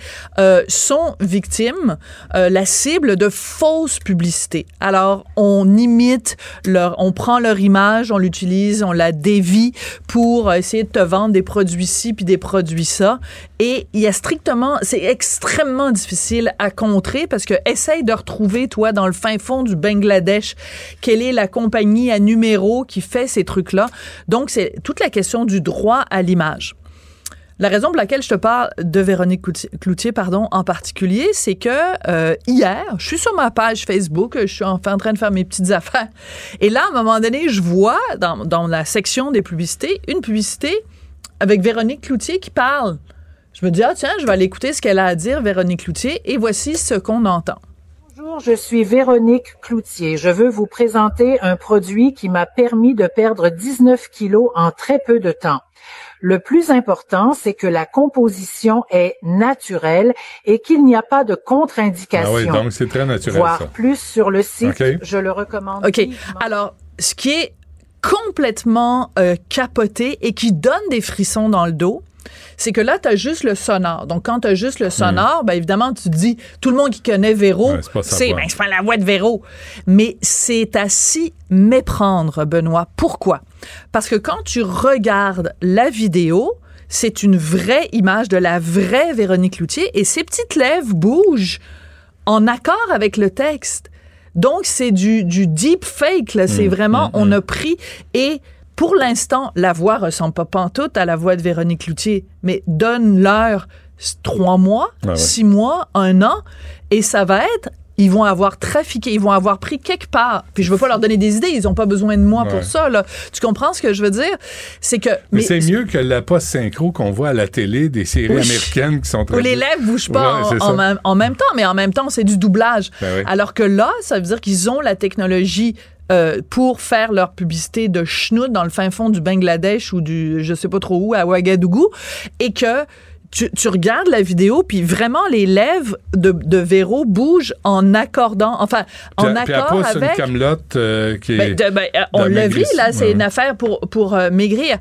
sont victimes, la cible de fausses publicités. Alors, on imite on prend leur image, on l'utilise, on la dévie pour essayer de te vendre des produits ci puis des produits ça. Et il y a c'est extrêmement difficile à contrer parce que essaye de retrouver, toi, dans le fin fond du Bangladesh, quelle est la compagnie à numéro qui fait ces trucs-là. Donc, c'est toute la question du droit à l'image. La raison pour laquelle je te parle de Véronique Cloutier, en particulier, c'est que hier, je suis sur ma page Facebook, je suis en train de faire mes petites affaires. Et là, à un moment donné, je vois dans la section des publicités, une publicité avec Véronique Cloutier qui parle. Je me dis, tiens, je vais aller écouter ce qu'elle a à dire, Véronique Cloutier, et voici ce qu'on entend. Bonjour, je suis Véronique Cloutier. Je veux vous présenter un produit qui m'a permis de perdre 19 kilos en très peu de temps. Le plus important, c'est que la composition est naturelle et qu'il n'y a pas de contre-indication. Ah oui, donc c'est très naturel, Voir ça. plus sur le site, je le recommande. OK. Alors, ce qui est complètement capoté et qui donne des frissons dans le dos, c'est que là, tu as juste le sonore. Donc, quand tu as juste le sonore, ben évidemment, tu te dis, tout le monde qui connaît Véro, c'est pas la voix de Véro. Mais c'est à s'y méprendre, Benoît. Pourquoi? Parce que quand tu regardes la vidéo, c'est une vraie image de la vraie Véronique Cloutier et ses petites lèvres bougent en accord avec le texte. Donc, c'est du deep fake, là. C'est vraiment, on a pris et pour l'instant, la voix ressemble pas pantoute à la voix de Véronique Cloutier, mais donne-leur 3 mois, 6 mois, 1 an, et ça va être, ils vont avoir trafiqué, ils vont avoir pris quelque part. Puis je veux pas leur donner des idées, ils ont pas besoin de moi pour ça, là. Tu comprends ce que je veux dire? C'est que... Mais c'est mieux que la post-synchro qu'on voit à la télé des séries américaines qui sont très... Où les lèvres bougent pas en même temps, mais en même temps, c'est du doublage. Alors que là, ça veut dire qu'ils ont la technologie pour faire leur publicité de schnout dans le fin fond du Bangladesh ou du je sais pas trop où, à Ouagadougou, et que tu regardes la vidéo, puis vraiment, les lèvres de Véro bougent en accordant, enfin, en accord avec... une camelote qui est... on l'a vu, là, c'est une affaire pour maigrir.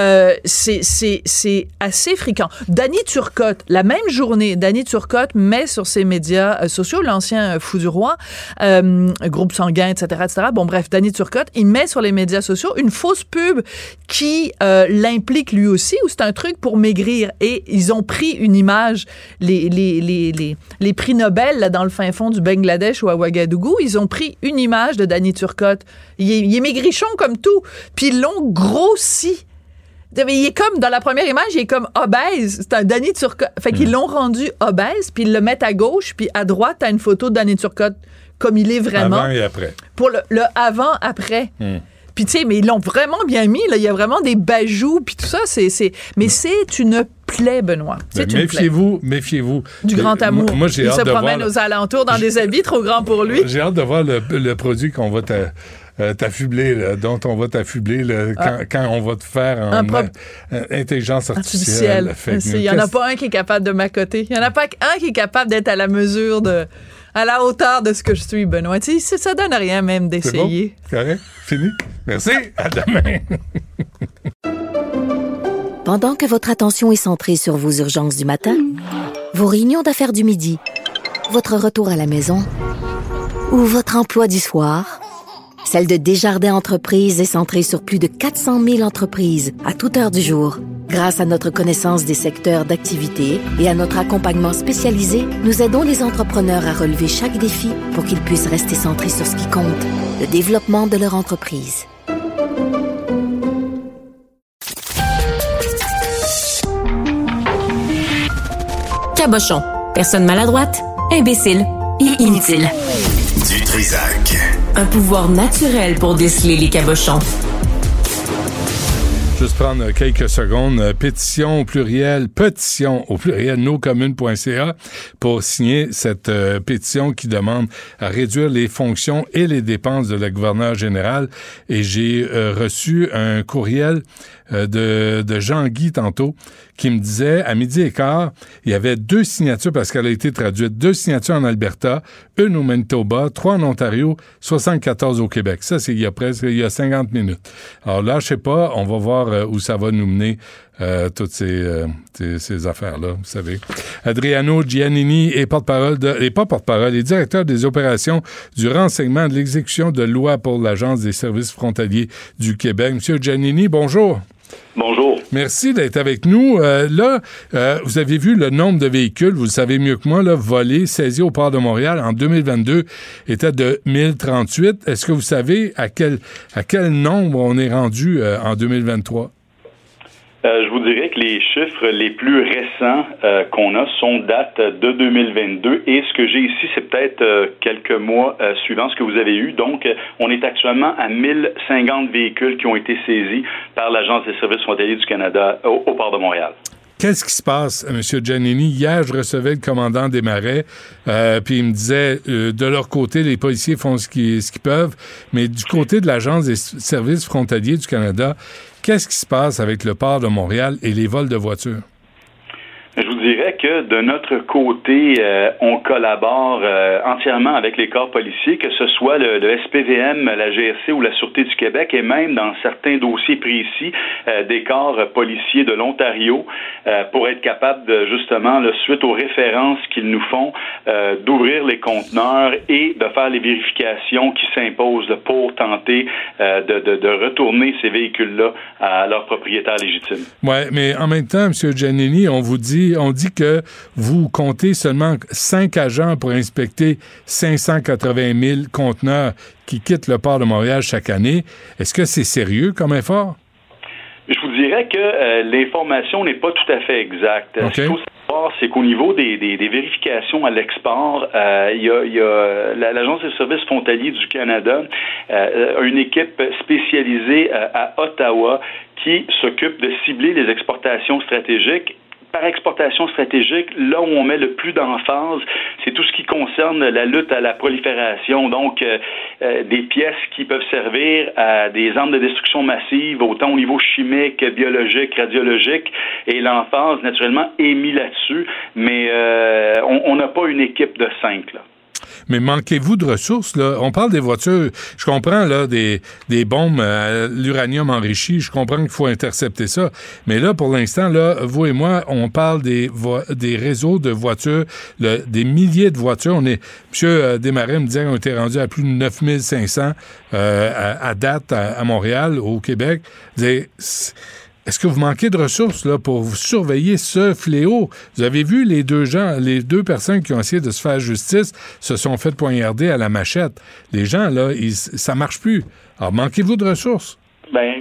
C'est assez fréquent. Dany Turcotte, la même journée, Dany Turcotte met sur ses médias sociaux, l'ancien Fou du Roi, groupe sanguin, etc. Bon, bref, Dany Turcotte, il met sur les médias sociaux une fausse pub qui l'implique lui aussi, où c'est un truc pour maigrir. Et ils ont pris une image, les prix Nobel là, dans le fin fond du Bangladesh ou à Ouagadougou, ils ont pris une image de Dany Turcotte. Il est maigrichon comme tout, puis ils l'ont grossi. Il est comme, dans la première image, il est comme obèse. C'est un Dany Turcotte. Fait qu'ils l'ont rendu obèse, puis ils le mettent à gauche, puis à droite, t'as une photo de Dany Turcotte comme il est vraiment. Avant et après. Pour le avant-après. Puis, tu sais, mais ils l'ont vraiment bien mis, là. Il y a vraiment des bajoux, puis tout ça. Mais c'est une plaie, Benoît. Méfiez-vous. Du grand amour. Moi, j'ai il hâte se de promène aux alentours dans des habits trop grands pour lui. J'ai hâte de voir le produit qu'on va t'affubler, là, dont on va t'affubler là, quand on va te faire en intelligence artificielle. Il n'y en a pas un qui est capable de m'accoter. Il n'y en a pas un qui est capable d'être à la mesure à la hauteur de ce que je suis, Benoît. Tu sais, ça donne rien même d'essayer. C'est bon? Correct? Fini? Merci. À demain. Pendant que votre attention est centrée sur vos urgences du matin, vos réunions d'affaires du midi, votre retour à la maison ou votre emploi du soir, celle de Desjardins Entreprises est centrée sur plus de 400 000 entreprises à toute heure du jour. Grâce à notre connaissance des secteurs d'activité et à notre accompagnement spécialisé, nous aidons les entrepreneurs à relever chaque défi pour qu'ils puissent rester centrés sur ce qui compte, le développement de leur entreprise. Cabochon. Personne maladroite, imbécile et inutile. Du Trisac. Un pouvoir naturel pour déceler les cabochons. Juste prendre quelques secondes. Petition au pluriel noscommunes.ca pour signer cette pétition qui demande à réduire les fonctions et les dépenses de la gouverneure générale. Et j'ai reçu un courriel de Jean-Guy tantôt qui me disait à 12h15, il y avait 2 signatures parce qu'elle a été traduite, 2 signatures en Alberta, 1 au Manitoba, 3 en Ontario, 74 au Québec. Ça, c'est il y a 50 minutes. Alors là, je sais pas, on va voir où ça va nous mener toutes ces affaires-là, vous savez. Adriano Giannini est est directeur des opérations du renseignement de l'exécution de loi pour l'Agence des services frontaliers du Québec. Monsieur Giannini, bonjour. Bonjour. Merci d'être avec nous. Vous avez vu le nombre de véhicules, vous le savez mieux que moi, là, volés, saisis au port de Montréal en 2022 était de 1038. Est-ce que vous savez à quel nombre on est rendu en 2023? Je vous dirais que les chiffres les plus récents qu'on a datent de 2022 et ce que j'ai ici, c'est peut-être quelques mois suivant ce que vous avez eu. Donc, on est actuellement à 1050 véhicules qui ont été saisis par l'Agence des services frontaliers du Canada au port de Montréal. Qu'est-ce qui se passe, M. Giannini? Hier, je recevais le commandant des Marais, puis il me disait, de leur côté, les policiers font ce qu'ils peuvent, mais du côté de l'Agence des services frontaliers du Canada, qu'est-ce qui se passe avec le port de Montréal et les vols de voitures? Je vous dirais que de notre côté, on collabore entièrement avec les corps policiers, que ce soit le SPVM, la GRC ou la Sûreté du Québec, et même dans certains dossiers précis, des corps policiers de l'Ontario, pour être capable de, justement, suite aux références qu'ils nous font, d'ouvrir les conteneurs et de faire les vérifications qui s'imposent pour tenter de retourner ces véhicules-là à leurs propriétaires légitimes. Oui, mais en même temps, M. Giannini, on dit que vous comptez seulement 5 agents pour inspecter 580 000 conteneurs qui quittent le port de Montréal chaque année. Est-ce que c'est sérieux comme effort? Je vous dirais que l'information n'est pas tout à fait exacte. Okay. Ce qu'il faut savoir, c'est qu'au niveau des vérifications à l'export, il y a l'Agence des services frontaliers du Canada a une équipe spécialisée à Ottawa qui s'occupe de cibler les exportations stratégiques. Par exportation stratégique, là où on met le plus d'emphase, c'est tout ce qui concerne la lutte à la prolifération, donc des pièces qui peuvent servir à des armes de destruction massive, autant au niveau chimique, biologique, radiologique, et l'emphase, naturellement, est mise là-dessus, mais on n'a pas une équipe de 5, là. Mais manquez-vous de ressources, là? On parle des voitures. Je comprends, là, des bombes à l'uranium enrichi. Je comprends qu'il faut intercepter ça. Mais là, pour l'instant, là, vous et moi, on parle des réseaux de voitures, des milliers de voitures. M. Desmarais me disait qu'on était rendu à plus de 9500 à date à Montréal, au Québec. Est-ce que vous manquez de ressources là pour vous surveiller ce fléau? Vous avez vu les deux personnes qui ont essayé de se faire justice se sont fait poignarder à la machette. Les gens, là, ça marche plus. Alors, manquez-vous de ressources? Ben, je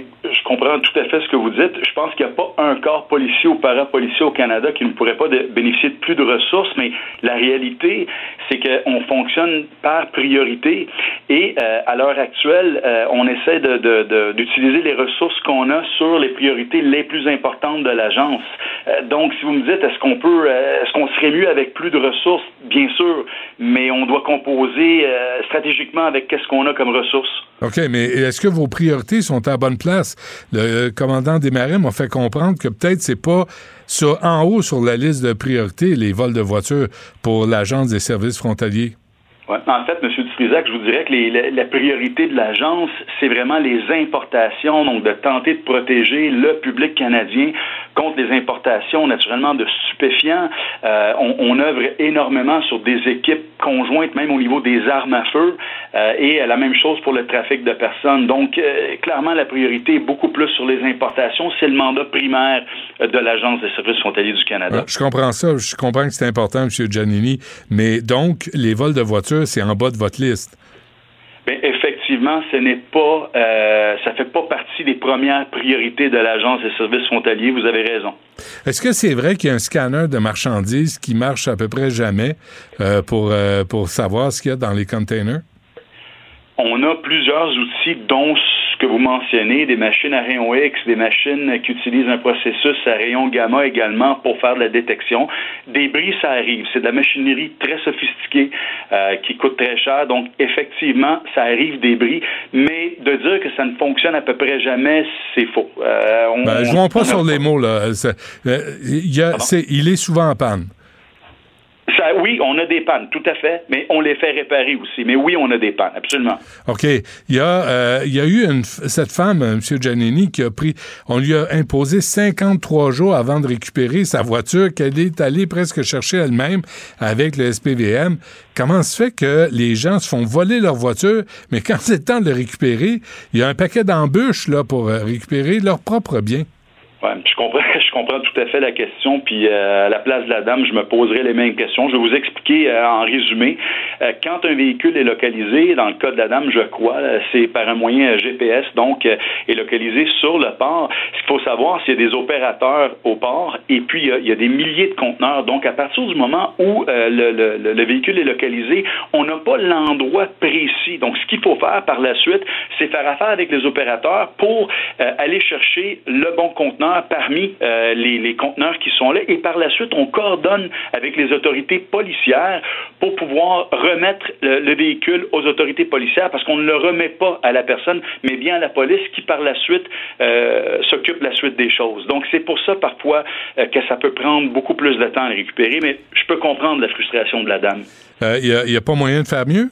Je comprends tout à fait ce que vous dites. Je pense qu'il n'y a pas un corps policier ou parapolicier au Canada qui ne pourrait pas bénéficier de plus de ressources, mais la réalité, c'est qu'on fonctionne par priorité et à l'heure actuelle, on essaie d'utiliser les ressources qu'on a sur les priorités les plus importantes de l'agence. Donc, si vous me dites, est-ce qu'on serait mieux avec plus de ressources? Bien sûr, mais on doit composer stratégiquement avec qu'est-ce qu'on a comme ressources. OK, mais est-ce que vos priorités sont à la bonne place? Le commandant Desmarais m'a fait comprendre que peut-être c'est pas en haut sur la liste de priorités les vols de voitures pour l'Agence des services frontaliers. Ouais. En fait, M. Dutrisac, je vous dirais que la priorité de l'agence, c'est vraiment les importations, donc de tenter de protéger le public canadien contre les importations, naturellement, de stupéfiants. On œuvre énormément sur des équipes conjointes, même au niveau des armes à feu, et la même chose pour le trafic de personnes. Donc, clairement, la priorité est beaucoup plus sur les importations. C'est le mandat primaire de l'Agence des services frontaliers du Canada. Je comprends ça. Je comprends que c'est important, M. Giannini. Mais donc, les vols de voitures, c'est en bas de votre liste. Bien, effectivement, ce n'est pas, ça fait pas partie des premières priorités de l'Agence des services frontaliers. Vous avez raison. Est-ce que c'est vrai qu'il y a un scanner de marchandises qui marche à peu près jamais pour savoir ce qu'il y a dans les containers? On a plusieurs outils, dont ce que vous mentionnez, des machines à rayon X, des machines qui utilisent un processus à rayon gamma également pour faire de la détection. Des bris, ça arrive. C'est de la machinerie très sophistiquée qui coûte très cher. Donc, effectivement, ça arrive des bris. Mais de dire que ça ne fonctionne à peu près jamais, c'est faux. Jouons pas sur les mots, là. Il est souvent en panne. Oui, on a des pannes, tout à fait, mais on les fait réparer aussi. Mais oui, on a des pannes, absolument. OK. Il y a eu cette femme, M. Giannini, on lui a imposé 53 jours avant de récupérer sa voiture qu'elle est allée presque chercher elle-même avec le SPVM. Comment se fait que les gens se font voler leur voiture, mais quand c'est le temps de le récupérer, il y a un paquet d'embûches là, pour récupérer leurs propres biens? Ouais, je comprends tout à fait la question, puis à la place de la dame, je me poserai les mêmes questions. Je vais vous expliquer en résumé. Quand un véhicule est localisé, dans le cas de la dame, je crois, c'est par un moyen GPS, donc est localisé sur le port. Ce qu'il faut savoir, c'est qu'il y a des opérateurs au port, et puis il y a des milliers de conteneurs. Donc, à partir du moment où le véhicule est localisé, on n'a pas l'endroit précis. Donc, ce qu'il faut faire par la suite, c'est faire affaire avec les opérateurs pour aller chercher le bon conteneur parmi les conteneurs qui sont là, et par la suite, on coordonne avec les autorités policières pour pouvoir remettre le véhicule aux autorités policières, parce qu'on ne le remet pas à la personne, mais bien à la police qui, par la suite, s'occupe de la suite des choses. Donc, c'est pour ça, parfois, que ça peut prendre beaucoup plus de temps à le récupérer, mais je peux comprendre la frustration de la dame. Il n'y a pas moyen de faire mieux?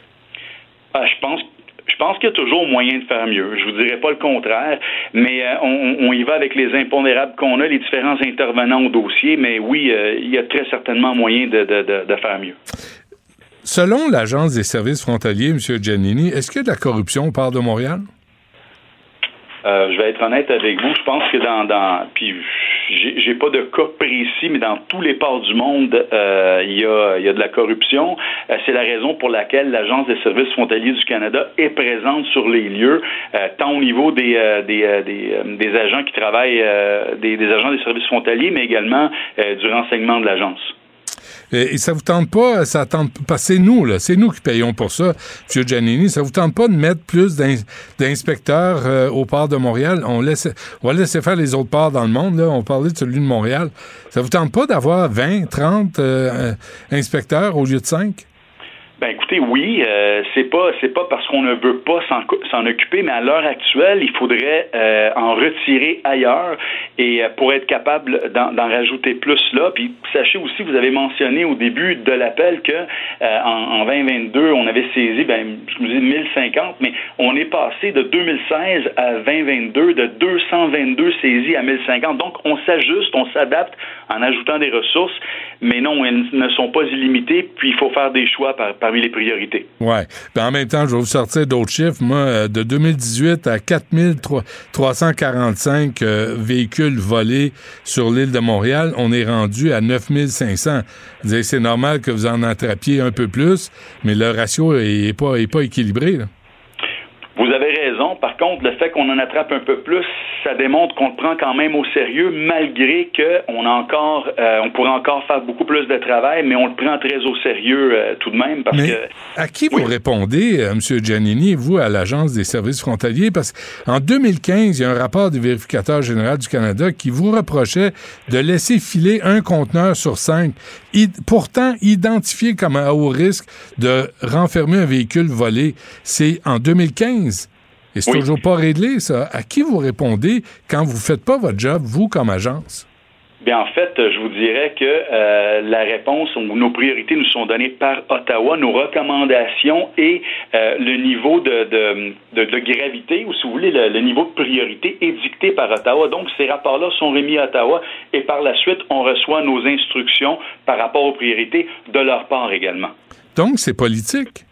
Je pense qu'il y a toujours moyen de faire mieux. Je vous dirais pas le contraire, mais on y va avec les impondérables qu'on a, les différents intervenants au dossier, mais oui, il y a très certainement moyen de faire mieux. Selon l'Agence des services frontaliers, M. Giannini, est-ce qu'il y a de la corruption au port de Montréal? Je vais être honnête avec vous. Je pense que puis j'ai pas de cas précis, mais dans tous les ports du monde, il y a de la corruption. C'est la raison pour laquelle l'Agence des services frontaliers du Canada est présente sur les lieux, tant au niveau des agents qui travaillent, des agents des services frontaliers, mais également du renseignement de l'agence. Et ça vous tente pas, c'est nous qui payons pour ça, M. Giannini, ça vous tente pas de mettre plus d'inspecteurs au port de Montréal? On va laisser faire les autres ports dans le monde, là. On parlait de celui de Montréal. Ça vous tente pas d'avoir 20, 30 inspecteurs au lieu de 5? Ben écoutez, oui, c'est pas parce qu'on ne veut pas s'en occuper, mais à l'heure actuelle, il faudrait en retirer ailleurs, et pour être capable d'en rajouter plus là. Puis sachez aussi, vous avez mentionné au début de l'appel que en 2022, on avait saisi, je vous dis 1050, mais on est passé de 2016 à 2022 de 222 saisies à 1050. Donc on s'ajuste, on s'adapte en ajoutant des ressources, mais non, elles ne sont pas illimitées. Puis il faut faire des choix parmi les priorités. Oui. En même temps, je vais vous sortir d'autres chiffres. Moi, de 2018 à 4345 véhicules volés sur l'île de Montréal, on est rendu à 9500. C'est normal que vous en attrapiez un peu plus, mais le ratio est pas équilibré, là. Vous avez raison. Par contre, le fait qu'on en attrape un peu plus, ça démontre qu'on le prend quand même au sérieux, malgré qu'on a encore, on pourrait encore faire beaucoup plus de travail, mais on le prend très au sérieux tout de même. Parce que à qui vous répondez, M. Giannini, vous, à l'Agence des services frontaliers? Parce qu'en 2015, il y a un rapport du vérificateur général du Canada qui vous reprochait de laisser filer un conteneur sur 5, pourtant identifié comme à haut risque de renfermer un véhicule volé. C'est en 2015. Et c'est toujours pas réglé, ça. À qui vous répondez quand vous faites pas votre job, vous, comme agence? Bien, en fait, je vous dirais que la réponse ou nos priorités nous sont données par Ottawa, nos recommandations et le niveau de gravité, ou si vous voulez, le niveau de priorité est dicté par Ottawa. Donc, ces rapports-là sont remis à Ottawa et par la suite, on reçoit nos instructions par rapport aux priorités de leur part également. Donc, c'est politique?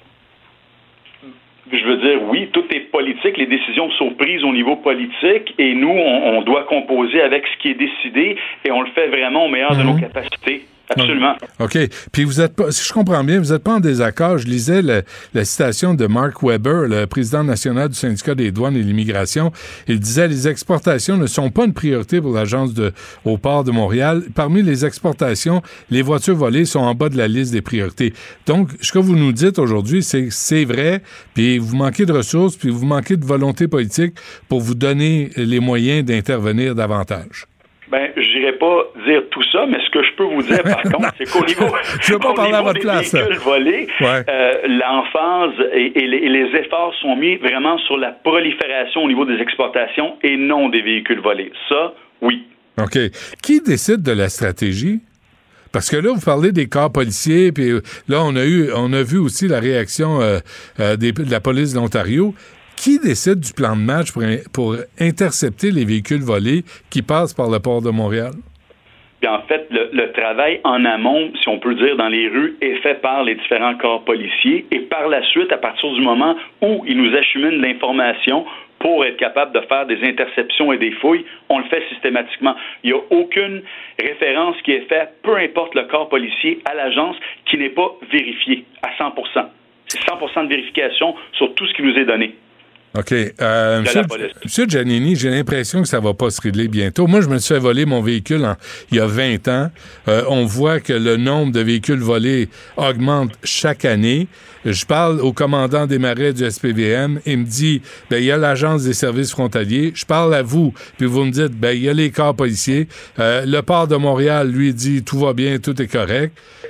Je veux dire, oui, tout est politique, les décisions sont prises au niveau politique et nous, on doit composer avec ce qui est décidé et on le fait vraiment au meilleur de nos capacités. Absolument. OK. Puis vous êtes pas, si je comprends bien, vous n'êtes pas en désaccord. Je lisais la citation de Mark Webber, le président national du syndicat des douanes et de l'immigration. Il disait « Les exportations ne sont pas une priorité pour l'agence au port de Montréal. Parmi les exportations, les voitures volées sont en bas de la liste des priorités. » Donc, ce que vous nous dites aujourd'hui, c'est vrai, puis vous manquez de ressources, puis vous manquez de volonté politique pour vous donner les moyens d'intervenir davantage. Ben, je n'irai pas dire tout ça, mais ce que je peux vous dire, par contre, c'est qu'au niveau, je veux pas parler à votre place, véhicules volés, l'emphase et les efforts sont mis vraiment sur la prolifération au niveau des exportations et non des véhicules volés. Ça, oui. OK. Qui décide de la stratégie? Parce que là, vous parlez des corps policiers, puis là, on a vu aussi la réaction de la police de l'Ontario. Qui décide du plan de match pour intercepter les véhicules volés qui passent par le port de Montréal? Bien, en fait, le travail en amont, si on peut dire, dans les rues, est fait par les différents corps policiers. Et par la suite, à partir du moment où ils nous acheminent l'information pour être capable de faire des interceptions et des fouilles, on le fait systématiquement. Il n'y a aucune référence qui est faite, peu importe le corps policier, à l'agence, qui n'est pas vérifié à 100%. C'est 100% de vérification sur tout ce qui nous est donné. OK. Monsieur Giannini, j'ai l'impression que ça va pas se régler bientôt. Moi, je me suis fait voler mon véhicule il y a 20 ans. On voit que le nombre de véhicules volés augmente chaque année. Je parle au commandant des marais du SPVM. Il me dit, il y a l'Agence des services frontaliers. Je parle à vous, puis vous me dites, il y a les corps policiers. Le port de Montréal, lui, dit, tout va bien, tout est correct.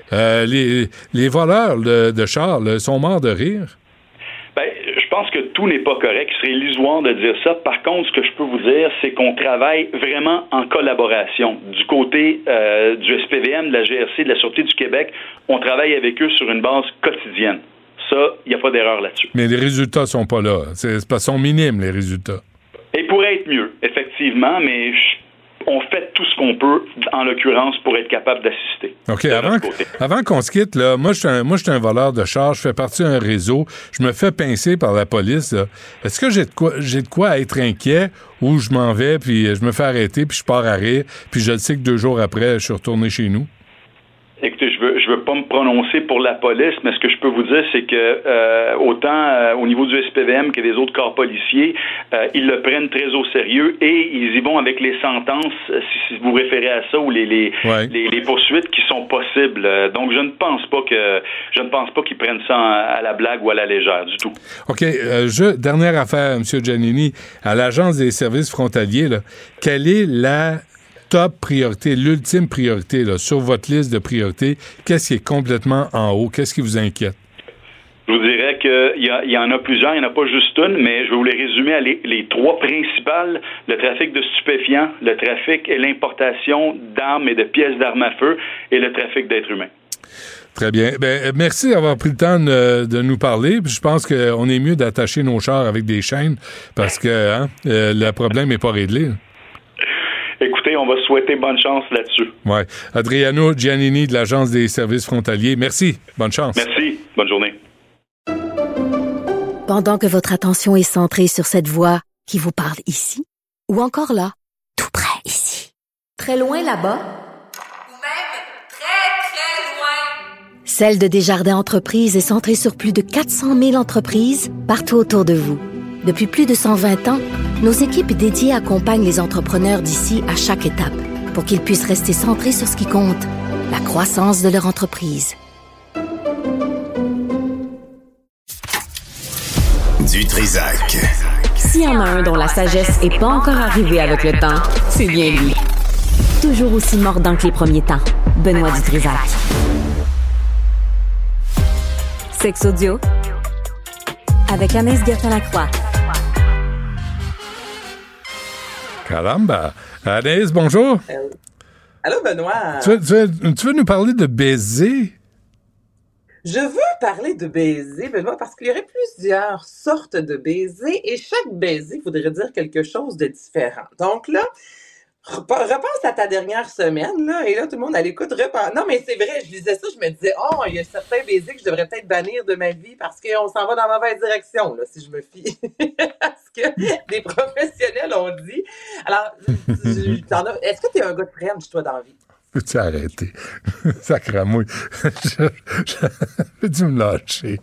Les voleurs de chars sont morts de rire. Je pense que tout n'est pas correct. Ce serait illusoire de dire ça. Par contre, ce que je peux vous dire, c'est qu'on travaille vraiment en collaboration. Du côté du SPVM, de la GRC, de la Sûreté du Québec, on travaille avec eux sur une base quotidienne. Ça, il n'y a pas d'erreur là-dessus. Mais les résultats sont pas là. Sont minimes, les résultats. Ils pourraient être mieux, effectivement, mais on fait tout ce qu'on peut, en l'occurrence, pour être capable d'assister. OK. Avant qu'on se quitte, là, moi, je suis un voleur de char. Je fais partie d'un réseau. Je me fais pincer par la police. Là. Est-ce que j'ai de quoi être inquiet ou je m'en vais, puis je me fais arrêter, puis je pars à rire, puis je le sais que 2 jours après, je suis retourné chez nous? Écoutez, je veux pas me prononcer pour la police, mais ce que je peux vous dire, c'est que autant au niveau du SPVM que des autres corps policiers, ils le prennent très au sérieux et ils y vont avec les sentences, si vous référez à ça, ou les poursuites qui sont possibles. Donc, je ne pense pas qu'ils prennent ça à la blague ou à la légère du tout. OK. Dernière affaire, M. Giannini. À l'Agence des services frontaliers, là, quelle est la top priorité, l'ultime priorité là, sur votre liste de priorités? Qu'est-ce qui est complètement en haut? Qu'est-ce qui vous inquiète? Je vous dirais qu'il y en a plusieurs, il n'y en a pas juste une, mais je vais vous les résumer à les 3 principales. Le trafic de stupéfiants, le trafic et l'importation d'armes et de pièces d'armes à feu et le trafic d'êtres humains. Très bien. Merci d'avoir pris le temps de nous parler. Puis je pense qu'on est mieux d'attacher nos chars avec des chaînes parce que le problème n'est pas réglé. Écoutez, on va souhaiter bonne chance là-dessus. Oui. Adriano Giannini de l'Agence des services frontaliers. Merci. Bonne chance. Merci. Bonne journée. Pendant que votre attention est centrée sur cette voix qui vous parle ici, ou encore là, tout près ici, très loin là-bas, ou même très, très loin, Celle de Desjardins Entreprises est centrée sur plus de 400 000 entreprises partout autour de vous. Depuis plus de 120 ans, nos équipes dédiées accompagnent les entrepreneurs d'ici à chaque étape pour qu'ils puissent rester centrés sur ce qui compte, la croissance de leur entreprise. Du Trizac. S'il y en a un dont la sagesse n'est pas encore arrivée avec le temps, c'est bien lui. Toujours aussi mordant que les premiers temps. Benoît Dutrisac. Sexe audio avec Anaïs Gertin-Lacroix. Caramba! Anaïs, bonjour! Allô, Benoît! Tu veux nous parler de baiser? Je veux parler de baiser, Benoît, parce qu'il y aurait plusieurs sortes de baisers et chaque baiser voudrait dire quelque chose de différent. Donc là, repense à ta dernière semaine, là, et là, tout le monde à l'écoute repense. Non, mais c'est vrai, je disais ça, je me disais, oh, il y a certains baisers que je devrais peut-être bannir de ma vie parce qu'on s'en va dans la mauvaise direction, là, si je me fie à ce que des professionnels ont dit. Alors, est-ce que tu es un gars de French, toi, dans la vie? Peux-tu arrêter? Ça cramouille. Peux-tu me lâcher?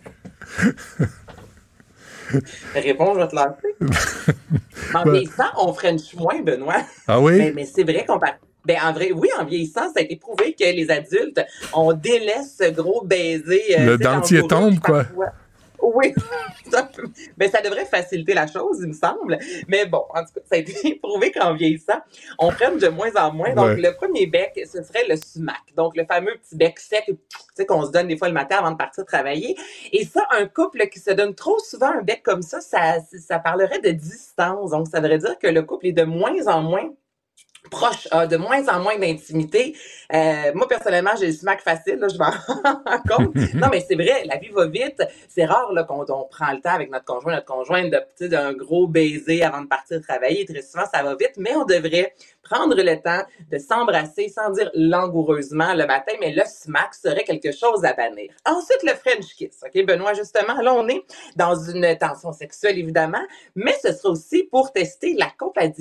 Réponds, je vais te lâcher. En vieillissant, on French moins, Benoît. Ah oui? Mais c'est vrai qu'on parle. Ben, en vieillissant, ça a été prouvé que les adultes, on délaisse ce gros baiser. Le dentier tombe, quoi. Oui, mais ça devrait faciliter la chose, il me semble. Mais bon, en tout cas, ça a été prouvé qu'en vieillissant, on prenne de moins en moins. Donc, le premier bec, ce serait le sumac. Donc, le fameux petit bec sec, tu sais, qu'on se donne des fois le matin avant de partir travailler. Et ça, un couple qui se donne trop souvent un bec comme ça parlerait de distance. Donc, ça voudrait dire que le couple est de moins en moins proche, de moins en moins d'intimité. Moi, personnellement, j'ai le sumac facile, là, je m'en rends compte. Non, mais c'est vrai, la vie va vite. C'est rare là, qu'on prend le temps avec notre conjointe d'un gros baiser avant de partir travailler. Très souvent, ça va vite, mais on devrait prendre le temps de s'embrasser sans dire langoureusement le matin, mais le sumac serait quelque chose à bannir. Ensuite, le French kiss. OK, Benoît, justement, là, on est dans une tension sexuelle, évidemment, mais ce sera aussi pour tester la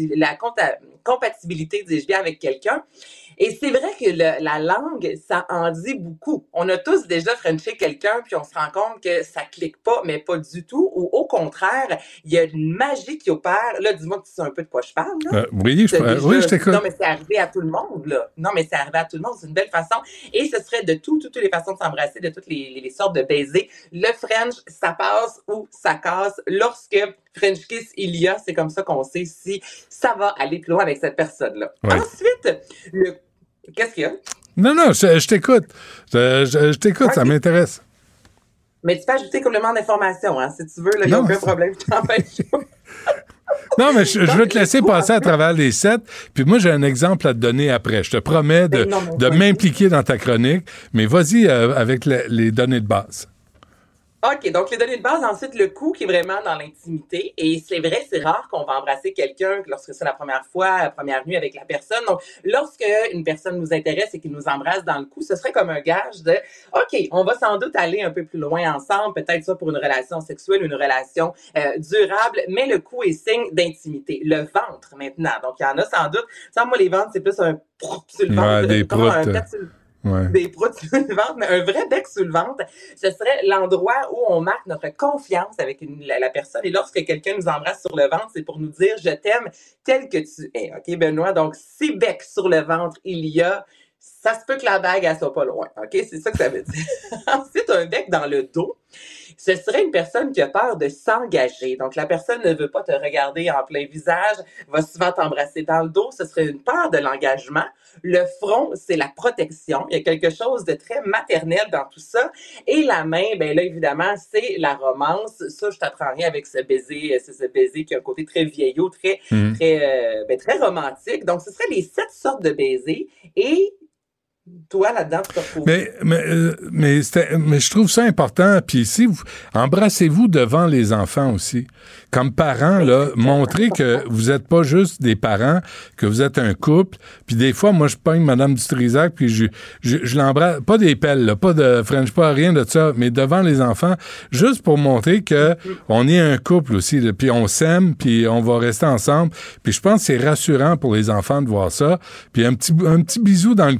compatibilité, dis-je bien, avec quelqu'un. Et c'est vrai que la langue, ça en dit beaucoup. On a tous déjà frenché quelqu'un, puis on se rend compte que ça clique pas, mais pas du tout. Ou au contraire, il y a une magie qui opère. Là, dis-moi que tu sais un peu de quoi je parle. Là. Oui, je t'écoute. Non, mais c'est arrivé à tout le monde, là. Non, mais c'est arrivé à tout le monde. C'est une belle façon. Et ce serait de toutes les façons de s'embrasser, de toutes les sortes de baisers. Le French, ça passe ou ça casse. Lorsque French kiss il y a, c'est comme ça qu'on sait si ça va aller plus loin avec cette personne-là. Ouais. Ensuite, qu'est-ce qu'il y a? Non, je t'écoute. Je t'écoute, okay. Ça m'intéresse. Mais tu peux ajouter complément d'information, hein, si tu veux, il n'y a aucun problème, je t'empêche pas. Non, mais je veux te laisser passer à travers les 7, puis moi, j'ai un exemple à te donner après. Je te promets de m'impliquer dans ta chronique, mais vas-y avec les données de base. OK, donc les données de base, ensuite le coup qui est vraiment dans l'intimité. Et c'est vrai, c'est rare qu'on va embrasser quelqu'un lorsque c'est la première fois, la première nuit avec la personne. Donc, lorsque une personne nous intéresse et qu'il nous embrasse dans le cou, ce serait comme un gage de OK, on va sans doute aller un peu plus loin ensemble, peut-être ça pour une relation sexuelle, une relation durable, mais le cou est signe d'intimité. Le ventre maintenant, donc il y en a sans doute. Sans moi, les ventres, c'est plus un sur le ventre. Des proutes. Ouais. Des proutes sur le ventre, mais un vrai bec sur le ventre, ce serait l'endroit où on marque notre confiance avec la personne. Et lorsque quelqu'un nous embrasse sur le ventre, c'est pour nous dire « je t'aime tel que tu es ». OK, Benoît? Donc, si bec sur le ventre il y a, ça se peut que la bague, elle soit pas loin. OK? C'est ça que ça veut dire. Ensuite, un bec dans le dos. Ce serait une personne qui a peur de s'engager. Donc, la personne ne veut pas te regarder en plein visage, va souvent t'embrasser dans le dos. Ce serait une peur de l'engagement. Le front, c'est la protection. Il y a quelque chose de très maternel dans tout ça. Et la main, ben là, évidemment, c'est la romance. Ça, je t'apprends rien avec ce baiser. C'est ce baiser qui a un côté très vieillot, très romantique. Donc, ce seraient les 7 sortes de baisers. Et toi, là-dedans, tu te retrouves. Mais je trouve ça important. Puis ici, embrassez-vous devant les enfants aussi. Comme parents, là, montrez que vous n'êtes pas juste des parents, que vous êtes un couple. Puis des fois, moi, je pogne Mme Dutrisac, puis je l'embrasse. Pas des pelles, là, pas de French, pas rien de ça, mais devant les enfants, juste pour montrer que on est un couple aussi. Là, puis on s'aime, puis on va rester ensemble. Puis je pense que c'est rassurant pour les enfants de voir ça. Puis un petit bisou dans le cou, des fois,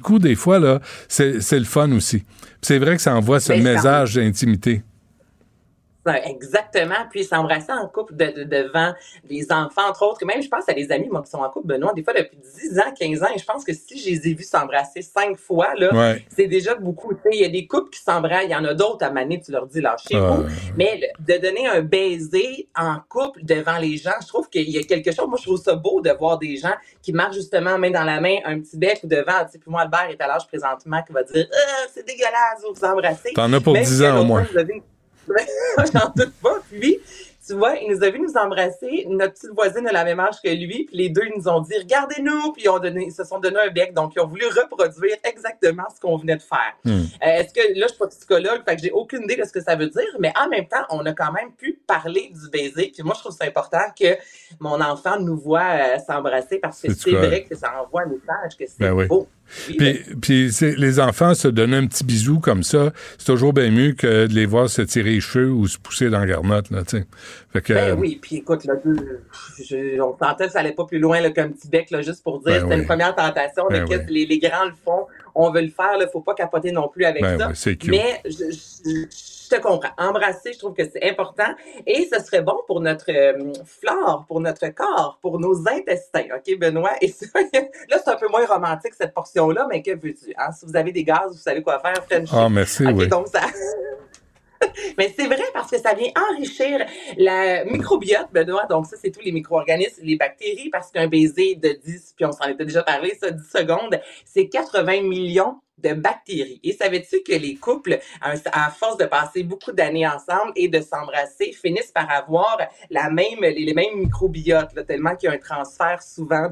fois, là, c'est le fun aussi. C'est vrai que ça envoie ce message d'intimité. Exactement. Puis s'embrasser en couple devant des enfants, entre autres. Même, je pense à des amis, moi, qui sont en couple, Benoît, des fois depuis 10 ans, 15 ans. Et je pense que si je les ai vus s'embrasser 5 fois, là, c'est déjà beaucoup. Il y a des couples qui s'embrassent. Il y en a d'autres, à maner, tu leur dis, lâchez-vous. Mais de donner un baiser en couple devant les gens, je trouve qu'il y a quelque chose. Moi, je trouve ça beau de voir des gens qui marchent justement main dans la main, un petit bec devant. Tu sais, puis moi, Albert est à l'âge présentement qui va dire « c'est dégueulasse, vous embrasser ». T'en as pour 10 ans au moins. J'en doute pas. Puis, tu vois, il nous a vu nous embrasser. Notre petite voisine a la même âge que lui. Puis les deux, ils nous ont dit « Regardez-nous! » Puis ils se sont donné un bec. Donc, ils ont voulu reproduire exactement ce qu'on venait de faire. Est-ce que, là, je suis pas psychologue, fait que j'ai aucune idée de ce que ça veut dire. Mais en même temps, on a quand même pu parler du baiser. Puis moi, je trouve ça important que mon enfant nous voit s'embrasser parce que c'est vrai que ça envoie un message que c'est beau. Puis les enfants se donner un petit bisou comme ça, c'est toujours bien mieux que de les voir se tirer les cheveux ou se pousser dans la garnotte, là, tu sais. Fait que, oui, puis écoute, là, on sentait que ça allait pas plus loin là, qu'un petit bec, là, juste pour dire, c'était une première tentation, les grands le font, on veut le faire, là, faut pas capoter non plus avec ça. C'est cute. Mais je te comprends. Embrasser, je trouve que c'est important. Et ce serait bon pour notre flore, pour notre corps, pour nos intestins. OK, Benoît? Et ça, là, c'est un peu moins romantique, cette portion-là, mais que veux-tu? Hein? Si vous avez des gaz, vous savez quoi faire. Frenchie. Ah, merci, okay, oui. Donc, ça... Mais c'est vrai parce que ça vient enrichir la microbiote, Benoît. Donc ça, c'est tous les micro-organismes, les bactéries, parce qu'un baiser de 10, puis on s'en était déjà parlé, ça, 10 secondes, c'est 80 millions de bactéries. Et savais-tu que les couples, à force de passer beaucoup d'années ensemble et de s'embrasser, finissent par avoir les mêmes microbiotes, là, tellement qu'il y a un transfert souvent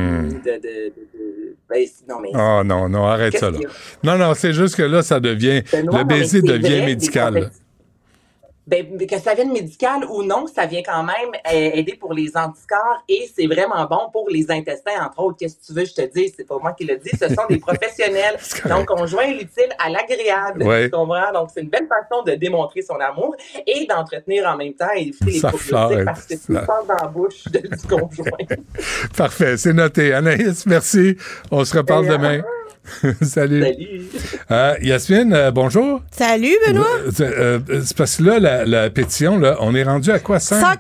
non, arrête ça, là. Non, c'est juste que là, ça devient... Benoît, le baiser devient médical. Que ça vienne médical ou non, ça vient quand même aider pour les anticorps et c'est vraiment bon pour les intestins, entre autres. Qu'est-ce que tu veux, je te dis, c'est pas moi qui le dis, ce sont des professionnels. Donc, on joint l'utile à l'agréable. Tu comprends? Donc, c'est une belle façon de démontrer son amour et d'entretenir en même temps et éviter les problématiques parce que tu passes dans la bouche du conjoint. Parfait, c'est noté. Anaïs, merci. On se reparle demain. Salut. Yasmine, bonjour. Salut, Benoît. C'est parce que là, la pétition, là, on est rendu à quoi?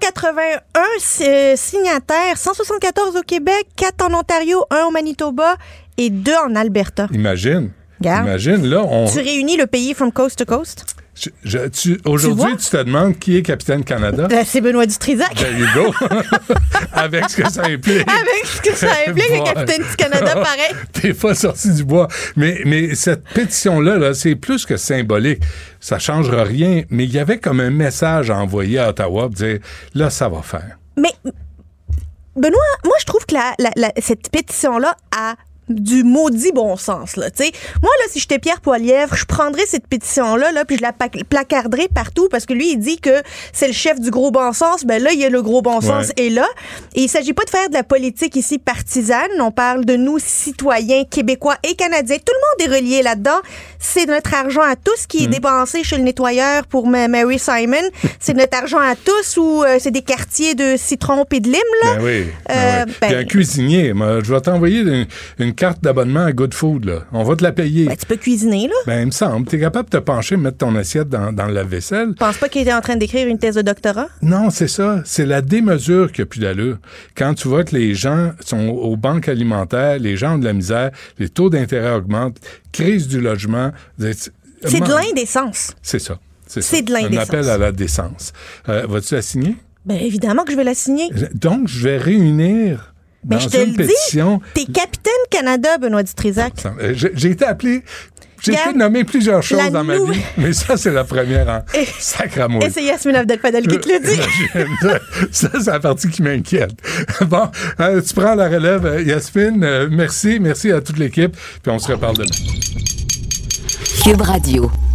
181 signataires, 174 au Québec, 4 en Ontario, 1 au Manitoba et 2 en Alberta. Imagine. Regarde. Imagine, là, Tu réunis le pays from coast to coast? Aujourd'hui, tu te demandes qui est Capitaine Canada? C'est Benoît Dutrisac. There you go. Avec ce que ça implique. Avec ce que ça implique, le Capitaine du Canada, pareil. T'es pas sorti du bois. Mais cette pétition-là, là, c'est plus que symbolique. Ça changera rien, mais il y avait comme un message à envoyer à Ottawa pour dire, là, ça va faire. Mais, Benoît, moi, je trouve que cette pétition-là a du maudit bon sens, là, tu sais. Moi, là, si j'étais Pierre Poilievre, je prendrais cette pétition-là, puis je la placarderais partout parce que lui, il dit que c'est le chef du gros bon sens. Ben là, il y a le gros bon sens est là. Et il s'agit pas de faire de la politique ici partisane. On parle de nous, citoyens québécois et canadiens. Tout le monde est relié là-dedans. C'est notre argent à tous qui est dépensé chez le nettoyeur pour Mary Simon. C'est notre argent à tous ou c'est des quartiers de citron et de lime, là. Ben oui. Puis un cuisinier, moi, je vais t'envoyer une carte d'abonnement à Good Food, là. On va te la payer. Ben, tu peux cuisiner, là. Ben, il me semble. T'es capable de te pencher, mettre ton assiette dans le lave-vaisselle. Je pense pas qu'il était en train d'écrire une thèse de doctorat? Non, c'est ça. C'est la démesure qui a plus d'allure. Quand tu vois que les gens sont aux banques alimentaires, les gens ont de la misère, les taux d'intérêt augmentent, crise du logement. C'est de l'indécence. C'est ça. C'est de l'indécence. Un appel à la décence. Vas-tu la signer? Ben, évidemment que je vais la signer. Donc, je vais réunir... Mais je te le dis, t'es Capitaine Canada, Benoît Dutrisac. J'ai été appelé... J'ai été nommé plusieurs choses dans ma vie, mais ça, c'est la première en sacramouille. Et c'est Yasmine Abdel-Fadel qui te le dit. Ça, c'est la partie qui m'inquiète. Bon, tu prends la relève, Yasmine. Merci à toute l'équipe, puis on se reparle demain. Cube Radio.